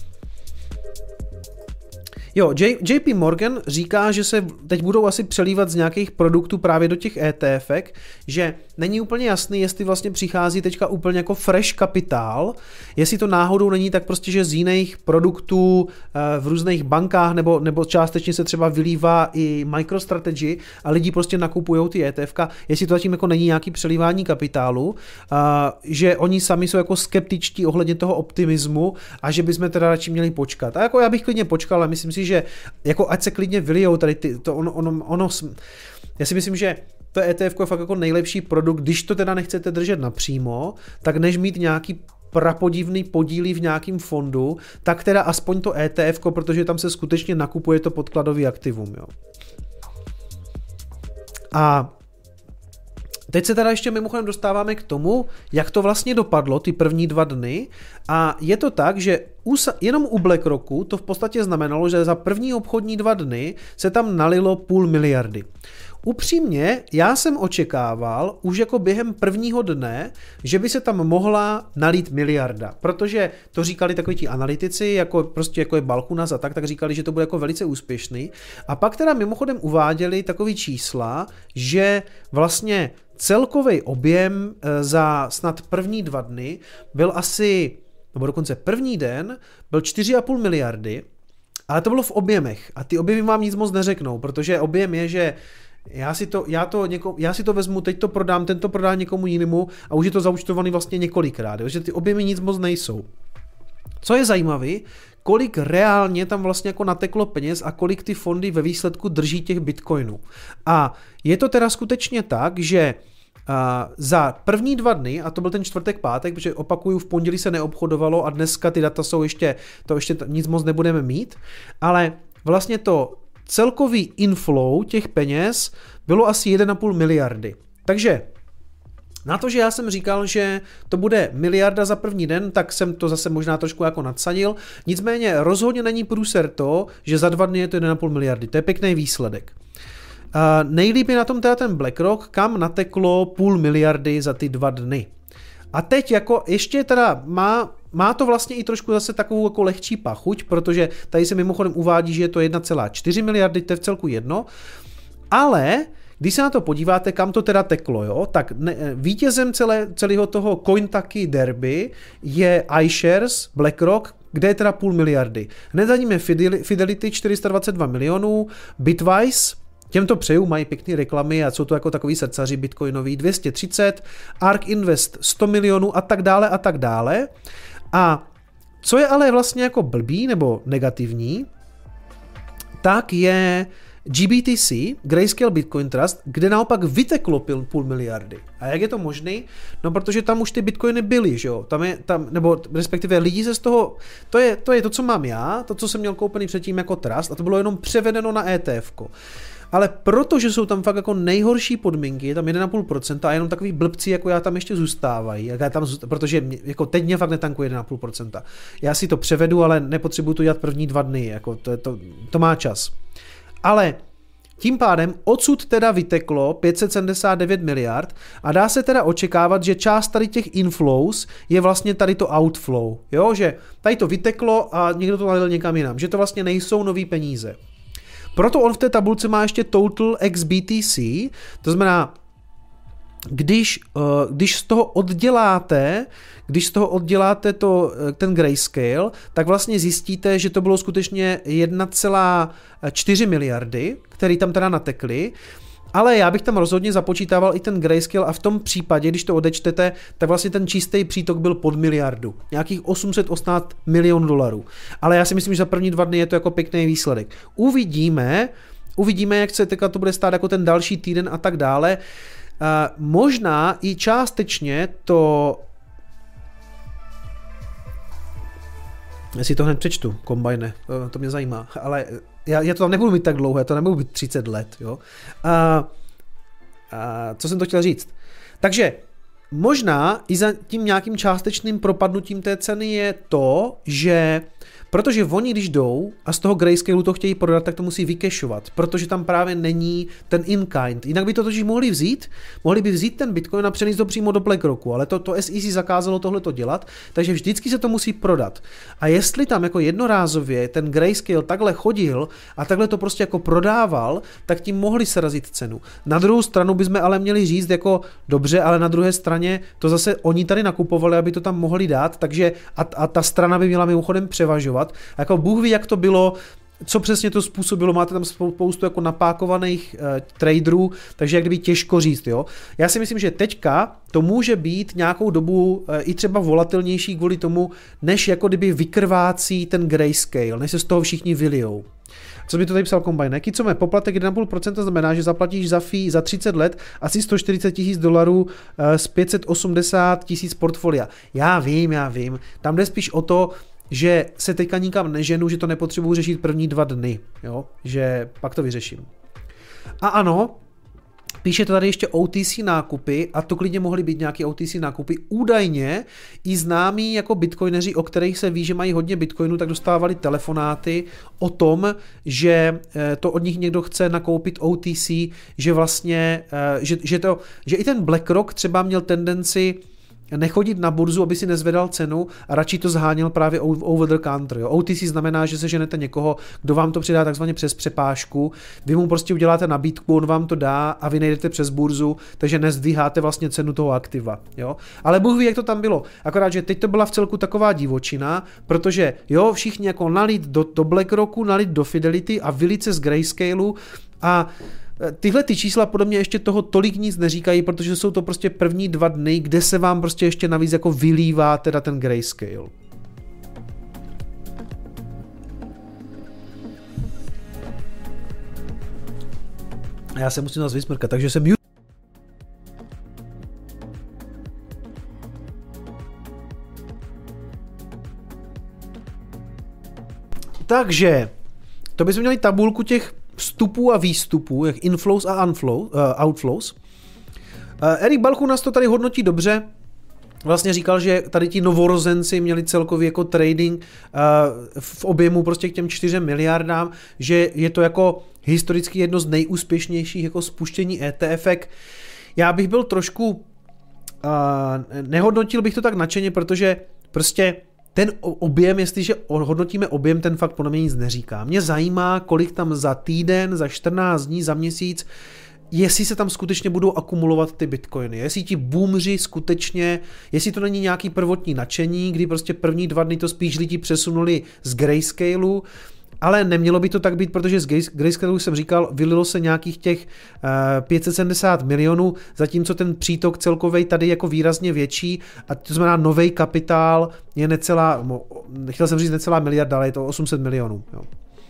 Jo, JP Morgan říká, že se teď budou asi přelívat z nějakých produktů právě do těch ETFek, že není úplně jasný, jestli vlastně přichází teďka úplně jako fresh kapitál, jestli to náhodou není tak prostě, že z jiných produktů v různých bankách nebo částečně se třeba vylívá i MicroStrategy a lidi prostě nakupujou ty ETFka, jestli to zatím jako není nějaký přelívání kapitálu, že oni sami jsou jako skeptičtí ohledně toho optimismu a že bychom teda radši měli počkat. A jako já bych klidně počkal, ale myslím si, že jako ať se klidně vylijou tady já si myslím, že to ETF je fakt jako nejlepší produkt, když to teda nechcete držet napřímo, tak než mít nějaký prapodivný podíly v nějakém fondu, tak teda aspoň to ETF, protože tam se skutečně nakupuje to podkladový aktivum. Jo. A Teď se teda ještě mimochodem dostáváme k tomu, jak to vlastně dopadlo ty první 2 dny a je to tak, že jenom u BlackRocku to v podstatě znamenalo, že za první obchodní 2 dny se tam nalilo 0,5 miliardy. Upřímně, já jsem očekával už jako během prvního dne, že by se tam mohla nalít miliarda, protože to říkali takoví ti analytici, jako je Balchunas a tak říkali, že to bude jako velice úspěšný. A pak teda mimochodem uváděli takový čísla, že vlastně celkový objem za snad první 2 dny byl asi, nebo dokonce první den, byl 4,5 miliardy, ale to bylo v objemech a ty objemy vám nic moc neřeknou, protože objem je, že já si to vezmu, teď to prodám, tento prodá někomu jinému a už je to zaúčtovaný vlastně několikrát, takže ty objemy nic moc nejsou. Co je zajímavé, kolik reálně tam vlastně jako nateklo peněz a kolik ty fondy ve výsledku drží těch bitcoinů. A je to teda skutečně tak, že za první 2 dny, a to byl ten čtvrtek, pátek, protože opakuju, v pondělí se neobchodovalo a dneska ty data jsou ještě nic moc nebudeme mít, ale vlastně to celkový inflow těch peněz bylo asi 1,5 miliardy. Takže na to, že já jsem říkal, že to bude miliarda za první den, tak jsem to zase možná trošku jako nadsadil. Nicméně rozhodně není průser to, že za 2 dny je to 1,5 miliardy. To je pěkný výsledek. Nejlíp je na tom teda ten BlackRock, kam nateklo 0,5 miliardy za ty 2 dny. A teď jako ještě teda má to vlastně i trošku zase takovou jako lehčí pachuť, protože tady se mimochodem uvádí, že je to 1,4 miliardy, to je v celku jedno, ale když se na to podíváte, kam to teda teklo, jo, tak vítězem celého toho Cointaki derby je iShares, BlackRock, kde je teda 0,5 miliardy. Hned za ním je Fidelity 422 milionů, Bitwise, těmto přeju, mají pěkné reklamy a jsou to jako takový srdcaři bitcoinový, 230, ARK Invest 100 milionů a tak dále a tak dále. A co je ale vlastně jako blbý nebo negativní, tak je GBTC, Grayscale Bitcoin Trust, kde naopak vyteklo 0,5 miliardy. A jak je to možný? No, protože tam už ty bitcoiny byly, že jo? Nebo respektive lidi se z toho, to je to, co mám já, to, co jsem měl koupený předtím jako trust, a to bylo jenom převedeno na ETF-ko. Ale protože jsou tam fakt jako nejhorší podmínky, tam 1,5% a jenom takový blbci jako já tam ještě zůstávají, protože jako teď mě fakt netankuje 1,5%. Já si to převedu, ale nepotřebuju to dělat první 2 dny, jako to má čas. Ale tím pádem odsud teda vyteklo 579 miliard a dá se teda očekávat, že část tady těch inflows je vlastně tady to outflow, jo, že tady to vyteklo a někdo to nalil někam jinam, že to vlastně nejsou nový peníze. Proto on v té tabulce má ještě total XBTC, to znamená, když z toho odděláte ten grayscale, tak vlastně zjistíte, že to bylo skutečně 1,4 miliardy, který tam teda natekly, ale já bych tam rozhodně započítával i ten grayscale a v tom případě, když to odečtete, tak vlastně ten čistý přítok byl pod miliardu. Nějakých 818 milionů dolarů. Ale já si myslím, že za první 2 dny je to jako pěkný výsledek. Uvidíme, jak se teďka to bude stát jako ten další týden a tak dále. Možná i částečně to... Já si to hned přečtu, Combine, to mě zajímá, ale já to tam nebudu mít tak dlouho, já to nebudu mít 30 let, jo. Co jsem to chtěl říct? Takže možná i za tím nějakým částečným propadnutím té ceny je to, že protože oni, když jdou a z toho grayscaleu to chtějí prodat, tak to musí vykešovat, protože tam právě není ten in-kind. Jinak by to totiž mohli by vzít ten bitcoin a přenést to přímo do BlackRocku, ale to SEC zakázalo tohleto dělat, takže vždycky se to musí prodat. A jestli tam jako jednorázově ten grayscale takhle chodil a takhle to prostě jako prodával, tak tím mohli srazit cenu. Na druhou stranu bychom ale měli říct jako dobře, ale na druhé straně to zase oni tady nakupovali, aby to tam mohli dát, takže a ta strana by měla mimochodem převažovat. A jako Bůh ví, jak to bylo, co přesně to způsobilo, máte tam spoustu jako napákovaných traderů, takže jak kdyby těžko říct, jo. Já si myslím, že teďka to může být nějakou dobu i třeba volatilnější kvůli tomu, než jako kdyby vykrvácí ten grayscale, než se z toho všichni vylijou. Co by to tady psal Combine? Kicome, poplatek 1,5% znamená, že zaplatíš za fee za 30 let asi $140,000 z 580,000 portfolia. Já vím. Tam jde spíš o to, že se teďka nikam neženu, že to nepotřebuji řešit první 2 dny, jo? Že pak to vyřeším. A ano, Píše to tady ještě OTC nákupy a to klidně mohly být nějaké OTC nákupy. Údajně i známí jako bitcoineři, o kterých se ví, že mají hodně bitcoinů, tak dostávali telefonáty o tom, že to od nich někdo chce nakoupit OTC, že vlastně, že i ten BlackRock třeba měl tendenci nechodit na burzu, aby si nezvedal cenu a radši to zháněl právě over the counter. Jo. OTC znamená, že se ženete někoho, kdo vám to přidá takzvaně přes přepážku, vy mu prostě uděláte nabídku, on vám to dá a vy nejdete přes burzu, takže nezdvíháte vlastně cenu toho aktiva. Jo. Ale Bůh ví, jak to tam bylo. Akorát, že teď to byla v celku taková divočina, protože jo, všichni jako nalít do BlackRocku, nalít do Fidelity a vylít se z Grayscaleu a tyhle ty čísla podle mě ještě toho tolik nic neříkají, protože jsou to prostě první 2 dny, kde se vám prostě ještě navíc jako vylívá teda ten Grayscale. A já se musím nás vysmrkat, takže jsem Takže to bychom měli tabulku těch vstupů a výstupů, jak inflows a outflows. Erik Balchu nás to tady hodnotí dobře. Vlastně říkal, že tady ti novorozenci měli celkově jako trading v objemu prostě k těm 4 miliardám, že je to jako historicky jedno z nejúspěšnějších jako spuštění ETFek. Já bych byl trošku, nehodnotil bych to tak nadšeně, protože prostě ten objem, jestliže hodnotíme objem, ten fakt podle mě nic neříká. Mě zajímá, kolik tam za týden, za 14 dní, za měsíc, jestli se tam skutečně budou akumulovat ty bitcoiny, jestli ti boomři skutečně, jestli to není nějaký prvotní nadšení, kdy prostě první 2 dny to spíš lidi přesunuli z Grayscaleu, ale nemělo by to tak být, protože z Grayscaleu jsem říkal, vylilo se nějakých těch 570 milionů, zatímco ten přítok celkovej tady jako výrazně větší a to znamená novej kapitál je chtěl jsem říct necelá miliarda, ale je to 800 milionů. Jo.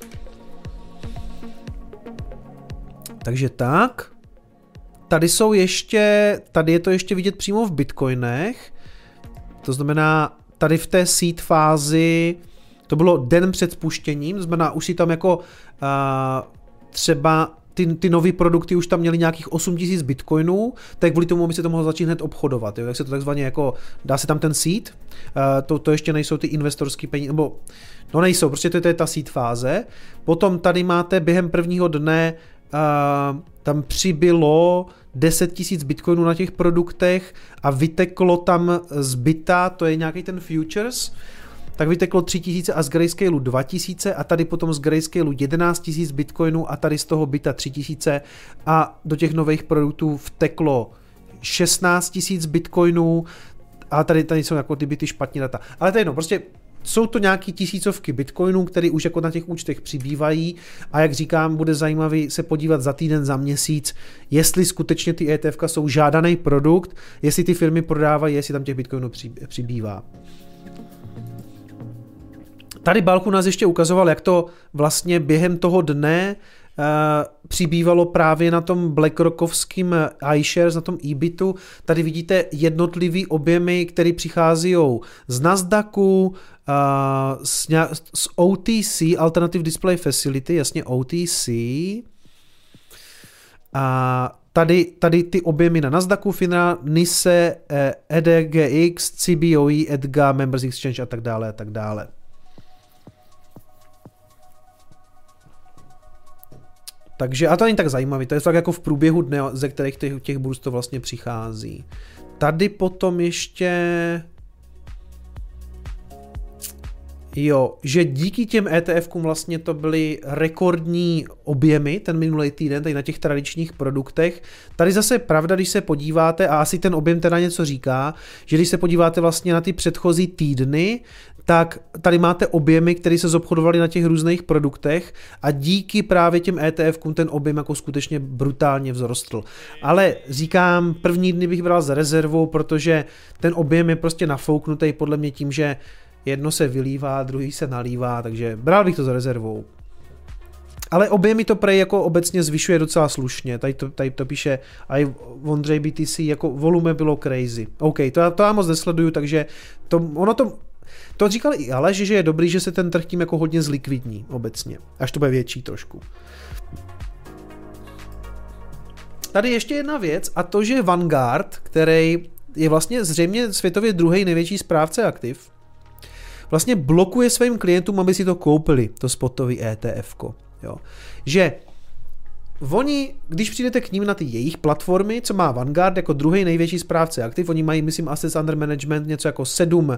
Takže tak. Tady je to ještě vidět přímo v bitcoinech, to znamená tady v té seed fázi to bylo den před spuštěním, to znamená, už si tam jako třeba ty nové produkty už tam měly nějakých 8000 bitcoinů, tak kvůli tomu by se to mohlo začít hned obchodovat. Jo? Tak se to takzvaně jako, dá se tam ten seed, to ještě nejsou ty investorský peníze, nebo no nejsou, prostě to je ta seed fáze. Potom tady máte během prvního dne tam přibylo 10 000 bitcoinů na těch produktech a vyteklo tam z bita, to je nějaký ten futures, tak vyteklo 3000 a z Grayscaleu 2000 a tady potom z Grayscaleu 11 000 bitcoinů a tady z toho bita 3000 a do těch nových produktů vteklo 16 000 bitcoinů a tady jsou jako ty bity špatně data. Ale to je jedno, prostě jsou to nějaký tisícovky bitcoinů, které už jako na těch účtech přibývají a jak říkám, bude zajímavý se podívat za týden, za měsíc, jestli skutečně ty ETFka jsou žádaný produkt, jestli ty firmy prodávají, jestli tam těch bitcoinů přibývá. Tady Balchu nás ještě ukazoval, jak to vlastně během toho dne přibývalo právě na tom BlackRockovském iShares, na tom EBITu. Tady vidíte jednotlivý objemy, které přichází z Nasdaqu, z OTC, Alternative Display Facility, jasně OTC. A tady ty objemy na Nasdaqu, FINRA, NYSE, EDGX, CBOE, EDGA, Members Exchange a tak dále a tak dále. Takže, a to není tak zajímavý, to je fakt jako v průběhu dne, ze kterých těch burz to vlastně přichází. Tady potom ještě... Jo, že díky těm ETFkům vlastně to byly rekordní objemy ten minulý týden, tady na těch tradičních produktech. Tady zase je pravda, když se podíváte, a asi ten objem teda něco říká, že když se podíváte vlastně na ty předchozí týdny, tak tady máte objemy, které se zobchodovaly na těch různých produktech a díky právě těm ETFkům ten objem jako skutečně brutálně vzrostl. Ale říkám, první dny bych bral za rezervou, protože ten objem je prostě nafouknutý podle mě tím, že jedno se vylívá, druhý se nalívá, takže bral bych to za rezervou. Ale objemy to prej jako obecně zvyšuje docela slušně. Tady to píše i Ondřej BTC, jako volume bylo crazy. OK, to já moc nesleduju, takže to říkal i Aleš, že je dobrý, že se ten trh tím jako hodně zlikvidní obecně, až to bude větší trošku. tady ještě jedna věc a to, že Vanguard, který je vlastně zřejmě světově druhý největší správce aktiv, vlastně blokuje svým klientům, aby si to koupili, to spotový ETF-ko. Jo. Že oni, když přijdete k ním na ty jejich platformy, co má Vanguard jako druhý největší správce aktiv, oni mají, myslím, assets under management něco jako 7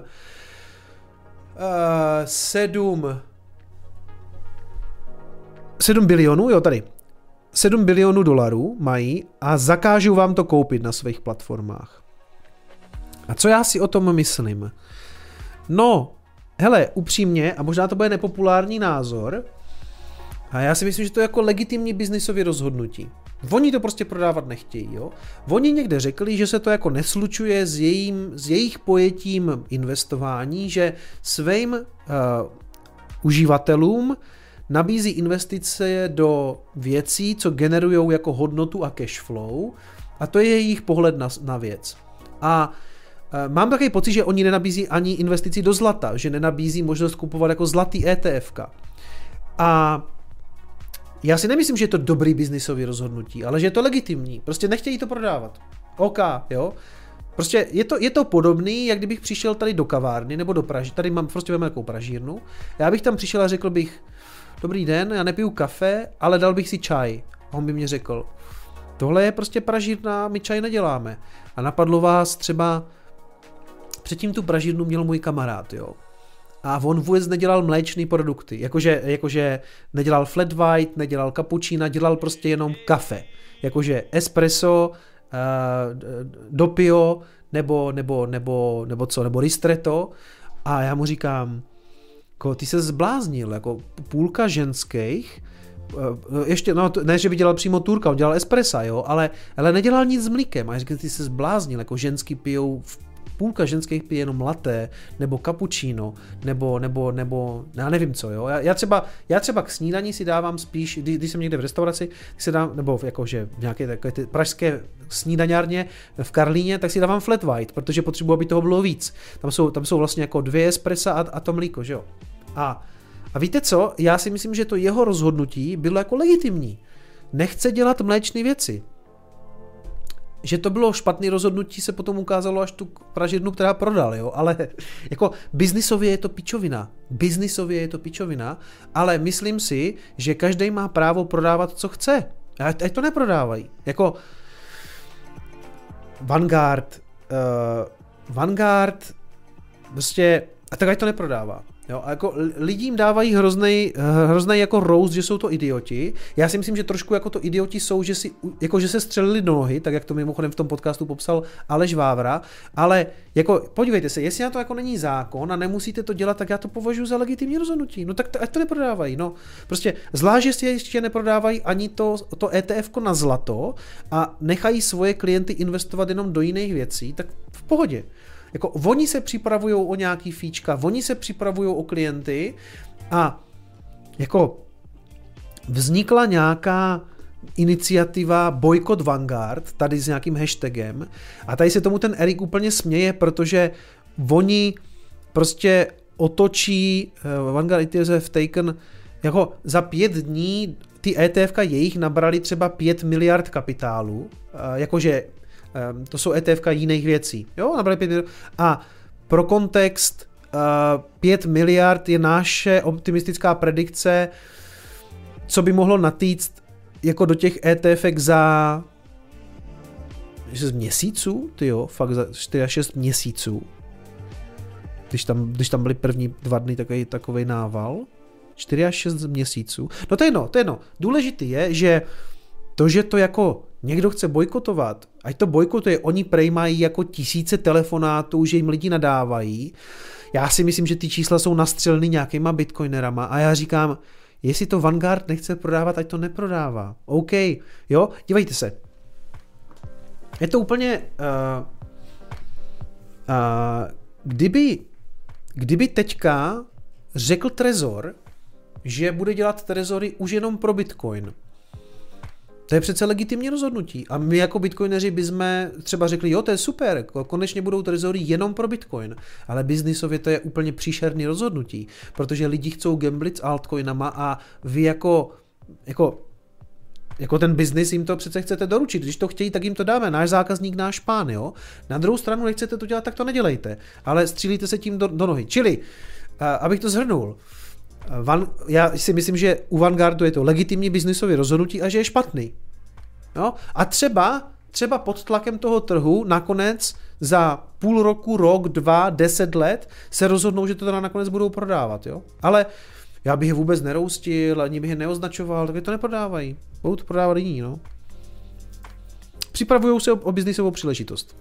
bilionů, jo, tady. 7 bilionů dolarů mají a zakážou vám to koupit na svých platformách. A co já si o tom myslím? No, hele, upřímně, a možná to bude nepopulární názor, a já si myslím, že to je jako legitimní biznisové rozhodnutí. Oni to prostě prodávat nechtějí, jo. Oni někde řekli, že se to jako neslučuje s jejich pojetím investování, že svým uživatelům nabízí investice do věcí, co generujou jako hodnotu a cash flow, a to je jejich pohled na věc. A mám takový pocit, že oni nenabízí ani investici do zlata, že nenabízí možnost kupovat jako zlatý ETFka. A já si nemyslím, že je to dobrý biznisový rozhodnutí, ale že je to legitimní. Prostě nechtějí to prodávat. OK, jo. Prostě je to podobný, jak kdybych přišel tady do kavárny nebo do pražírny. Tady mám prostě takovou pražírnu. Já bych tam přišel a řekl bych: dobrý den, já nepiju kafe, ale dal bych si čaj. A on by mě řekl: tohle je prostě pražírna, my čaj neděláme. A napadlo vás třeba, předtím tu pražírnu měl můj kamarád, jo. A on vůbec nedělal mléčné produkty, jakože nedělal flat white, nedělal cappuccino, dělal prostě jenom kafe. Jakože espresso, doppio, nebo ristretto. A já mu říkám: ty se zbláznil, jako půlka ženských, ještě, no ne, že by dělal přímo turka, on dělal espressa, jo, ale nedělal nic s mlíkem. A já říkám: ty se zbláznil, jako ženský pijou, půlka ženských pije jenom latte, nebo cappuccino, nebo já nevím co, jo. Já třeba k snídani si dávám spíš, když jsem někde v restauraci, si dám, nebo jakože v nějaké takové ty pražské snídaňárně v Karlíně, tak si dávám flat white, protože potřebuji, aby toho bylo víc. Tam jsou vlastně jako 2 espressa a to mlíko, že jo. A víte co, já si myslím, že to jeho rozhodnutí bylo jako legitimní. Nechce dělat mléčné věci. Že to bylo špatné rozhodnutí, se potom ukázalo až tu pražírnu, která prodal, jo, ale jako biznisově je to pičovina, ale myslím si, že každý má právo prodávat, co chce. Ať to neprodávají. Jako Vanguard prostě, a tak ať to neprodává. Jo, a jako lidím dávají hroznej jako roast, že jsou to idioti. Já si myslím, že trošku jako to idioti jsou, že se střelili do nohy, tak jak to mimochodem v tom podcastu popsal Aleš Vávra, ale jako podívejte se, jestli na to jako není zákon a nemusíte to dělat, tak já to považuji za legitimní rozhodnutí. No tak ať to neprodávají, no. Prostě zvlášť, jestli ještě neprodávají ani to ETF-ko na zlato a nechají svoje klienty investovat jenom do jiných věcí, tak v pohodě. Jako oni se připravují o nějaký fíčka, oni se připravují o klienty a jako vznikla nějaká iniciativa Boycott Vanguard, tady s nějakým hashtagem, a tady se tomu ten Erik úplně směje, protože oni prostě otočí Vanguard ETF taken, jako za 5 dní ty ETFka jejich nabrali třeba 5 miliard kapitálu, jakože to jsou ETFka jiných věcí. Jo, nabrali 5 miliard. A pro kontext 5 miliard je naše optimistická predikce, co by mohlo natýct jako do těch ETFek za 6 měsíců, tyjo, fakt za 4 až 6 měsíců. Když tam byly první 2 dny takovej nával. 4 až 6 měsíců. No to je jedno. Důležitý je, že to jako někdo chce bojkotovat, ať to bojkotuje, oni prej mají jako tisíce telefonátů, že jim lidi nadávají. Já si myslím, že ty čísla jsou nastřelený nějakýma bitcoinerama a já říkám, jestli to Vanguard nechce prodávat, ať to neprodává. OK, jo, dívejte se. Je to úplně... kdyby teďka řekl Trezor, že bude dělat trezory už jenom pro Bitcoin, to je přece legitimní rozhodnutí. A my jako bitcoineři bychom třeba řekli, jo, to je super, konečně budou trezory jenom pro Bitcoin. Ale biznisově to je úplně příšerný rozhodnutí, protože lidi chcou gamblit s altcoinama a vy jako Jako ten biznis jim to přece chcete doručit. Když to chtějí, tak jim to dáme. Náš zákazník, náš pán, jo. Na druhou stranu nechcete to dělat, tak to nedělejte. Ale střílíte se tím do nohy. Čili, abych to shrnul, já si myslím, že u Vanguardu je to legitimní biznisové rozhodnutí a že je špatný. Jo? A třeba pod tlakem toho trhu nakonec za půl roku, rok, 2, 10 let se rozhodnou, že to teda nakonec budou prodávat. Jo? Ale já bych je vůbec neroustil, ani bych je neoznačoval, tak je to neprodávají. Budou to prodávat jiní. No? Připravují se o biznisovou příležitost.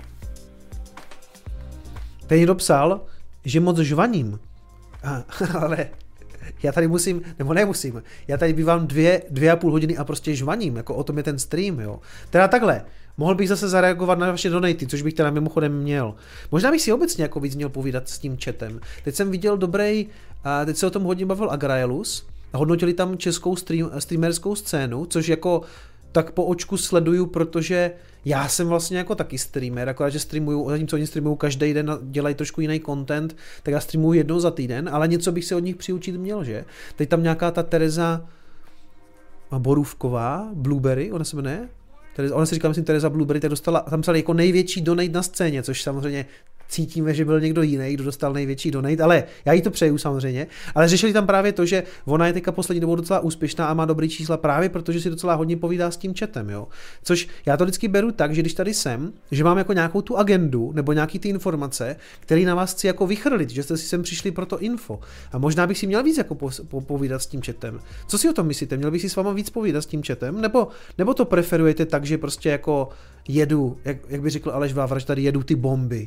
Ten někdo psal, že moc žvaním. Ale já tady musím, nebo nemusím, já tady bývám 2,5 hodiny a prostě žvaním, jako o tom je ten stream, jo. Teda takhle, mohl bych zase zareagovat na vaše donaty, což bych teda mimochodem měl. Možná bych si obecně jako víc měl povídat s tím chatem. Teď jsem viděl teď se o tom hodně bavil Agraelus, hodnotili tam českou streamerskou scénu, což jako tak po očku sleduju, protože já jsem vlastně jako taky streamer, akorát, že streamuju, zatímco oni streamují každý den a dělají trošku jiný content, tak já streamuju jednou za týden, ale něco bych se od nich přiučit měl, že? Teď tam nějaká ta Tereza Borůvková, Blueberry, ona se jmenuje? Ona se říká, myslím, Tereza Blueberry, tak dostala, tam psali jako největší donate na scéně, což samozřejmě cítíme, že byl někdo jiný, kdo dostal největší donate, ale já jí to přeju samozřejmě. Ale řešili tam právě to, že ona je teďka poslední dobou docela úspěšná a má dobrý čísla právě protože si docela hodně povídá s tím chatem, jo. Což já to vždycky beru tak, že když tady jsem, že mám jako nějakou tu agendu nebo nějaký ty informace, které na vás chci jako vychrlit, že jste si sem přišli pro to info. A možná bych si měl víc jako povídat s tím chatem. Co si o tom myslíte? Měl bych si s váma víc povídat s tím chatem? Nebo to preferujete tak, že prostě jako jedu, jak by řekl Aleš Vávra, že tady jedu ty bomby.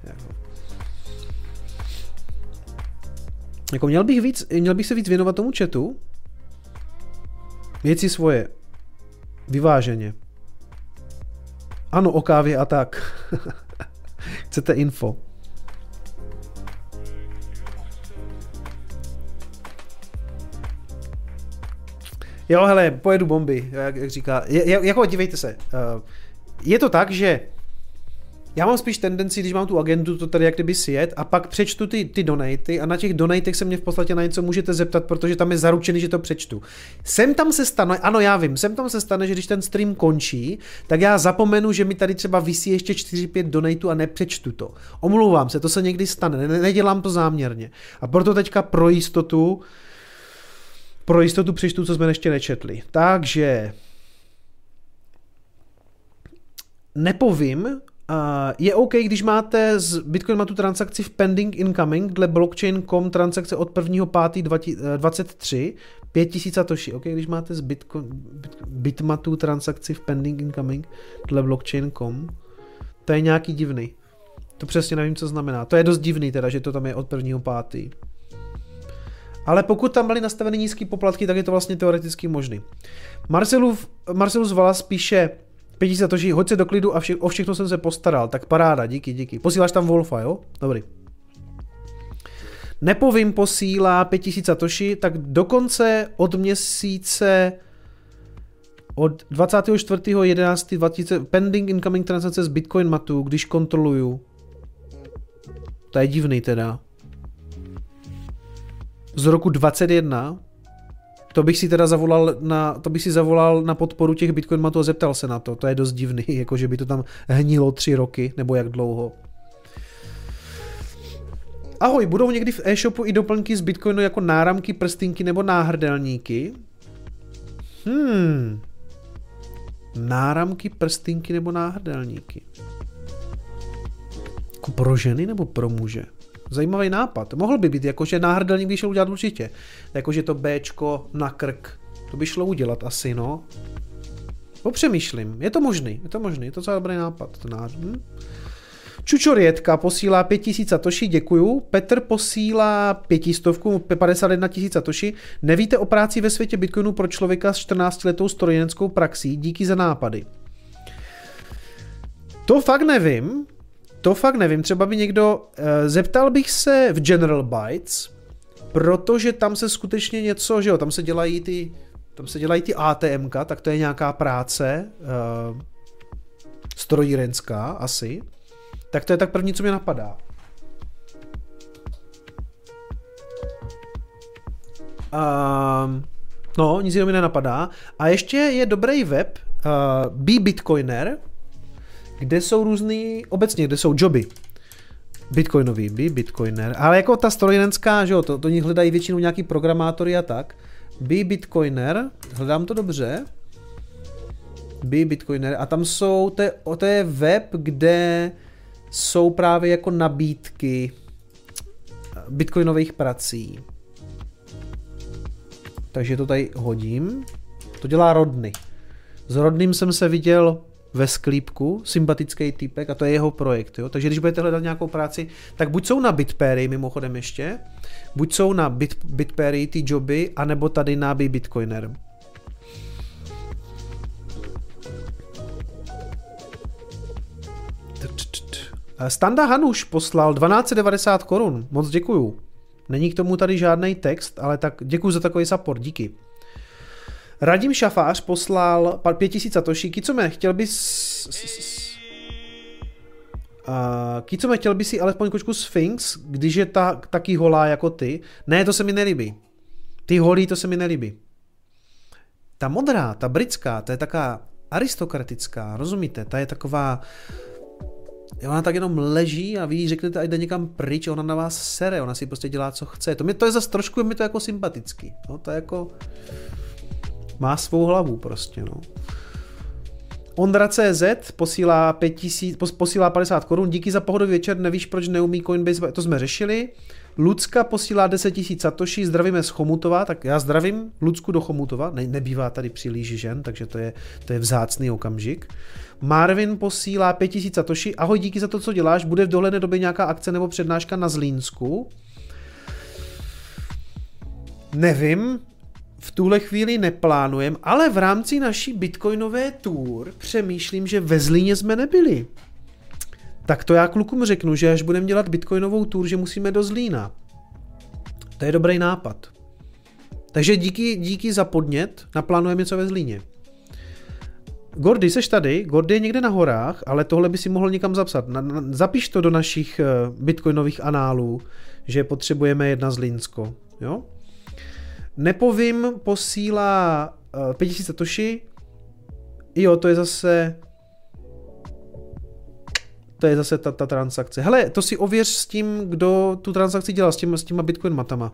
Jako měl bych se víc věnovat tomu chatu. Věci svoje. Vyváženě. Ano, o kávě a tak. Chcete info. Jo, hele, pojedu bomby, jak říká. Jako dívejte se. Je to tak, že já mám spíš tendenci, když mám tu agendu, to tady jak kdyby si jet a pak přečtu ty donaty a na těch donatech se mě v podstatě na něco můžete zeptat, protože tam je zaručený, že to přečtu. Sem tam se stane, ano já vím, sem tam se stane, že když ten stream končí, tak já zapomenu, že mi tady třeba visí ještě 4-5 donatů a nepřečtu to. Omlouvám se, to se někdy stane, nedělám to záměrně. A proto teďka pro jistotu přečtu, co jsme ještě nečetli. Takže nepovím. Je OK, když máte z Bitcoin tu transakci v pending incoming dle blockchain.com transakce od 1.5.23 5000 satoshi. OK, když máte z Bitmatu transakci v pending incoming dle blockchain.com, to je nějaký divný. To přesně nevím, co znamená. To je dost divný teda, že to tam je od 1.5. Ale pokud tam byly nastaveny nízký poplatky, tak je to vlastně teoreticky možný. Marcelus Valas píše 5000 satoshi, hoď se do klidu a o všechno jsem se postaral. Tak paráda, díky. Posíláš tam Wolfa, jo? Dobrý. Nepovím posílá 5000 satoshi, tak dokonce od měsíce od 24.11.2000 pending incoming transakce z Bitcoin Matu, když kontroluju. To je divný teda. Z roku 21. To bych si teda zavolal na podporu těch Bitcoin Matů a zeptal se na to. To je dost divný, jakože by to tam hnilo 3 roky, nebo jak dlouho. Ahoj, budou někdy v e-shopu i doplňky z Bitcoinu jako náramky, prstínky nebo náhrdelníky? Náramky, prstínky nebo náhrdelníky. Jako pro ženy nebo pro muže? Zajímavý nápad. Mohl by být, jakože náhrdelník by šel udělat určitě. Jakože to Bčko na krk. To by šlo udělat asi, no. Popřemýšlím. Je to možný. Je to docela dobrý nápad. Čučorětka posílá 5000 satoshi, děkuju. Petr posílá 500, 51 000 satoshi. Nevíte o práci ve světě Bitcoinu pro člověka s 14letou strojírenskou praxí? Díky za nápady. To fakt nevím, třeba by někdo, zeptal bych se v General Bytes, protože tam se skutečně něco, že jo, tam se dělají ty ATMka, tak to je nějaká práce strojírenská asi, tak to je tak první, co mě napadá. No, nic jiného mi nenapadá. A ještě je dobrý web BeBitcoiner, kde jsou různý, obecně, kde jsou joby. Bitcoinový, BeBitcoiner. Ale jako ta strojírenská, že jo, to ní hledají většinou nějaký programátory a tak. BeBitcoiner, hledám to dobře. BeBitcoiner. A tam jsou, to je web, kde jsou právě jako nabídky bitcoinových prací. Takže to tady hodím. To dělá Rodney. S Rodneym jsem se viděl ve sklípku, sympatický týpek, a to je jeho projekt. Jo? Takže když budete hledat nějakou práci, tak buď jsou na Bitpairy, mimochodem ještě, buď jsou na Bitpairy ty joby, anebo tady na BeBitcoiner. Standa Hanuš poslal 1290 korun. Moc děkuju. Není k tomu tady žádný text, ale tak děkuju za takový support, díky. Radim Šafář poslal 5000 satoshi. Kicome, chtěl bys si alespoň kočku Sphinx, když je taky holá jako ty? Ne, to se mi nelíbí. Ty holí, to se mi nelíbí. Ta modrá, ta britská, ta je taká aristokratická, rozumíte? Ta je taková... Ona tak jenom leží a vy řeknete, ať jde někam pryč, ona na vás sere, ona si prostě dělá, co chce. To je zase trošku, je mi to jako sympatický. No, to je jako... Má svou hlavu prostě, no. Ondra.cz posílá 50 korun. Díky za pohodový večer, nevíš, proč neumí Coinbase, to jsme řešili. Lucka posílá 10 000 satoshi, zdravíme z Chomutova, tak já zdravím Lucku do Chomutova, nebývá tady příliš žen, takže to je vzácný okamžik. Marvin posílá 5 000 satoshi, ahoj, díky za to, co děláš, bude v dohledné době nějaká akce nebo přednáška na Zlínsku? Nevím, v tuhle chvíli neplánujem, ale v rámci naší bitcoinové tour přemýšlím, že ve Zlíně jsme nebyli. Tak to já klukům řeknu, že až budeme dělat bitcoinovou tour, že musíme do Zlína. To je dobrý nápad. Takže díky za podnět, naplánujeme něco ve Zlíně. Gordy, seš tady? Gordy je někde na horách, ale tohle by si mohl někam zapsat. Zapiš to do našich bitcoinových análů, že potřebujeme jet na Zlínsko. Jo? Nepovím posílá 5000 satoshi. Jo, to je zase ta transakce. Hele, to si ověř s tím, kdo tu transakci dělal, s těma Bitcoin matama.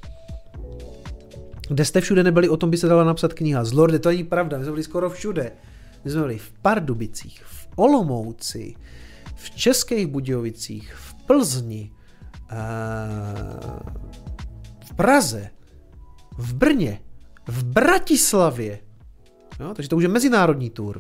Kde jste všude nebyli, o tom by se dala napsat kniha. Z Lorde, to není pravda, my jsme byli skoro všude. My jsme byli v Pardubicích, v Olomouci, v Českých Budějovicích, v Plzni, v Praze, v Brně, v Bratislavě. Jo, takže to už je mezinárodní tour.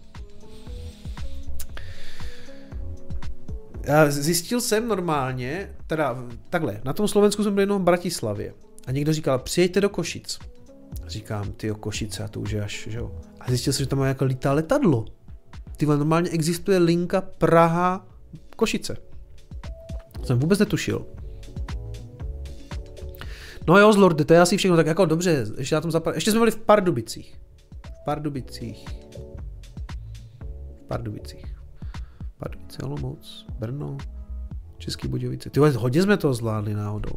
Já zjistil jsem normálně, teda takhle, na tom Slovensku jsem byl jenom v Bratislavě a někdo říkal, přijeďte do Košic. Říkám, tyjo, Košice, a to už je až, že jo. A zjistil jsem, že tam má jako lítá letadlo. Tyhle, normálně existuje linka Praha Košice. To jsem vůbec netušil. No jo, Zlorde, to je asi všechno, tak jako dobře, ještě na tom ještě jsme byli v Pardubicích. Pardubice, Olomouc, Brno, Český Budějovice. Tyhle, hodně jsme toho zvládli náhodou.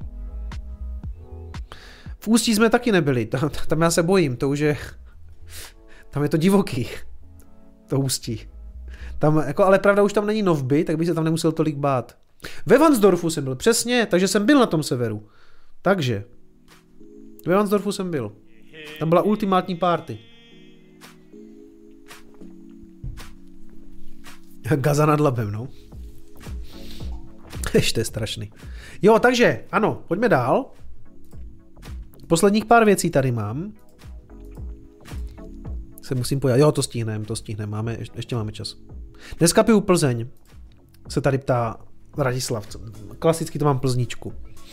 V Ústí jsme taky nebyli, tam já se bojím, to už je, tam je to divoký, to Ústí. Tam, jako, ale pravda, už tam není novby, tak bych se tam nemusel tolik bát. Ve Vansdorfu jsem byl, přesně, takže jsem byl na tom severu. Takže, ve Vansdorfu jsem byl. Tam byla ultimátní party. Gaza nad Labem, no. Ještě je strašný. Jo, takže, ano, pojďme dál. Posledních pár věcí tady mám. Se musím pojat. Jo, to stihneme. Ještě máme čas. Dneska piju Plzeň. Se tady ptá Radislav. Klasicky to mám Plzničku.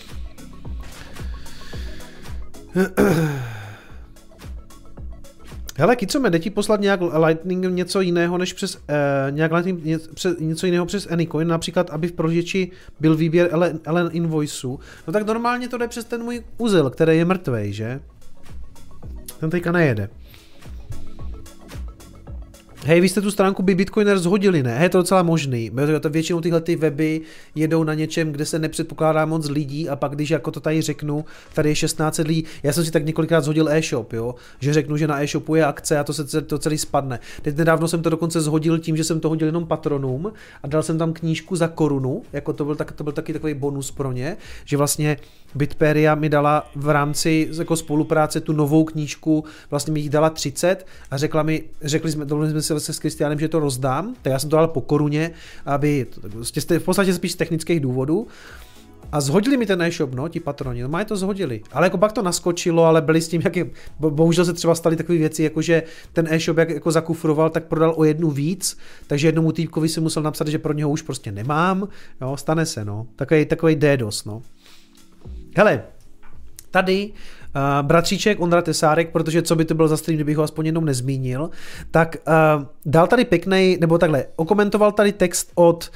Hele, Kicome, jde ti poslat nějak Lightning něco jiného než přes něco jiného přes Anycoin, například, aby v prohlížeči byl výběr LN invoiceů. No tak normálně to jde přes ten můj uzel, který je mrtvej, že? Ten teďka nejede. Hej, vy jste tu stránku by Bitcoiner zhodili, ne? Je to docela možný. Většinou tyhle ty weby jedou na něčem, kde se nepředpokládá moc lidí a pak když jako to tady řeknu, tady je 1600 lidí, já jsem si tak několikrát zhodil e-shop, jo? Že řeknu, že na e-shopu je akce a to celý spadne. Teď nedávno jsem to dokonce zhodil tím, že jsem to hodil jenom patronům a dal jsem tam knížku za korunu, jako to byl taky takový bonus pro ně, že vlastně Bitperia mi dala v rámci jako spolupráce tu novou knížku, vlastně mi jich dala 30 a domluvili jsme se s Kristiánem, že to rozdám, tak já jsem to dal po koruně, aby, v podstatě spíš z technických důvodů. A zhodili mi ten e-shop, no, ti patroni, no mají to zhodili. Ale jako pak to naskočilo, ale byli s tím, bohužel se třeba staly takové věci, jako že ten e-shop jak jako zakufroval, tak prodal o 1 víc, takže jednomu týpkovi si musel napsat, že pro něho už prostě nemám, jo, stane se, no, takový DDoS, no. Hele, tady bratříček Ondra Tesárek, protože co by to byl za stream, kdybych ho aspoň jednou nezmínil, tak dal tady pěknej, nebo takhle, okomentoval tady text od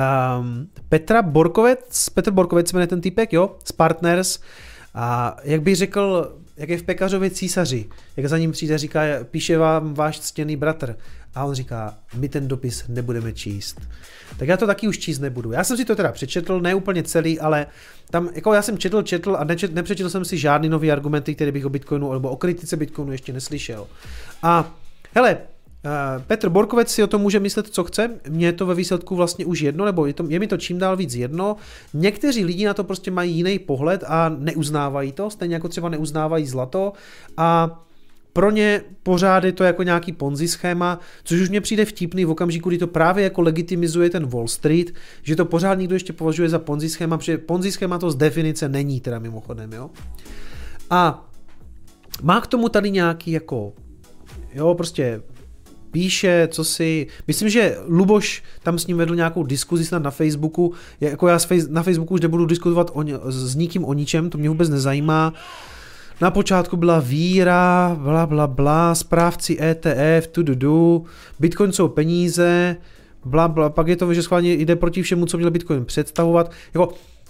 Petr Borkovec se jmenuje ten týpek, jo, z Partners, a jak bych řekl, jak je v Pekařově císaři, jak za ním přijde, říká, píše vám váš ctěný bratr, a on říká, my ten dopis nebudeme číst. Tak já to taky už číst nebudu. Já jsem si to teda přečetl, ne úplně celý, ale tam, jako já jsem četl a nepřečetl jsem si žádný nový argumenty, které bych o Bitcoinu nebo o kritice Bitcoinu ještě neslyšel. A hele, Petr Borkovec si o tom může myslet, co chce, mně je to ve výsledku vlastně už jedno, nebo je mi to čím dál víc jedno. Někteří lidi na to prostě mají jiný pohled a neuznávají to, stejně jako třeba neuznávají zlato a pro ně pořád je to jako nějaký Ponzi schéma, což už mě přijde vtipný v okamžiku, kdy to právě jako legitimizuje ten Wall Street, že to pořád někdo ještě považuje za Ponzi schéma, protože Ponzi schéma to z definice není teda mimochodem, jo. A má k tomu tady nějaký jako, jo, prostě píše, co si, myslím, že Luboš tam s ním vedl nějakou diskuzi snad na Facebooku, jako já na Facebooku už nebudu diskutovat s nikým o ničem, to mě vůbec nezajímá. Na počátku byla víra, bla, správci ETF, Bitcoin jsou peníze, bla, pak je to, že schválně jde proti všemu, co měl Bitcoin představovat. Jako,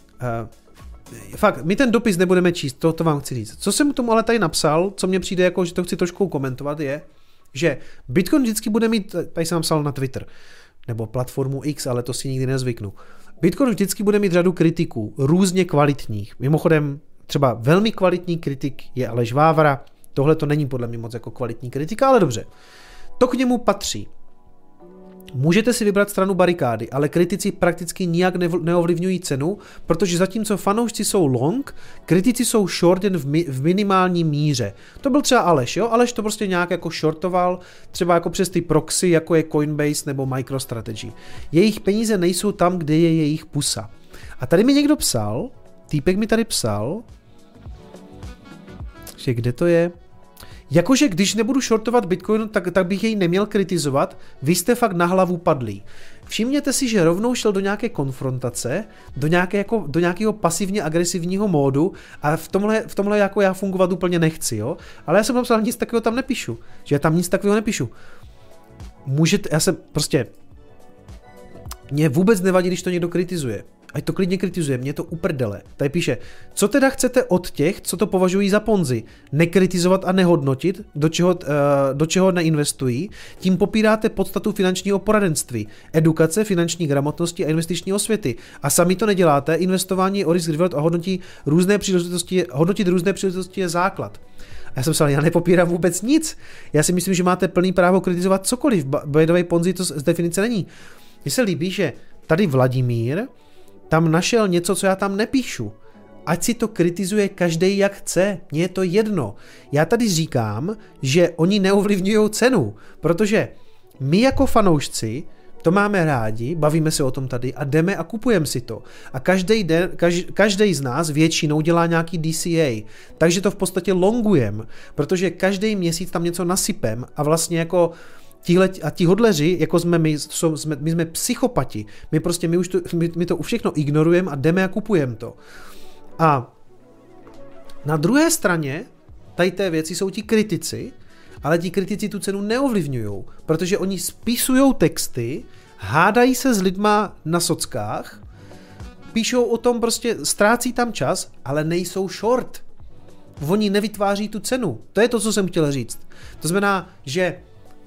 fakt, my ten dopis nebudeme číst, to vám chci říct. Co jsem tomu ale tady napsal, co mně přijde, jako, že to chci trošku komentovat, je, že Bitcoin vždycky bude mít, tady jsem napsal na Twitter, nebo platformu X, ale to si nikdy nezvyknu. Bitcoin vždycky bude mít řadu kritiků, různě kvalitních. Mimochodem, třeba velmi kvalitní kritik je Aleš Vávra, tohle to není podle mě moc jako kvalitní kritika, ale dobře. To k němu patří. Můžete si vybrat stranu barikády, ale kritici prakticky nijak neovlivňují cenu, protože zatímco fanoušci jsou long, kritici jsou short jen v minimální míře. To byl třeba Aleš, jo? Aleš to prostě nějak jako shortoval, třeba jako přes ty proxy, jako je Coinbase nebo MicroStrategy. Jejich peníze nejsou tam, kde je jejich pusa. A tady mi někdo psal, týpek mi tady psal, že kde to je? Jakože když nebudu shortovat Bitcoin, tak bych jej neměl kritizovat, vy jste fakt na hlavu padlí. Všimněte si, že rovnou šel do nějaké konfrontace, do nějakého pasivně agresivního módu a v tomhle jako já fungovat úplně nechci, jo? Ale já jsem napsal, nic takového tam nepíšu, že já tam nic takového nepíšu. Já se prostě, mě vůbec nevadí, když to někdo kritizuje. Ať to klidně kritizuje, mě to uprdele. Tady píše, co teda chcete od těch, co to považují za Ponzi? Nekritizovat a nehodnotit, do čeho neinvestují, tím popíráte podstatu finančního poradenství, edukace, finanční gramotnosti a investiční osvěty. A sami to neděláte, investování o risk reward a hodnotit různé příležitosti je základ. A já jsem psal, já nepopírám vůbec nic. Já si myslím, že máte plný právo kritizovat cokoliv. By the way, Ponzi to z definice není. Mně se líbí, že tady Vladimír tam našel něco, co já tam nepíšu. Ať si to kritizuje každej jak chce, mně je to jedno. Já tady říkám, že oni neovlivňují cenu, protože my jako fanoušci to máme rádi, bavíme se o tom tady a jdeme a kupujeme si to. A každý z nás většinou dělá nějaký DCA, takže to v podstatě longujeme, protože každý měsíc tam něco nasypem a vlastně jako ti hodleři, jako my jsme psychopati. My to všechno ignorujeme a jdeme a kupujeme to. A na druhé straně tady té věci jsou ti kritici, ale ti kritici tu cenu neovlivňují, protože oni spisují texty, hádají se s lidma na sockách, píšou o tom, prostě ztrácí tam čas, ale nejsou short. Oni nevytváří tu cenu. To je to, co jsem chtěl říct. To znamená, že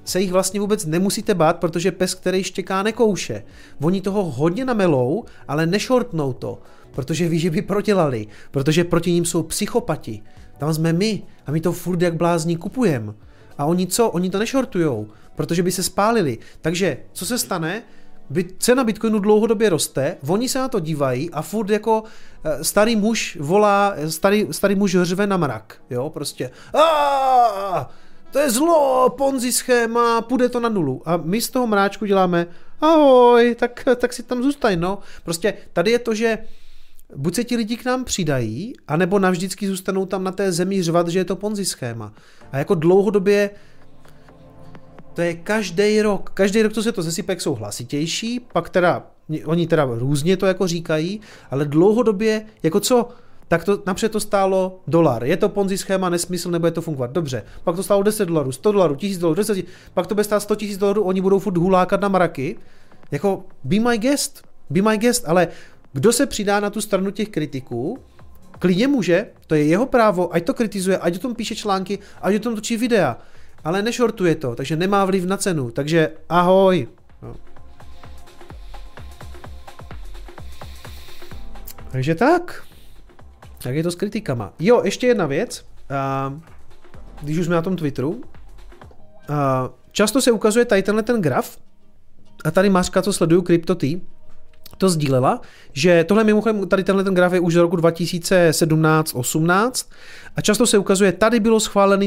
se jich vlastně vůbec nemusíte bát, protože pes, který štěká, nekouše. Oni toho hodně namelou, ale nešortnou to, protože ví, že by prodělali, protože proti ním jsou psychopati. Tam jsme my a my to furt jak blázní kupujeme. A oni co? Oni to nešortujou, protože by se spálili. Takže co se stane? Cena Bitcoinu dlouhodobě roste, oni se na to dívají a furt jako starý muž volá, starý muž řve na mrak, jo, prostě to je zlo, Ponzi schéma, půjde to na nulu. A my z toho mráčku děláme ahoj, tak si tam zůstaň, no. Prostě tady je to, že buď se ti lidi k nám přidají, anebo navždycky zůstanou tam na té zemi řvat, že je to Ponzi schéma. A jako dlouhodobě to je každý rok, co se to zesype, jak jsou hlasitější, pak teda, oni teda různě to jako říkají, ale dlouhodobě, jako co, tak to napřed to stálo $1. Je to Ponzi schéma, nesmysl, nebude to fungovat. Dobře, pak to stálo $10, $100, $1000, 10 000, pak to bude stát $100 000, oni budou furt hulákat na mraky. Jako, be my guest, ale kdo se přidá na tu stranu těch kritiků, klidně může, to je jeho právo, ať to kritizuje, ať o tom píše články, ať o tom točí videa. Ale nešortuje to, takže nemá vliv na cenu. Takže ahoj. No. Takže tak. Tak je to s kritikama. Jo, ještě jedna věc. Když už jsme na tom Twitteru. Často se ukazuje tady tenhle ten graf. A tady Mařka, co sleduju, CryptoT, to sdílela, že tohle mimochodem, tady tenhle ten graf je už z roku 2017-18 a často se ukazuje, tady bylo schválený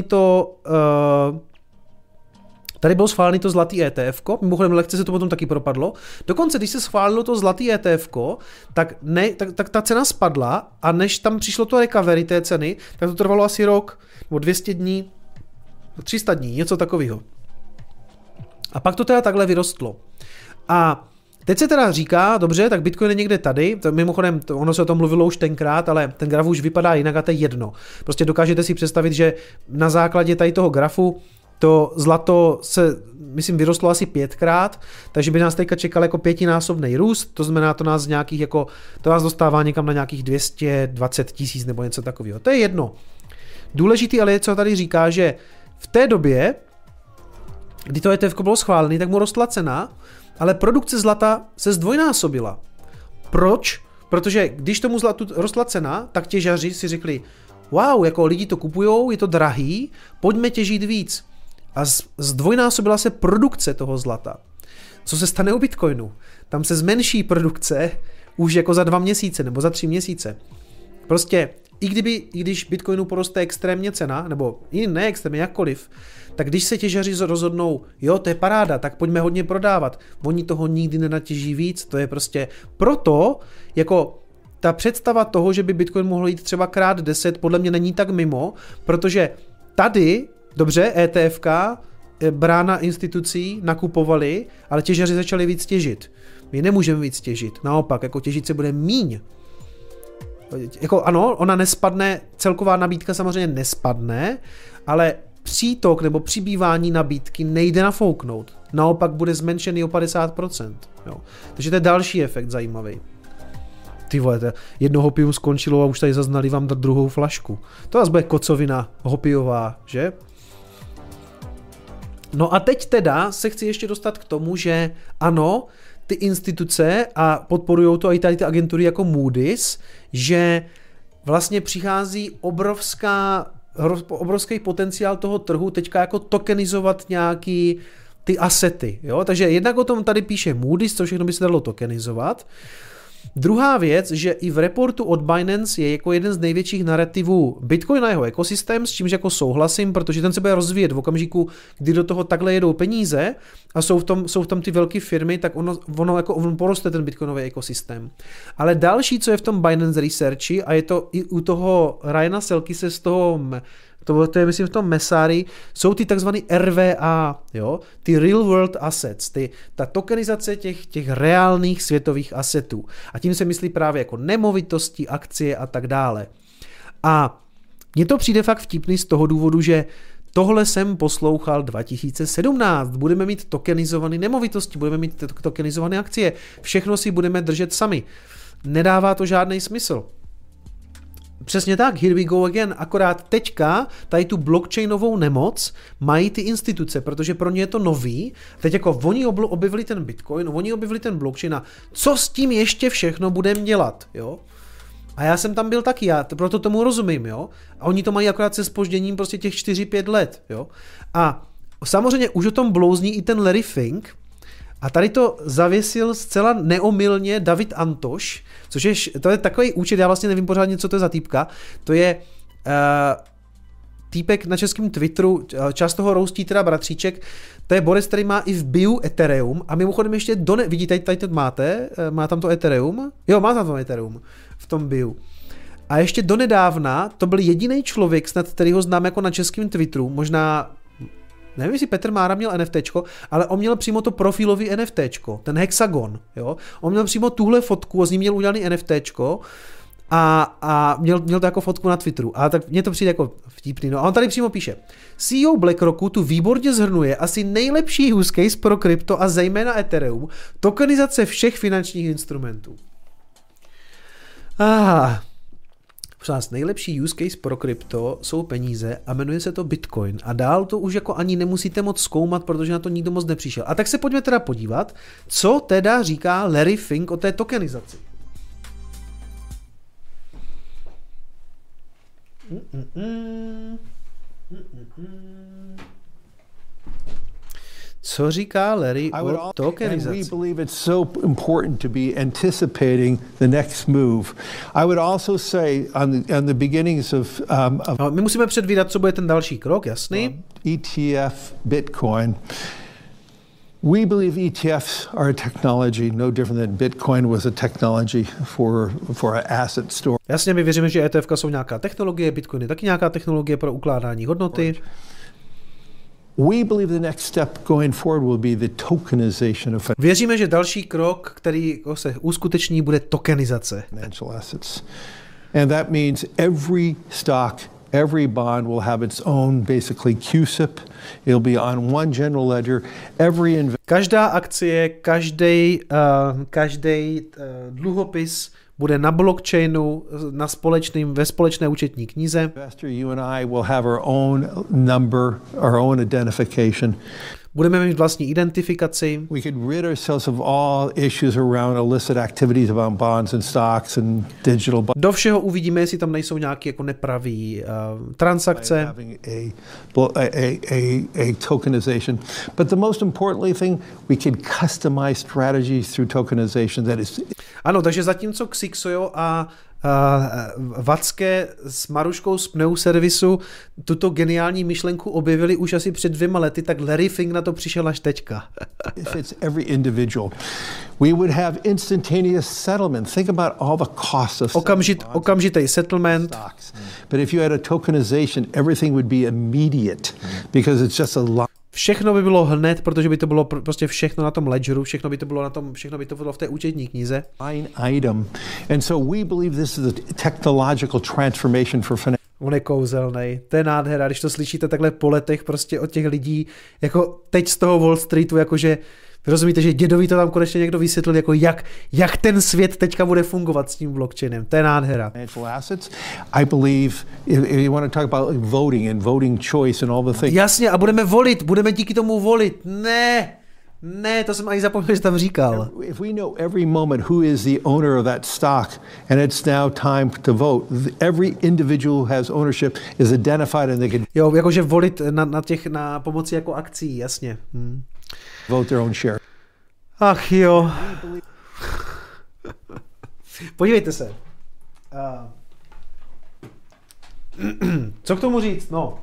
to zlatý ETF-ko, mimochodem lehce se to potom taky propadlo. Dokonce, když se schválilo to zlatý ETF-ko, tak ta cena spadla a než tam přišlo to recovery té ceny, tak to trvalo asi rok, nebo 200 dní, 300 dní, něco takového. A pak to teda takhle vyrostlo. A teď se teda říká, dobře, tak Bitcoin je někde tady, to mimochodem, ono se o tom mluvilo už tenkrát, ale ten graf už vypadá jinak a to je jedno. Prostě dokážete si představit, že na základě tady toho grafu to zlato se, myslím, vyrostlo asi 5krát, takže by nás teďka čekal jako 5násobný růst, to znamená, to nás dostává někam na nějakých 220 000 nebo něco takového. To je jedno. Důležitý ale je, co tady říká, že v té době, kdy to ETF bylo schválené, tak mu rostla cena, ale produkce zlata se zdvojnásobila. Proč? Protože když tomu zlatu rostla cena, tak těžaři si řekli, wow, jako lidi to kupujou, je to drahý, pojďme těžit víc. A zdvojnásobila se produkce toho zlata. Co se stane u Bitcoinu? Tam se zmenší produkce už jako za 2 měsíce nebo za 3 měsíce. Prostě i když Bitcoinu poroste extrémně cena, nebo i ne extrémně, jakkoliv, tak když se těžaři rozhodnou, jo, to je paráda, tak pojďme hodně prodávat. Oni toho nikdy nenatěží víc, to je prostě proto, jako ta představa toho, že by Bitcoin mohl jít třeba krát 10, podle mě není tak mimo, protože tady, dobře, ETFka, brána institucí nakupovali, ale těžaři začali víc těžit. My nemůžeme víc těžit, naopak, jako těžit se bude míň. Jako ano, ona nespadne, celková nabídka samozřejmě nespadne, ale přítok nebo přibývání nabídky nejde nafouknout. Naopak bude zmenšený o 50%. Jo. Takže to je další efekt zajímavý. Ty vole, jedno hopium skončilo a už tady zaznali vám dát druhou flašku. To vás bude kocovina hopiová, že? No a teď teda se chci ještě dostat k tomu, že ano, ty instituce a podporujou to i tady ty agentury jako Moody's, že vlastně přichází obrovský potenciál toho trhu teďka jako tokenizovat nějaký ty asety, jo? Takže jednak o tom tady píše Moody's, co všechno by se dalo tokenizovat. Druhá věc, že i v reportu od Binance je jako jeden z největších narrativů Bitcoin a jeho ekosystém, s čímž jako souhlasím, protože ten se bude rozvíjet v okamžiku, kdy do toho takhle jedou peníze a jsou v tom ty velké firmy, tak on poroste ten bitcoinový ekosystém. Ale další, co je v tom Binance Researchi, a je to i u toho Ryana Selkise z toho, to je myslím v tom Messari, jsou ty takzvaný RWA, jo? Ty real world assets, ta tokenizace těch reálných světových asetů. A tím se myslí právě jako nemovitosti, akcie a tak dále. A mně to přijde fakt vtipný z toho důvodu, že tohle jsem poslouchal 2017. Budeme mít tokenizované nemovitosti, budeme mít tokenizované akcie. Všechno si budeme držet sami. Nedává to žádný smysl. přesně tak, here we go again, akorát teďka tady tu blockchainovou nemoc mají ty instituce, protože pro ně je to nový, teď jako oni objevili ten Bitcoin, oni objevili ten blockchain a co s tím ještě všechno budeme dělat, jo? A já jsem tam byl taky, já proto tomu rozumím, jo? A oni to mají akorát se zpožděním prostě těch 4-5 let, jo? A samozřejmě už o tom blouzní i ten Larry Fink, a tady to zavěsil zcela neomylně David Antoš, to je takový účet, já vlastně nevím pořádně, co to je za týpka, to je týpek na českém Twitteru, často ho roustí teda bratříček, to je Boris, který má i v bio Ethereum a mimochodem ještě vidíte, tady to máte, má tam to Ethereum, jo, má tam to Ethereum v tom bio. A ještě donedávna to byl jediný člověk, snad který ho znám jako na českém Twitteru, možná nevím, jestli Petr Mára měl NFTčko, ale on měl přímo to profilový NFTčko, ten hexagon, jo. On měl přímo tuhle fotku, z ní měl udělaný NFTčko a měl to jako fotku na Twitteru. A tak mně to přijde jako vtipný. No a on tady přímo píše: CEO BlackRocku tu výborně zhrnuje asi nejlepší use case pro krypto a zejména Ethereum, tokenizace všech finančních instrumentů. Nejlepší use case pro krypto jsou peníze a jmenuje se to Bitcoin. A dál to už jako ani nemusíte moc zkoumat, protože na to nikdo moc nepřišel. A tak se pojďme teda podívat, co teda říká Larry Fink o té tokenizaci. Co říká Larry o tokenizaci? We believe it's so important to be anticipating the next move. I would also say on the beginnings of my musíme předvídat, co bude ten další krok, jasný? ETF Bitcoin. We believe ETFs are a technology no different than Bitcoin was a technology for an asset store. Jasně, my věříme, že ETFka jsou nějaká technologie, Bitcoin je taky nějaká technologie pro ukládání hodnoty. We believe the next step going forward will be the tokenization of Věříme, že další krok, který se uskuteční, bude tokenizace. Financial assets. And that means every stock, every bond will have its own basically CUSIP. It'll be on one general ledger. Každá akcie, každý dluhopis bude na blockchainu, ve společné účetní knize. You and I will have our own number, our own identification. Budeme mít vlastní identifikaci. We could rid ourselves of all issues around illicit activities around bonds and stocks and digital. Do všeho uvidíme, jestli tam nejsou nějaké jako nepravý transakce. A tokenization. But the most importantly thing, we can customize strategies through tokenization that is. Ano, takže zatímco Xixojo a Vacké s Maruškou z Pneu servisu tuto geniální myšlenku objevili už asi před 2 lety, tak Larry Fink na to přišel až teďka. If it's every individual, we would have instantaneous settlement. Think about all the costs of okamžitý settlement. But if you had a tokenization, everything would be immediate because it's just a lot. Všechno by bylo hned, protože by to bylo prostě všechno na tom ledgeru, všechno by to bylo v té účetní knize. Item. And so we believe this is a technological transformation for finance. On je kouzelnej, to je nádhera, když to slyšíte takhle po letech prostě od těch lidí, jako teď z toho Wall Streetu, jakože rozumíte, že dědovi to tam konečně někdo vysvětlil, jako jak ten svět teďka bude fungovat s tím blockchainem. To je nádhera. I believe if you want to talk about voting and voting choice and all the things. Jasně, a budeme díky tomu volit. Ne, to jsem ani zapomněl, že tam říkal. If we know every moment who is the owner of that stock and it's now time to vote, every individual who has ownership is identified and they can. Jo, jakože volit na pomoci jako akcí, jasně. Vote their own share. Ach jo. Podívejte se. Co k tomu říct? No.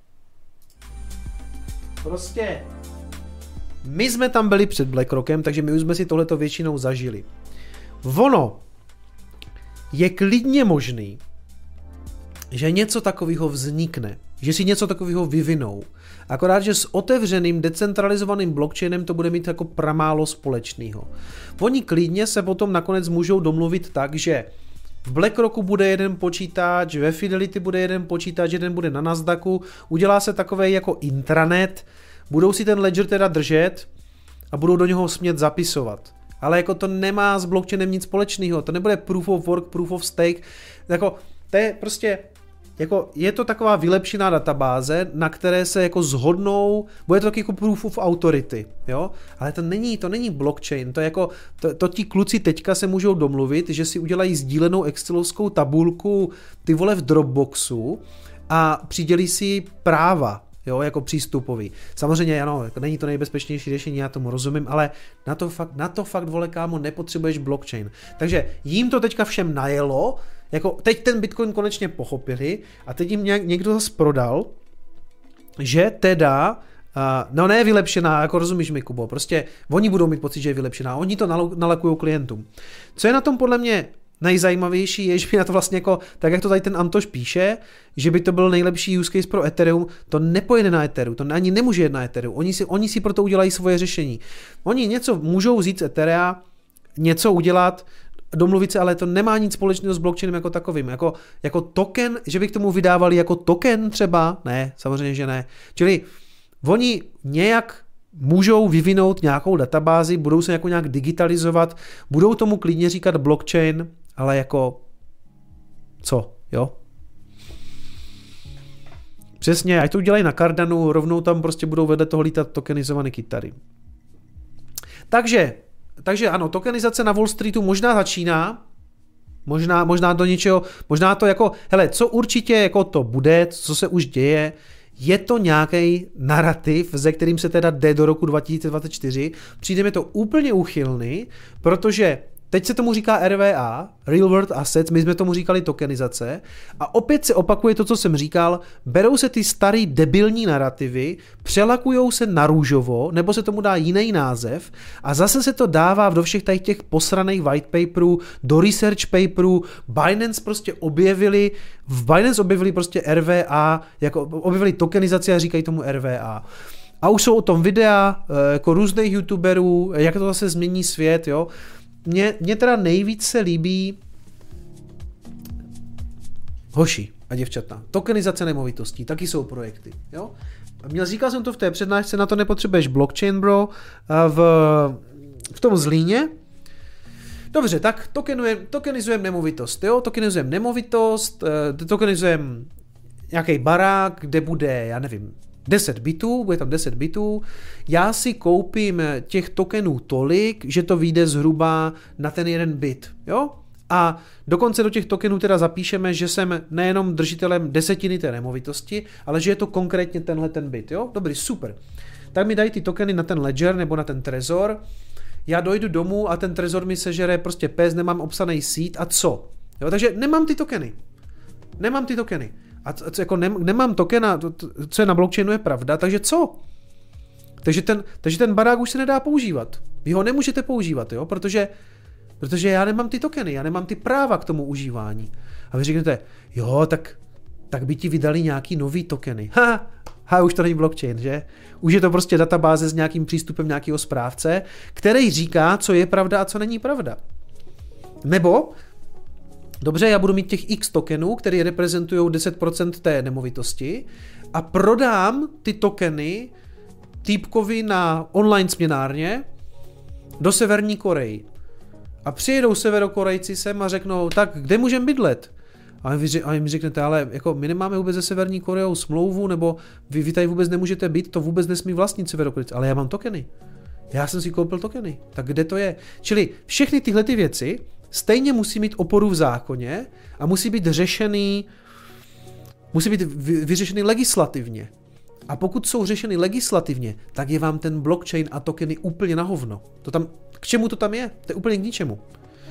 Prostě my jsme tam byli před BlackRockem, takže my už jsme si tohleto většinou zažili. Ono je klidně možný, že něco takového vznikne, že si něco takového vyvinou. Akorát, že s otevřeným, decentralizovaným blockchainem to bude mít jako pramálo společného. Oni klidně se potom nakonec můžou domluvit tak, že v BlackRocku bude jeden počítač, ve Fidelity bude jeden počítač, jeden bude na Nasdaqu, udělá se takové jako intranet, budou si ten ledger teda držet a budou do něho smět zapisovat. Ale jako to nemá s blockchainem nic společného, to nebude proof of work, proof of stake, jako To je prostě, jako je to taková vylepšená databáze, na které se jako zhodnou, bude to taky jako proof of authority, jo? Ale to není blockchain, to je jako, to ti kluci teďka se můžou domluvit, že si udělají sdílenou excelovskou tabulku ty vole v Dropboxu a přidělí si práva, jo, jako přístupový. Samozřejmě, ano, není to nejbezpečnější řešení, já tomu rozumím, ale na to fakt, vole, kámo, nepotřebuješ blockchain. Takže jim to teďka všem najelo, jako teď ten Bitcoin konečně pochopili a teď jim někdo zase prodal, že teda, no ne vylepšená, jako rozumíš mi, Kubo, prostě oni budou mít pocit, že je vylepšená, oni to nalakujou klientům. Co je na tom podle mě nejzajímavější je, že by na to vlastně jako, tak jak to tady ten Antoš píše, že by to byl nejlepší use case pro Ethereum, to nepojede na Ethereum, to ani nemůže jít na Ethereum, oni si proto udělají svoje řešení. Oni něco můžou vzít z Etherea, něco udělat, domluvit se, ale to nemá nic společného s blockchainem jako takovým. Jako token, že by k tomu vydávali jako token třeba? Ne, samozřejmě, že ne. Čili oni nějak můžou vyvinout nějakou databázi, budou se jako nějak digitalizovat, budou tomu klidně říkat blockchain, ale jako co, jo? Přesně, ať to udělají na Cardanu, rovnou tam prostě budou vedle toho lítat tokenizované kytary. Takže ano, tokenizace na Wall Streetu možná začíná, možná do něčeho, možná to jako, hele, co určitě jako to bude, co se už děje, je to nějaký narrativ, ze kterým se teda jde do roku 2024, přijde mi to úplně úchylný, protože teď se tomu říká RWA, Real World Assets, my jsme tomu říkali tokenizace a opět se opakuje to, co jsem říkal, berou se ty starý debilní narrativy, přelakujou se na růžovo, nebo se tomu dá jiný název a zase se to dává do všech těch posraných white paperů, do research paperů, Binance prostě objevili prostě RWA, jako objevili tokenizaci a říkají tomu RWA. A už jsou o tom videa, jako různých youtuberů, jak to zase změní svět, jo. Mně teda nejvíc se líbí hoši a děvčata. Tokenizace nemovitostí, taky jsou projekty. Jo? Říkal jsem to v té přednášce, na to nepotřebuješ blockchain, bro, v tom Zlíně. Dobře, tak tokenizujeme nemovitost, jo? Tokenizujeme nějaký barák, kde bude, já nevím, 10 bitů, bude tam 10 bitů, já si koupím těch tokenů tolik, že to vyjde zhruba na ten jeden bit, jo? A dokonce do těch tokenů teda zapíšeme, že jsem nejenom držitelem desetiny té nemovitosti, ale že je to konkrétně tenhle ten bit, jo? Dobrý, super. Tak mi dají ty tokeny na ten ledger nebo na ten trezor, já dojdu domů a ten trezor mi sežere prostě pes, nemám obsaný seed a co? Jo? Takže nemám ty tokeny. A jako nemám tokena, co je na blockchainu je pravda, takže co? Takže ten barák už se nedá používat. Vy ho nemůžete používat, jo? Protože já nemám ty tokeny, já nemám ty práva k tomu užívání. A vy řeknete, jo, tak by ti vydali nějaký nový tokeny. Už to není blockchain, že? Už je to prostě databáze s nějakým přístupem nějakého správce, který říká, co je pravda a co není pravda. Nebo dobře, já budu mít těch X tokenů, které reprezentují 10% té nemovitosti a prodám ty tokeny týpkovi na online směnárně do Severní Koreji. A přijedou Severokorejci sem a řeknou, tak kde můžeme bydlet? A vy mi řeknete, ale jako my nemáme vůbec se Severní Koreou smlouvu, nebo vy tady vůbec nemůžete být, to vůbec nesmí vlastnit Severokorejci, ale já mám tokeny. Já jsem si koupil tokeny, tak kde to je? Čili všechny tyhle ty věci stejně musí mít oporu v zákoně a musí být vyřešeny legislativně. A pokud jsou řešeny legislativně, tak je vám ten blockchain a tokeny úplně na hovno. K čemu to tam je? To je úplně k ničemu.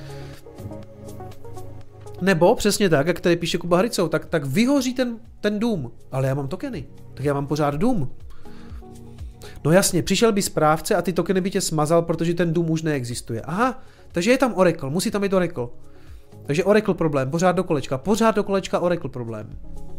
Nebo přesně tak, jak tady píše Kuba Hricou, tak vyhoří ten dům, ale já mám tokeny, tak já mám pořád dům. No jasně, přišel by správce a ty tokeny by tě smazal, protože ten dům už neexistuje. Aha, takže je tam Oracle, musí tam být Oracle. Takže Oracle problém, pořád do kolečka Oracle problém.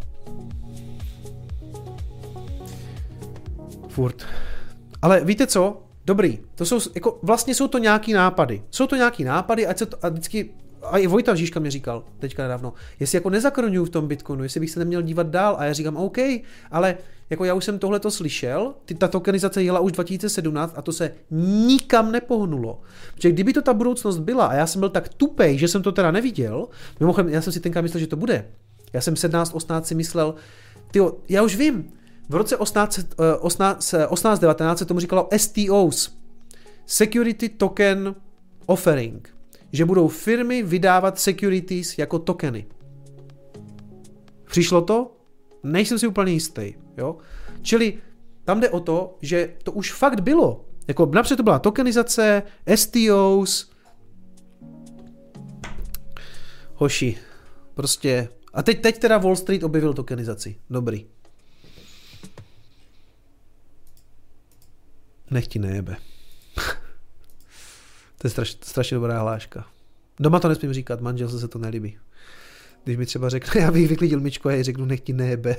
Furt. Ale víte co? Dobrý, to jsou, jako, vlastně jsou to nějaký nápady. A vždycky, a i Vojta Žižka mě říkal teďka nedávno, jestli jako nezakrňuju v tom Bitcoinu, jestli bych se neměl dívat dál, a já říkám OK, ale jako já už jsem tohleto slyšel, ta tokenizace jela už 2017 a to se nikam nepohnulo. Protože kdyby to ta budoucnost byla a já jsem byl tak tupej, že jsem to teda neviděl, mimochodem já jsem si tenkrát myslel, že to bude, Já jsem 17-18 si myslel, tyjo, já už vím, v roce 18-19 se tomu říkalo STOs, Security Token Offering, že budou firmy vydávat securities jako tokeny. Přišlo to? Nejsem si úplně jistý. Jo? Čili tam jde o to, že to už fakt bylo. Jako napřed to byla tokenizace, STOs, hoši, prostě. A teď teda Wall Street objevil tokenizaci. Dobrý. Nech ti nejebe. To je strašně dobrá hláška. Doma to nesmím říkat, manželce se to nelíbí. Když mi třeba řekne, já bych vyklidil myčku a já řeknu, nech ti nejebe.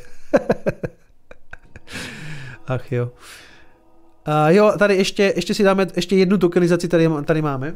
Ach jo. A jo, tady ještě si dáme ještě jednu tokenizaci, tady máme.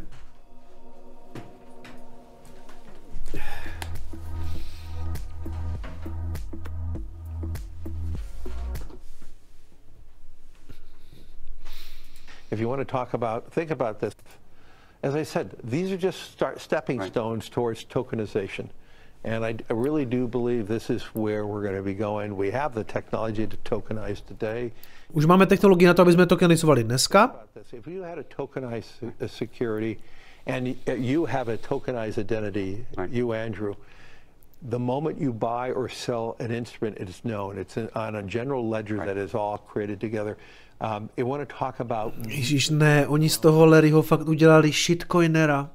If you want to think about this, as I said, these are just stepping stones towards tokenization. And I really do believe this is where we're going to be going. We have the technology to tokenize today. Už máme technologii na to, aby jsme tokenizovali dneska. If you had a tokenized security and you have a tokenized identity, you, Andrew, the moment you buy or sell an instrument, it is known. It's on a general ledger that is all created together. I want to talk about... Ježiš, ne, oni z toho Larryho fakt udělali shitcoinera.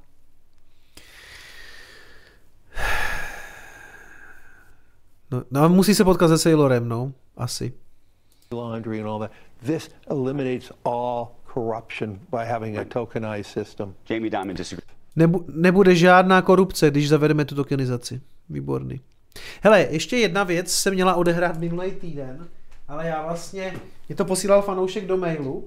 No, musí se potkat se Saylorem, no, asi. Laundry and all that. This eliminates all corruption by having a tokenized system. Jamie Dimon disagrees. Nebude žádná korupce, když zavedeme tu tokenizaci. Výborný. Hele, ještě jedna věc se měla odehrát minulý týden, ale já vlastně, mě to posílal fanoušek do mailu,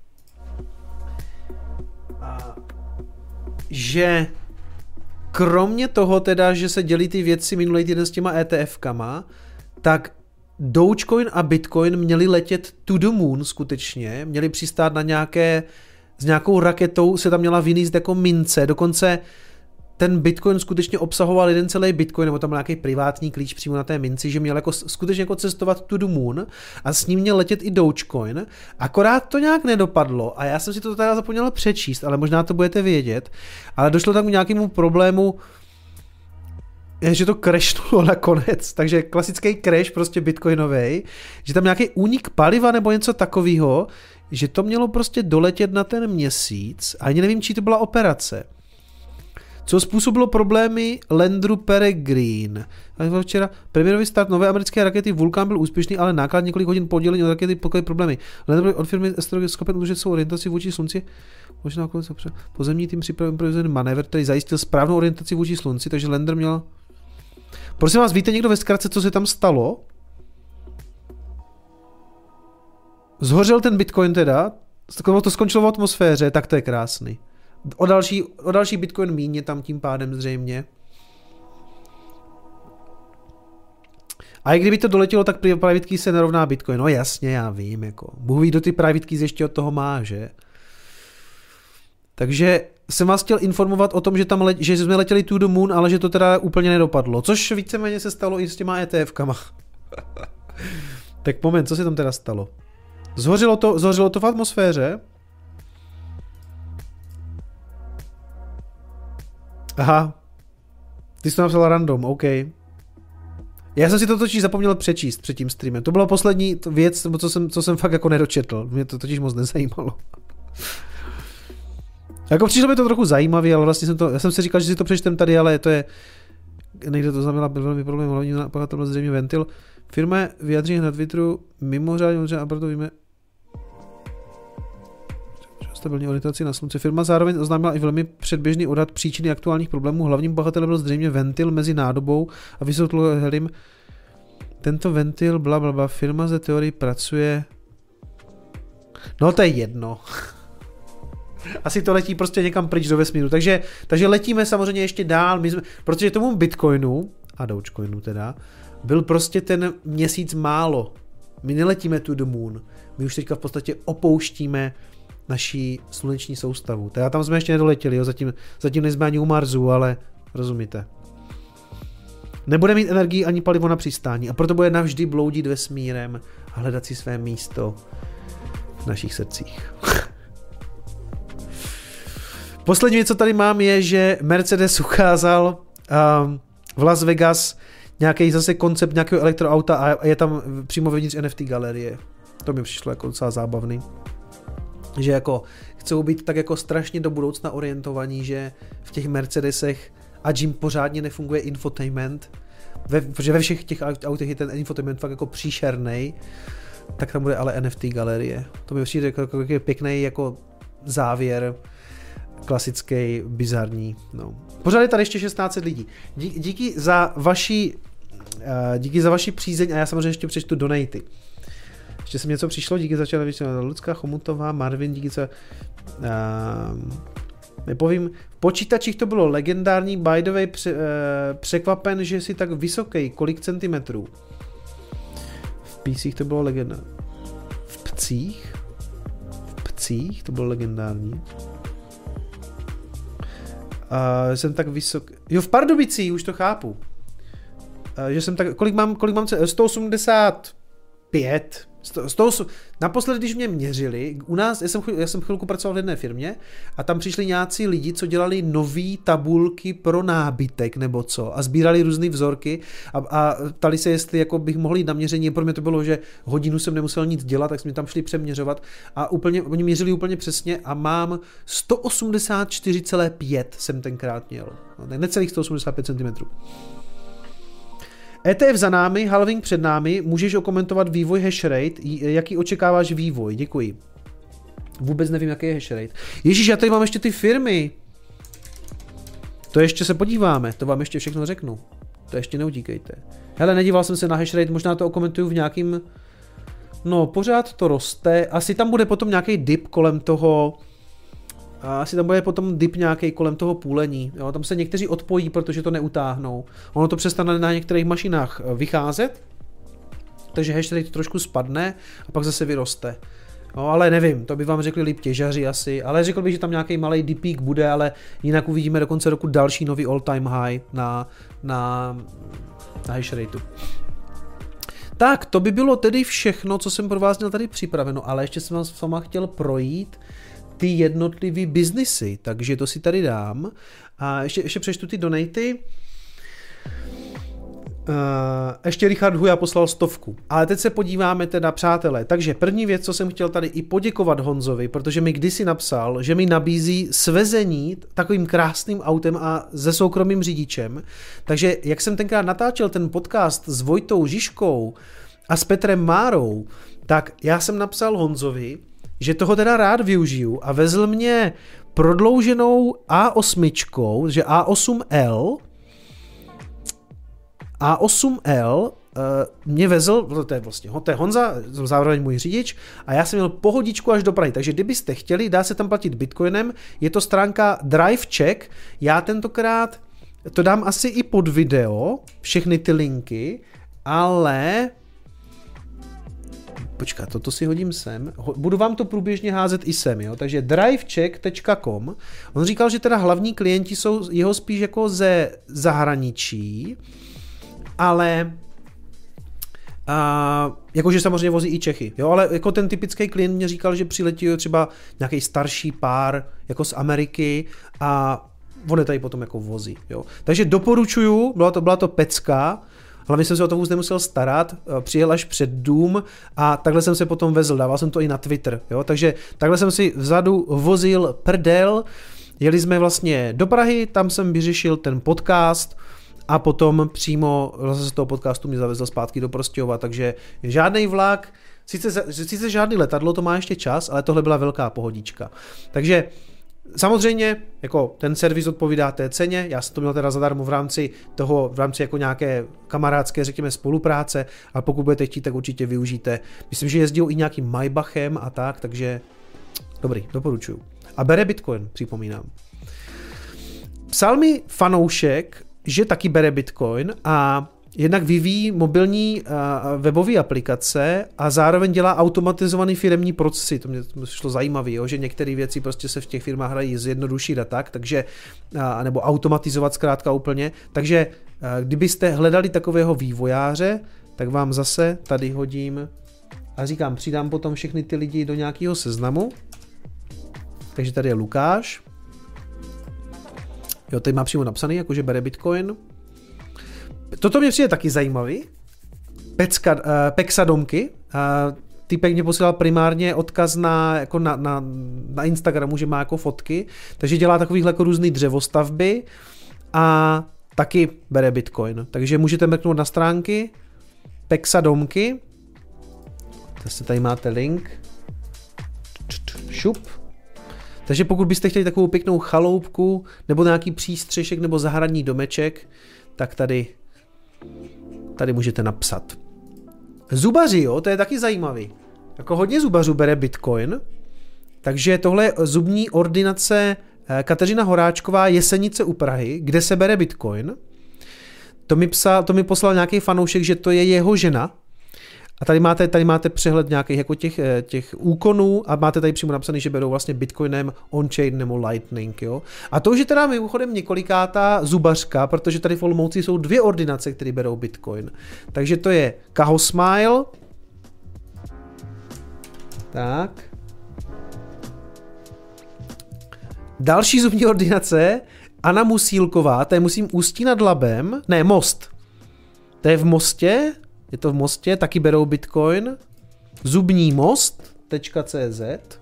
že kromě toho teda, že se dělí ty věci minulý týden s těma ETFkama, tak Dogecoin a Bitcoin měli letět to the moon skutečně, měli přistát na s nějakou raketou se tam měla vynést jako mince, dokonce ten Bitcoin skutečně obsahoval jeden celý Bitcoin, nebo tam byl nějaký privátní klíč přímo na té minci, že měl jako skutečně jako cestovat to the moon a s ním měl letět i Dogecoin, akorát to nějak nedopadlo a já jsem si to teda zapomněl přečíst, ale možná to budete vědět, ale došlo tam k nějakému problému, že to crashnulo nakonec, takže klasický crash prostě bitcoinovej, že tam nějaký únik paliva nebo něco takového, že to mělo prostě doletět na ten měsíc a ani nevím, čí to byla operace. Co způsobilo problémy Landeru Peregrine. Včera premiérový start nové americké rakety Vulcan byl úspěšný, ale náklad několik hodin po oddělení od rakety pokryl problémy. Lander od firmy Astrology schopen udržet svou orientaci vůči slunci. Možná pozemní tým připravil improvizovaný manévr, který zajistil správnou orientaci vůči slunci, takže Lander měl... Prosím vás, víte někdo ve zkratce, co se tam stalo? Zhořel ten Bitcoin teda, to skončilo v atmosféře, tak to je krásný. O další Bitcoin míně tam tím pádem zřejmě. A i kdyby to doletělo, tak private keys se nerovná Bitcoin. No jasně, já vím, jako. Bůh ví, kdo ty private keys ještě od toho má, že? Takže jsem vás chtěl informovat o tom, že jsme letěli to the moon, ale že to teda úplně nedopadlo. Což víceméně se stalo i s těma ETFkama. Tak moment, co se tam teda stalo? Zhořilo to v atmosféře? Aha. Ty jsi to napsal random, OK. Já jsem si to totiž zapomněl přečíst před tím streamem. To byla poslední věc, co jsem fakt jako nedočetl. Mě to totiž moc nezajímalo. Jako přišlo mi to trochu zajímavý, ale vlastně já jsem si říkal, že si to přečtem tady, ale to je... Někde to znamená velmi problém, hlavní napachatel byl zřejmě Ventil. Firma vyjadří na Twitteru mimořádně, a proto víme... Stabilní orientaci na slunce. Firma zároveň oznámila i velmi předběžný odhad příčiny aktuálních problémů. Hlavním pachatelem byl zřejmě ventil mezi nádobou a vysvětlil Helim. Tento ventil, blablabla, firma ze teorii pracuje... No to je jedno. Asi to letí prostě někam pryč do vesmíru. Takže letíme samozřejmě ještě dál, protože tomu Bitcoinu, a Dogecoinu teda, byl prostě ten měsíc málo. My neletíme to the moon. My už teďka v podstatě opouštíme naší sluneční soustavu. Teda tam jsme ještě nedoletěli, jo? Zatím nejsme ani u Marsu, ale rozumíte. Nebude mít energii ani palivo na přistání a proto bude navždy bloudit vesmírem a hledat si své místo v našich srdcích. Poslední věc, co tady mám, je, že Mercedes ukázal v Las Vegas nějaký zase koncept nějakého elektroauta a je tam přímo vevnitř NFT galerie. To mi přišlo jako docela zábavný. Že jako chcou být tak jako strašně do budoucna orientovaní, že v těch Mercedesech, ať jim pořádně nefunguje infotainment, protože ve všech těch autech je ten infotainment fakt jako příšernej, tak tam bude ale NFT galerie. To mi přijde jako pěkný jako závěr, klasický, bizarní. No. Pořád je tady ještě 16 lidí. Díky za vaši přízeň a já samozřejmě ještě přečtu donaty. Ještě jsem něco přišlo, díky za Lucka, Chomutová, Marvin, díky za... nepovím, v počítačích to bylo legendární, by the way, překvapen, že jsi tak vysoký, kolik centimetrů. V PCích to bylo legendární. V pcích? V pcích to bylo legendární. Jsem tak vysoký. Jo, v Pardubicích, už to chápu. Že jsem tak, kolik mám 185. Naposledy, když mě měřili, u nás, já jsem chvilku pracoval v jedné firmě a tam přišli nějací lidi, co dělali nový tabulky pro nábytek nebo co a sbírali různé vzorky a ptali se, jestli jako bych mohl jít na měření. Pro mě to bylo, že hodinu jsem nemusel nic dělat, tak jsme tam šli přeměřovat a oni měřili úplně přesně a mám 184,5 jsem tenkrát měl. Necelých 185 cm. ETF za námi, halving před námi, můžeš okomentovat vývoj hashrate, jaký očekáváš vývoj, děkuji. Vůbec nevím, jaký je hashrate. Ježíš, já tady mám ještě ty firmy. To ještě se podíváme, to vám ještě všechno řeknu. To ještě neutíkejte. Hele, nedíval jsem se na hashrate, možná to okomentuju v nějakým... No, pořád to roste, asi tam bude potom nějaký dip kolem toho... Asi tam bude potom dip nějaký kolem toho půlení. Jo, tam se někteří odpojí, protože to neutáhnou. Ono to přestane na některých mašinách vycházet, takže hashrate to trošku spadne a pak zase vyroste. No, ale nevím, to by vám řekli líp těžaři asi, ale řekl bych, že tam nějaký malý dipík bude, ale jinak uvidíme do konce roku další nový all-time high na hashrateu. Tak, to by bylo tedy všechno, co jsem pro vás měl tady připraveno, ale ještě jsem vás s váma chtěl projít ty jednotlivý biznisy, takže to si tady dám. A ještě přečtu ty donaty. Ještě Richard Huja poslal 100. Ale teď se podíváme teda, přátelé. Takže první věc, co jsem chtěl tady i poděkovat Honzovi, protože mi kdysi napsal, že mi nabízí svezení takovým krásným autem a se soukromým řidičem. Takže jak jsem tenkrát natáčel ten podcast s Vojtou Žižkou a s Petrem Márou, tak já jsem napsal Honzovi, že toho teda rád využiju a vezl mě prodlouženou A8, že A8L mě vezl, to je vlastně, to je Honza, zároveň můj řidič a já jsem měl pohodičku až do Prahy, takže kdybyste chtěli, dá se tam platit bitcoinem, je to stránka DriveCheck, já tentokrát to dám asi i pod video, všechny ty linky, ale... Počkat, toto si hodím sem. Budu vám to průběžně házet i sem, jo? Takže drivecheck.com. On říkal, že teda hlavní klienti jsou jeho spíš jako ze zahraničí, ale jakože samozřejmě vozí i Čechy, jo? Ale jako ten typický klient mě říkal, že přiletí třeba nějaký starší pár jako z Ameriky a on je tady potom jako vozí, jo? Takže doporučuju, byla to pecka. Hlavně jsem se o to vůz nemusel starat, přijel až před dům a takhle jsem se potom vezl, dával jsem to i na Twitter, jo? Takže takhle jsem si vzadu vozil prdel, jeli jsme vlastně do Prahy, tam jsem vyřešil ten podcast a potom přímo zase z toho podcastu mě zavezl zpátky do Prostějova, takže žádnej vlak, sice žádný letadlo, to má ještě čas, ale tohle byla velká pohodička. Takže samozřejmě, jako ten servis odpovídá té ceně, já jsem to měl teda zadarmo v rámci jako nějaké kamarádské, řekněme, spolupráce, ale pokud budete chtít, tak určitě využijte. Myslím, že jezdil i nějakým Maybachem a tak, takže dobrý, doporučuju. A bere Bitcoin, připomínám. Psal mi fanoušek, že taky bere Bitcoin a jednak vyvíjí mobilní webové aplikace a zároveň dělá automatizovaný firemní procesy. To mě šlo zajímavé, že některé věci prostě se v těch firmách hrají zjednodušit a tak, takže, nebo automatizovat zkrátka úplně. Takže kdybyste hledali takového vývojáře, tak vám zase tady hodím a říkám, přidám potom všechny ty lidi do nějakého seznamu. Takže tady je Lukáš. Jo, tady má přímo napsaný, jakože bere Bitcoin. Toto mě přijde taky zajímavý. Pexadomky. Týpek mě posílal primárně odkaz na Instagramu, že má jako fotky, takže dělá takovýhle jako různý dřevostavby a taky bere Bitcoin. Takže můžete mrknout na stránky Pexadomky. Tady máte link. Šup. Takže pokud byste chtěli takovou pěknou chaloupku nebo nějaký přístřešek nebo zahradní domeček, tak tady můžete napsat. Zubaři, jo, to je taky zajímavý. Jako hodně zubařů bere Bitcoin, takže tohle je zubní ordinace Kateřina Horáčková, Jesenice u Prahy, kde se bere Bitcoin. To mi poslal nějaký fanoušek, že to je jeho žena. A tady máte přehled nějakých jako těch úkonů a máte tady přímo napsaný, že berou vlastně Bitcoinem on-chain nebo Lightning. Jo? A to už je teda mimochodem několikátá zubařka, protože tady v Olomouci jsou 2 ordinace, které berou Bitcoin. Takže to je Kahosmile. Tak. Další zubní ordinace, Anna Musílková, to je musím Ústí nad Labem, ne, Most. To je v Mostě. Je to v Mostě, taky berou Bitcoin. Zubní most.cz.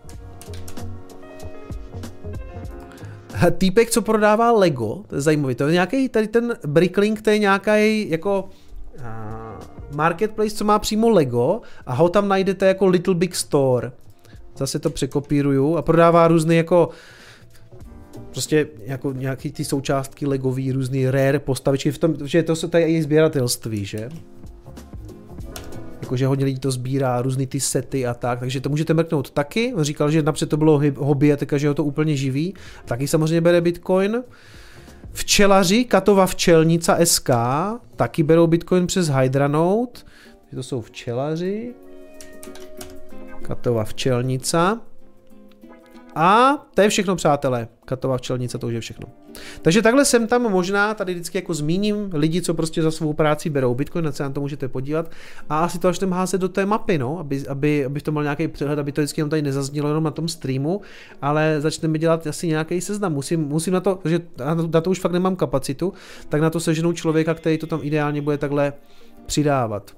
Týpek, co prodává Lego, to je zajímavý. To je nějaký, tady ten Bricklink, to je nějaký jako marketplace, co má přímo Lego a ho tam najdete jako Little Big Store. Zase to překopíruju a prodává různý jako prostě jako nějaký ty součástky legový, různý rare postavičky, v tom, že to jsou tady i sběratelství, že? Jakože hodně lidí to sbírá, různý ty sety a tak, takže to můžete mrknout taky. On říkal, že napřed to bylo hobby a teďka, že ho to úplně živí. Taky samozřejmě bere Bitcoin. Včelaři, Katova včelnica SK, taky berou Bitcoin přes Hydranote. To jsou včelaři. Katova včelnica. A to je všechno, přátelé. Katova včelnice, to už je všechno. Takže takhle jsem tam možná, tady vždycky jako zmíním lidi, co prostě za svou práci berou Bitcoin, na co na to můžete podívat. A asi to až tam házet do té mapy, no, aby to mal nějaký přehled, aby to vždycky jenom tady nezaznělo jenom na tom streamu, ale začneme dělat asi nějaký seznam. Musím na to, protože na to už fakt nemám kapacitu, tak na to seženu člověka, který to tam ideálně bude takhle přidávat.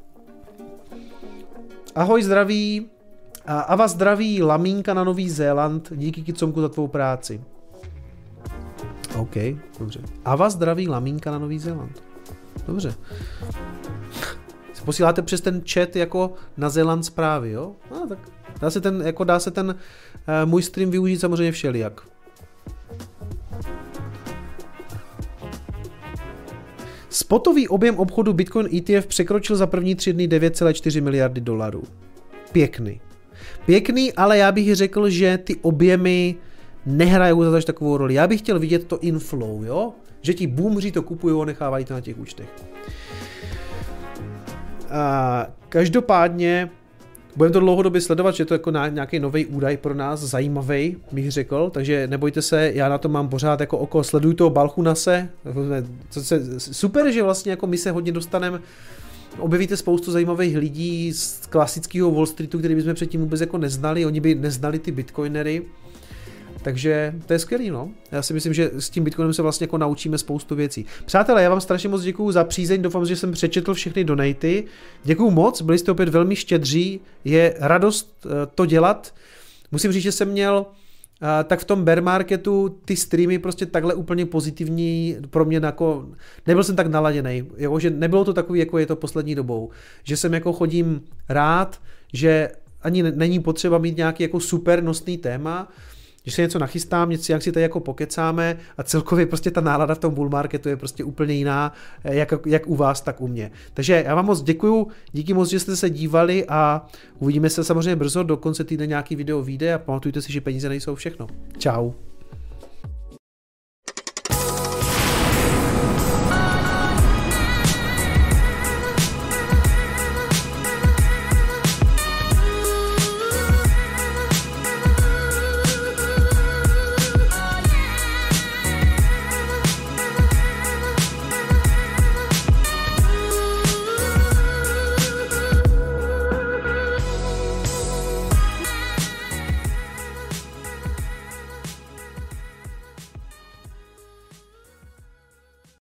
Ahoj, zdraví. Ava zdraví Lamínka na Nový Zéland, díky Kicomku za tvou práci. OK, dobře. Ava zdraví Lamínka na Nový Zéland. Dobře. Posíláte přes ten chat jako na Zéland zprávy, jo? Tak dá se ten můj stream využít samozřejmě všelijak. Spotový objem obchodu Bitcoin ETF překročil za první 3 dny 9,4 miliardy dolarů. Pěkný, ale já bych řekl, že ty objemy nehrajou za takovou roli. Já bych chtěl vidět to inflow, jo? Že ti boomři to kupují a nechávají to na těch účtech. Každopádně budeme to dlouhodobě sledovat, že to je jako nějaký nový údaj pro nás, zajímavý, bych řekl, takže nebojte se, já na to mám pořád jako oko, sleduju toho Balchunase, super, že vlastně jako my se hodně dostaneme, objevíte spoustu zajímavých lidí z klasického Wall Streetu, který bychom předtím vůbec jako neznali, oni by neznali ty bitcoinery, takže to je skvělý, no. Já si myslím, že s tím Bitcoinem se vlastně jako naučíme spoustu věcí. Přátelé, já vám strašně moc děkuju za přízeň, doufám, že jsem přečetl všechny donaty. Děkuju moc, byli jste opět velmi štědří, je radost to dělat. Musím říct, že jsem měl tak v tom bear marketu ty streamy prostě takhle úplně pozitivní pro mě, jako nebyl jsem tak naladěnej, jo, že nebylo to takový, jako je to poslední dobou, že jsem jako chodím rád, že ani není potřeba mít nějaký jako super nosný téma, že se něco nachystám, jak si tady jako pokecáme a celkově prostě ta nálada v tom bull marketu je prostě úplně jiná, jak u vás, tak u mě. Takže já vám moc děkuju, díky moc, že jste se dívali a uvidíme se samozřejmě brzo, do konce týdne nějaký video vyjde a pamatujte si, že peníze nejsou všechno. Čau.